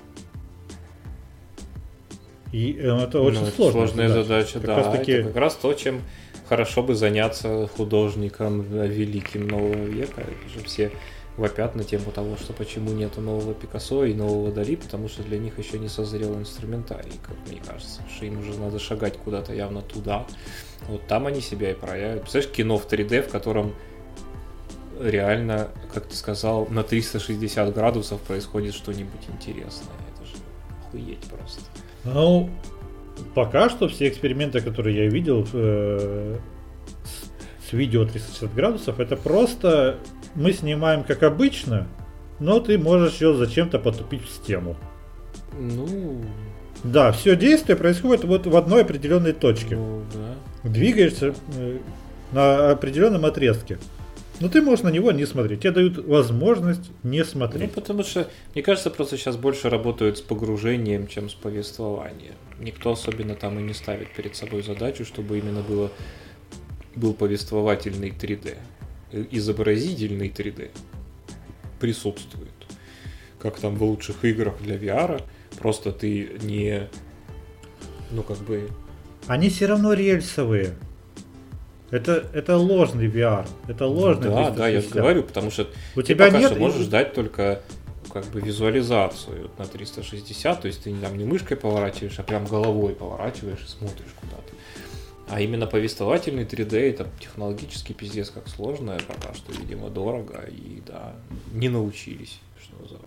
И э, это очень ну, сложная, сложная задача, как да. раз таки... Это как раз то, чем хорошо бы заняться художником великим нового века. Это же все вопят на тему того, что почему нету нового Пикассо и нового Дали, потому что для них еще не созрел инструментарий, как мне кажется, что им уже надо шагать куда-то явно туда. Вот там они себя и проявят. Представляешь, кино в три дэ, в котором реально, как ты сказал, на триста шестьдесят градусов происходит что-нибудь интересное. Это же охуеть просто. Ну, пока что все эксперименты, которые я видел э, с, с видео триста шестьдесят градусов, это просто мы снимаем как обычно, но ты можешь ее зачем-то потупить в стену. Ну... Да, все действие происходит вот в одной определенной точке. Ну, да. Двигаешься э, на определенном отрезке. Но ты можешь на него не смотреть. Тебе дают возможность не Ну, смотреть. потому что, мне кажется, просто сейчас больше работают с погружением, чем с повествованием. Никто особенно там и не ставит перед собой задачу, чтобы именно было, был повествовательный три дэ. Изобразительный три дэ присутствует. Как там в лучших играх для ви ар. Просто ты не... Ну, как бы... Они все равно рельсовые. Это, это ложный ви ар. Это ложный Да, да, я же говорю, потому что у ты тебя пока нет... что можешь ждать только как бы визуализацию на триста шестьдесят, то есть ты там не мышкой поворачиваешь, а прям головой поворачиваешь и смотришь куда-то. А именно повествовательный три дэ это технологически пиздец как сложно, пока что, видимо, дорого и, да, не научились, что называется.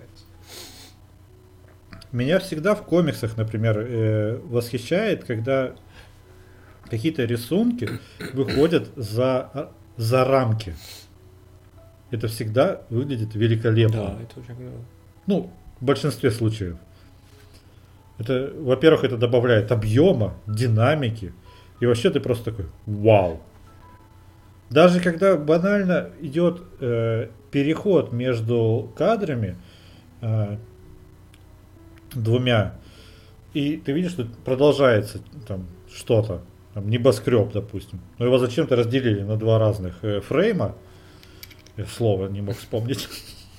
Меня всегда в комиксах, например, э, восхищает, когда какие-то рисунки выходят за, за рамки. Это всегда выглядит великолепно. Да, это очень клево. Ну, в большинстве случаев. Это, во-первых, это добавляет объема, динамики. И вообще ты просто такой, вау. Даже когда банально идет э, переход между кадрами э, двумя, и ты видишь, что продолжается там что-то, там, небоскреб, допустим. Но его зачем-то разделили на два разных э, фрейма. Я слово не мог вспомнить.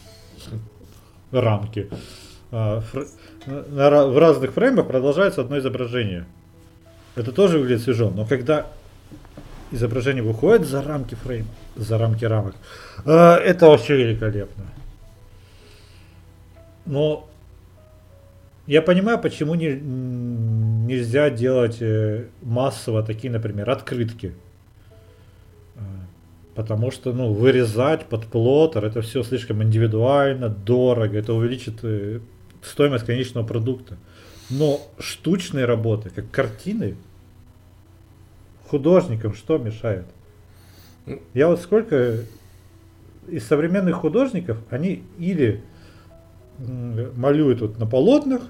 Рамки. А, фр... на, в разных фреймах продолжается одно изображение. Это тоже выглядит свежо, но когда изображение выходит за рамки фрейма, за рамки рамок, э, это вообще великолепно. Но я понимаю, почему не, нельзя делать массово такие, например, открытки. Потому что, ну, вырезать под плоттер, это все слишком индивидуально, дорого, это увеличит стоимость конечного продукта. Но штучные работы, как картины, художникам что мешает? Я вот сколько из современных художников, они или малюют вот на полотнах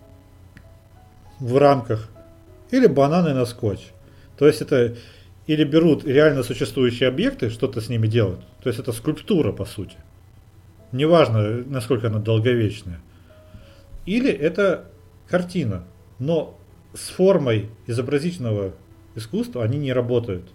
в рамках, или бананы на скотч. То есть это или берут реально существующие объекты, что-то с ними делают. То есть это скульптура, по сути. Неважно, насколько она долговечная. Или это картина. Но с формой изобразительного искусства они не работают.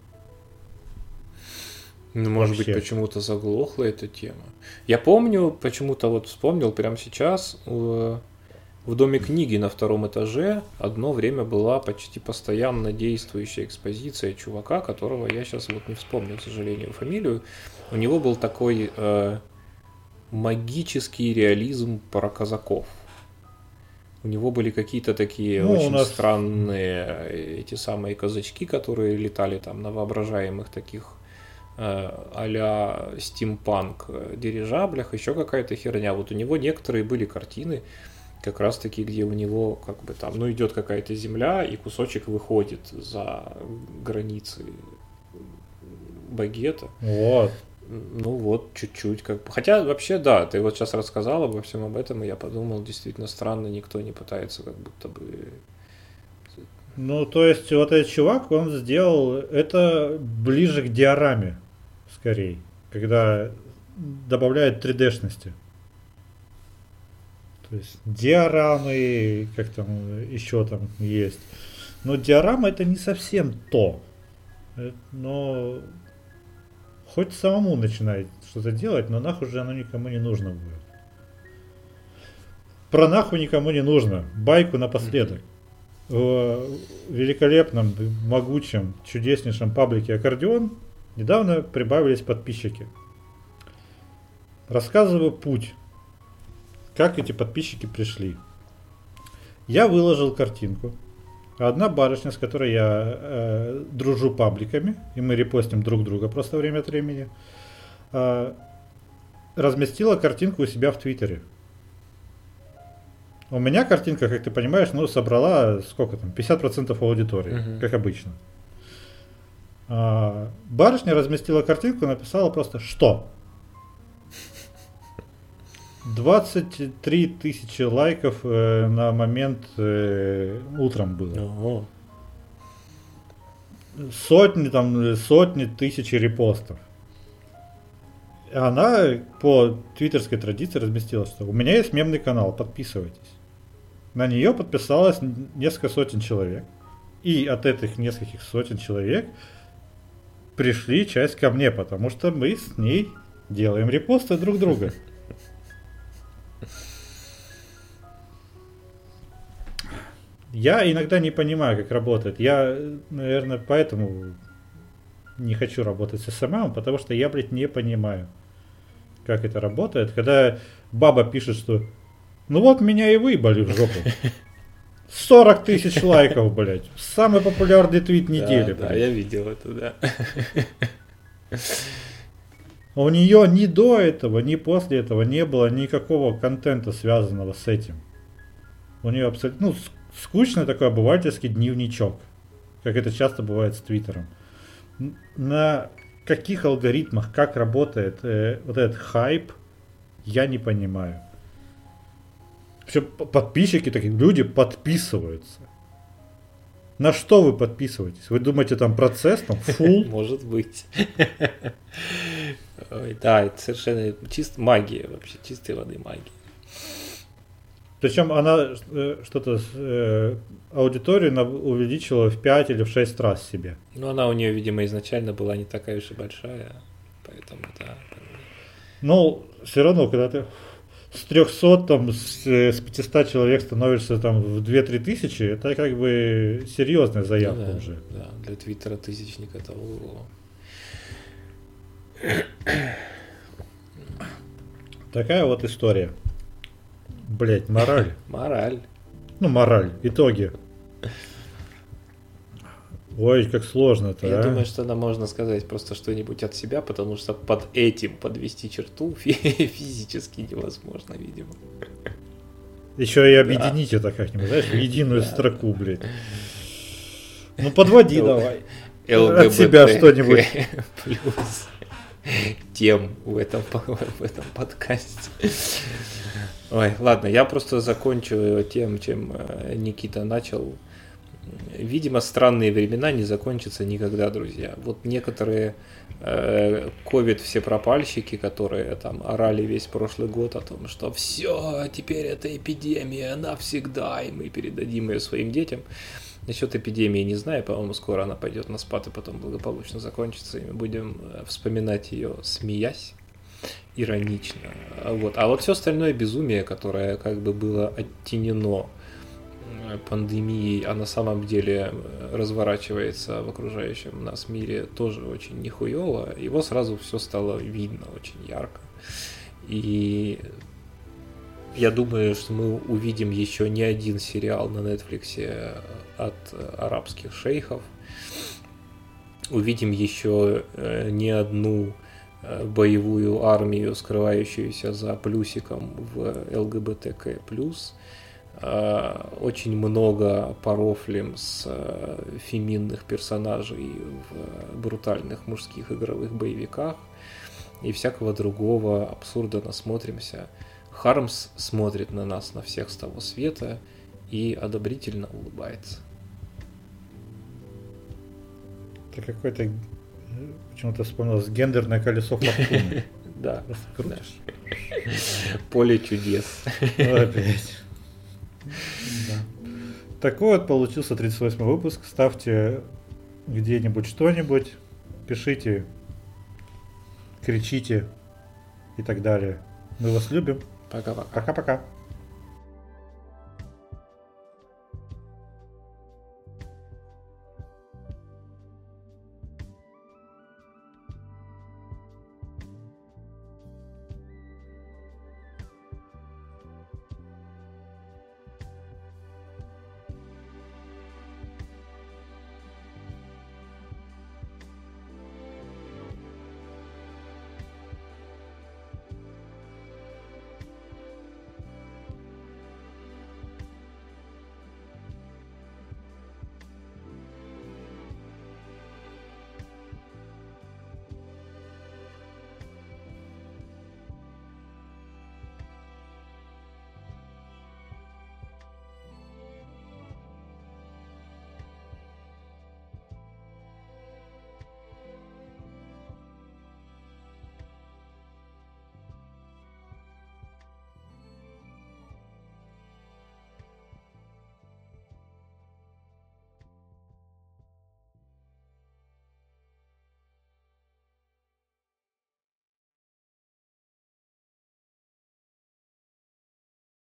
Ну, может Вообще. быть, почему-то заглохла эта тема. Я помню, почему-то вот вспомнил прямо сейчас, в, в Доме книги на втором этаже одно время была почти постоянно действующая экспозиция чувака, которого я сейчас вот не вспомню, к сожалению, фамилию. У него был такой э, магический реализм про казаков. У него были какие-то такие ну, очень нас... странные эти самые казачки, которые летали там на воображаемых таких а-ля стимпанк дирижаблях, еще какая-то херня. Вот у него некоторые были картины, как раз таки, где у него как бы там, ну, идет какая-то земля, и кусочек выходит за границы багета. Вот. Ну вот, чуть-чуть. Как бы. Хотя вообще, да, ты вот сейчас рассказал обо всем об этом, и я подумал, действительно странно, никто не пытается как будто бы... Ну, то есть, вот этот чувак, он сделал это ближе к диораме, скорее, когда добавляет три дэ-шности. То есть, диорамы, как там еще там есть. Но диорама это не совсем то. Но хоть самому начинает что-то делать, но нахуй же оно никому не нужно будет. Про нахуй никому не нужно. Байку напоследок. В великолепном, могучем, чудеснейшем паблике Аккордеон недавно прибавились подписчики. Рассказываю путь, как эти подписчики пришли. Я выложил картинку. Одна барышня, с которой я э, дружу пабликами, и мы репостим друг друга просто время от времени, э, разместила картинку у себя в Твиттере. У меня картинка, как ты понимаешь, ну, собрала сколько там, пятьдесят процентов аудитории, uh-huh. как обычно. А, барышня разместила картинку, написала просто «Что?». двадцать три тысячи лайков э, на момент э, утром было. Uh-huh. Сотни, там, сотни тысяч репостов. Она по твиттерской традиции разместила, что у меня есть мемный канал, подписывайтесь. На нее подписалось несколько сотен человек. И от этих нескольких сотен человек пришли часть ко мне, потому что мы с ней делаем репосты друг друга. Я иногда не понимаю, как работает. Я, наверное, поэтому не хочу работать с эс эм эм, потому что я, блядь, не понимаю, как это работает. Когда баба пишет, что ну вот меня и выебали в жопу. сорок тысяч лайков, блядь. Самый популярный твит недели, да, блядь. Да, я видел это, да. У нее ни до этого, ни после этого не было никакого контента, связанного с этим. У нее абсолютно, ну, скучный такой обывательский дневничок, как это часто бывает с Твиттером. На каких алгоритмах, как работает э, вот этот хайп, я не понимаю. Все подписчики такие, люди подписываются. На что вы подписываетесь? Вы думаете там процесс, там фул? Может быть. Ой, да, это совершенно чисто магия вообще, чистой воды магия. Причем она э, что-то э, аудиторию увеличила в пять или в шесть раз себе. Ну, она у нее, видимо, изначально была не такая уж и большая, поэтому да. Ну, все равно, когда ты с трехсот, там, с, с пятисот человек становишься там в две-три тысячи, это как бы серьезная заявка ну, да, уже. Да, для Твиттера тысячник это ого. Такая вот история. Блять, мораль. Мораль. Ну, мораль. Итоги. Ой, как сложно-то. Я а? думаю, что нам можно сказать просто что-нибудь от себя, потому что под этим подвести черту физически невозможно, видимо. Еще и объединить да. это как-нибудь, знаешь, в единую да. строку, блядь. Ну, подводи давай. От себя что-нибудь. тем в этом, в этом подкасте. Ой, ладно, я просто закончу тем, чем Никита начал. Видимо, странные времена не закончатся никогда, друзья. Вот некоторые ковид все пропальщики, которые там орали весь прошлый год о том, что все, теперь это эпидемия навсегда, и мы передадим ее своим детям. Насчет эпидемии не знаю, по-моему, скоро она пойдет на спад и потом благополучно закончится, и мы будем вспоминать ее, смеясь, иронично. Вот. А вот все остальное безумие, которое как бы было оттенено пандемией, а на самом деле разворачивается в окружающем нас мире, тоже очень нихуево, его сразу все стало видно очень ярко. И я думаю, что мы увидим еще не один сериал на Netflix от арабских шейхов, увидим еще не одну боевую армию, скрывающуюся за плюсиком в эл гэ бэ тэ ка плюс. Очень много порофлим с феминных персонажей в брутальных мужских игровых боевиках и всякого другого абсурда насмотримся. Хармс смотрит на нас, на всех с того света, и одобрительно улыбается. Это какое-то, почему-то вспомнилось, гендерное колесо фортуны. Да. Поле чудес. Опять. Да. Такой вот получился тридцать восьмой выпуск. Ставьте где-нибудь что-нибудь, пишите, кричите и так далее. Мы вас любим. Пока-пока. Пока-пока.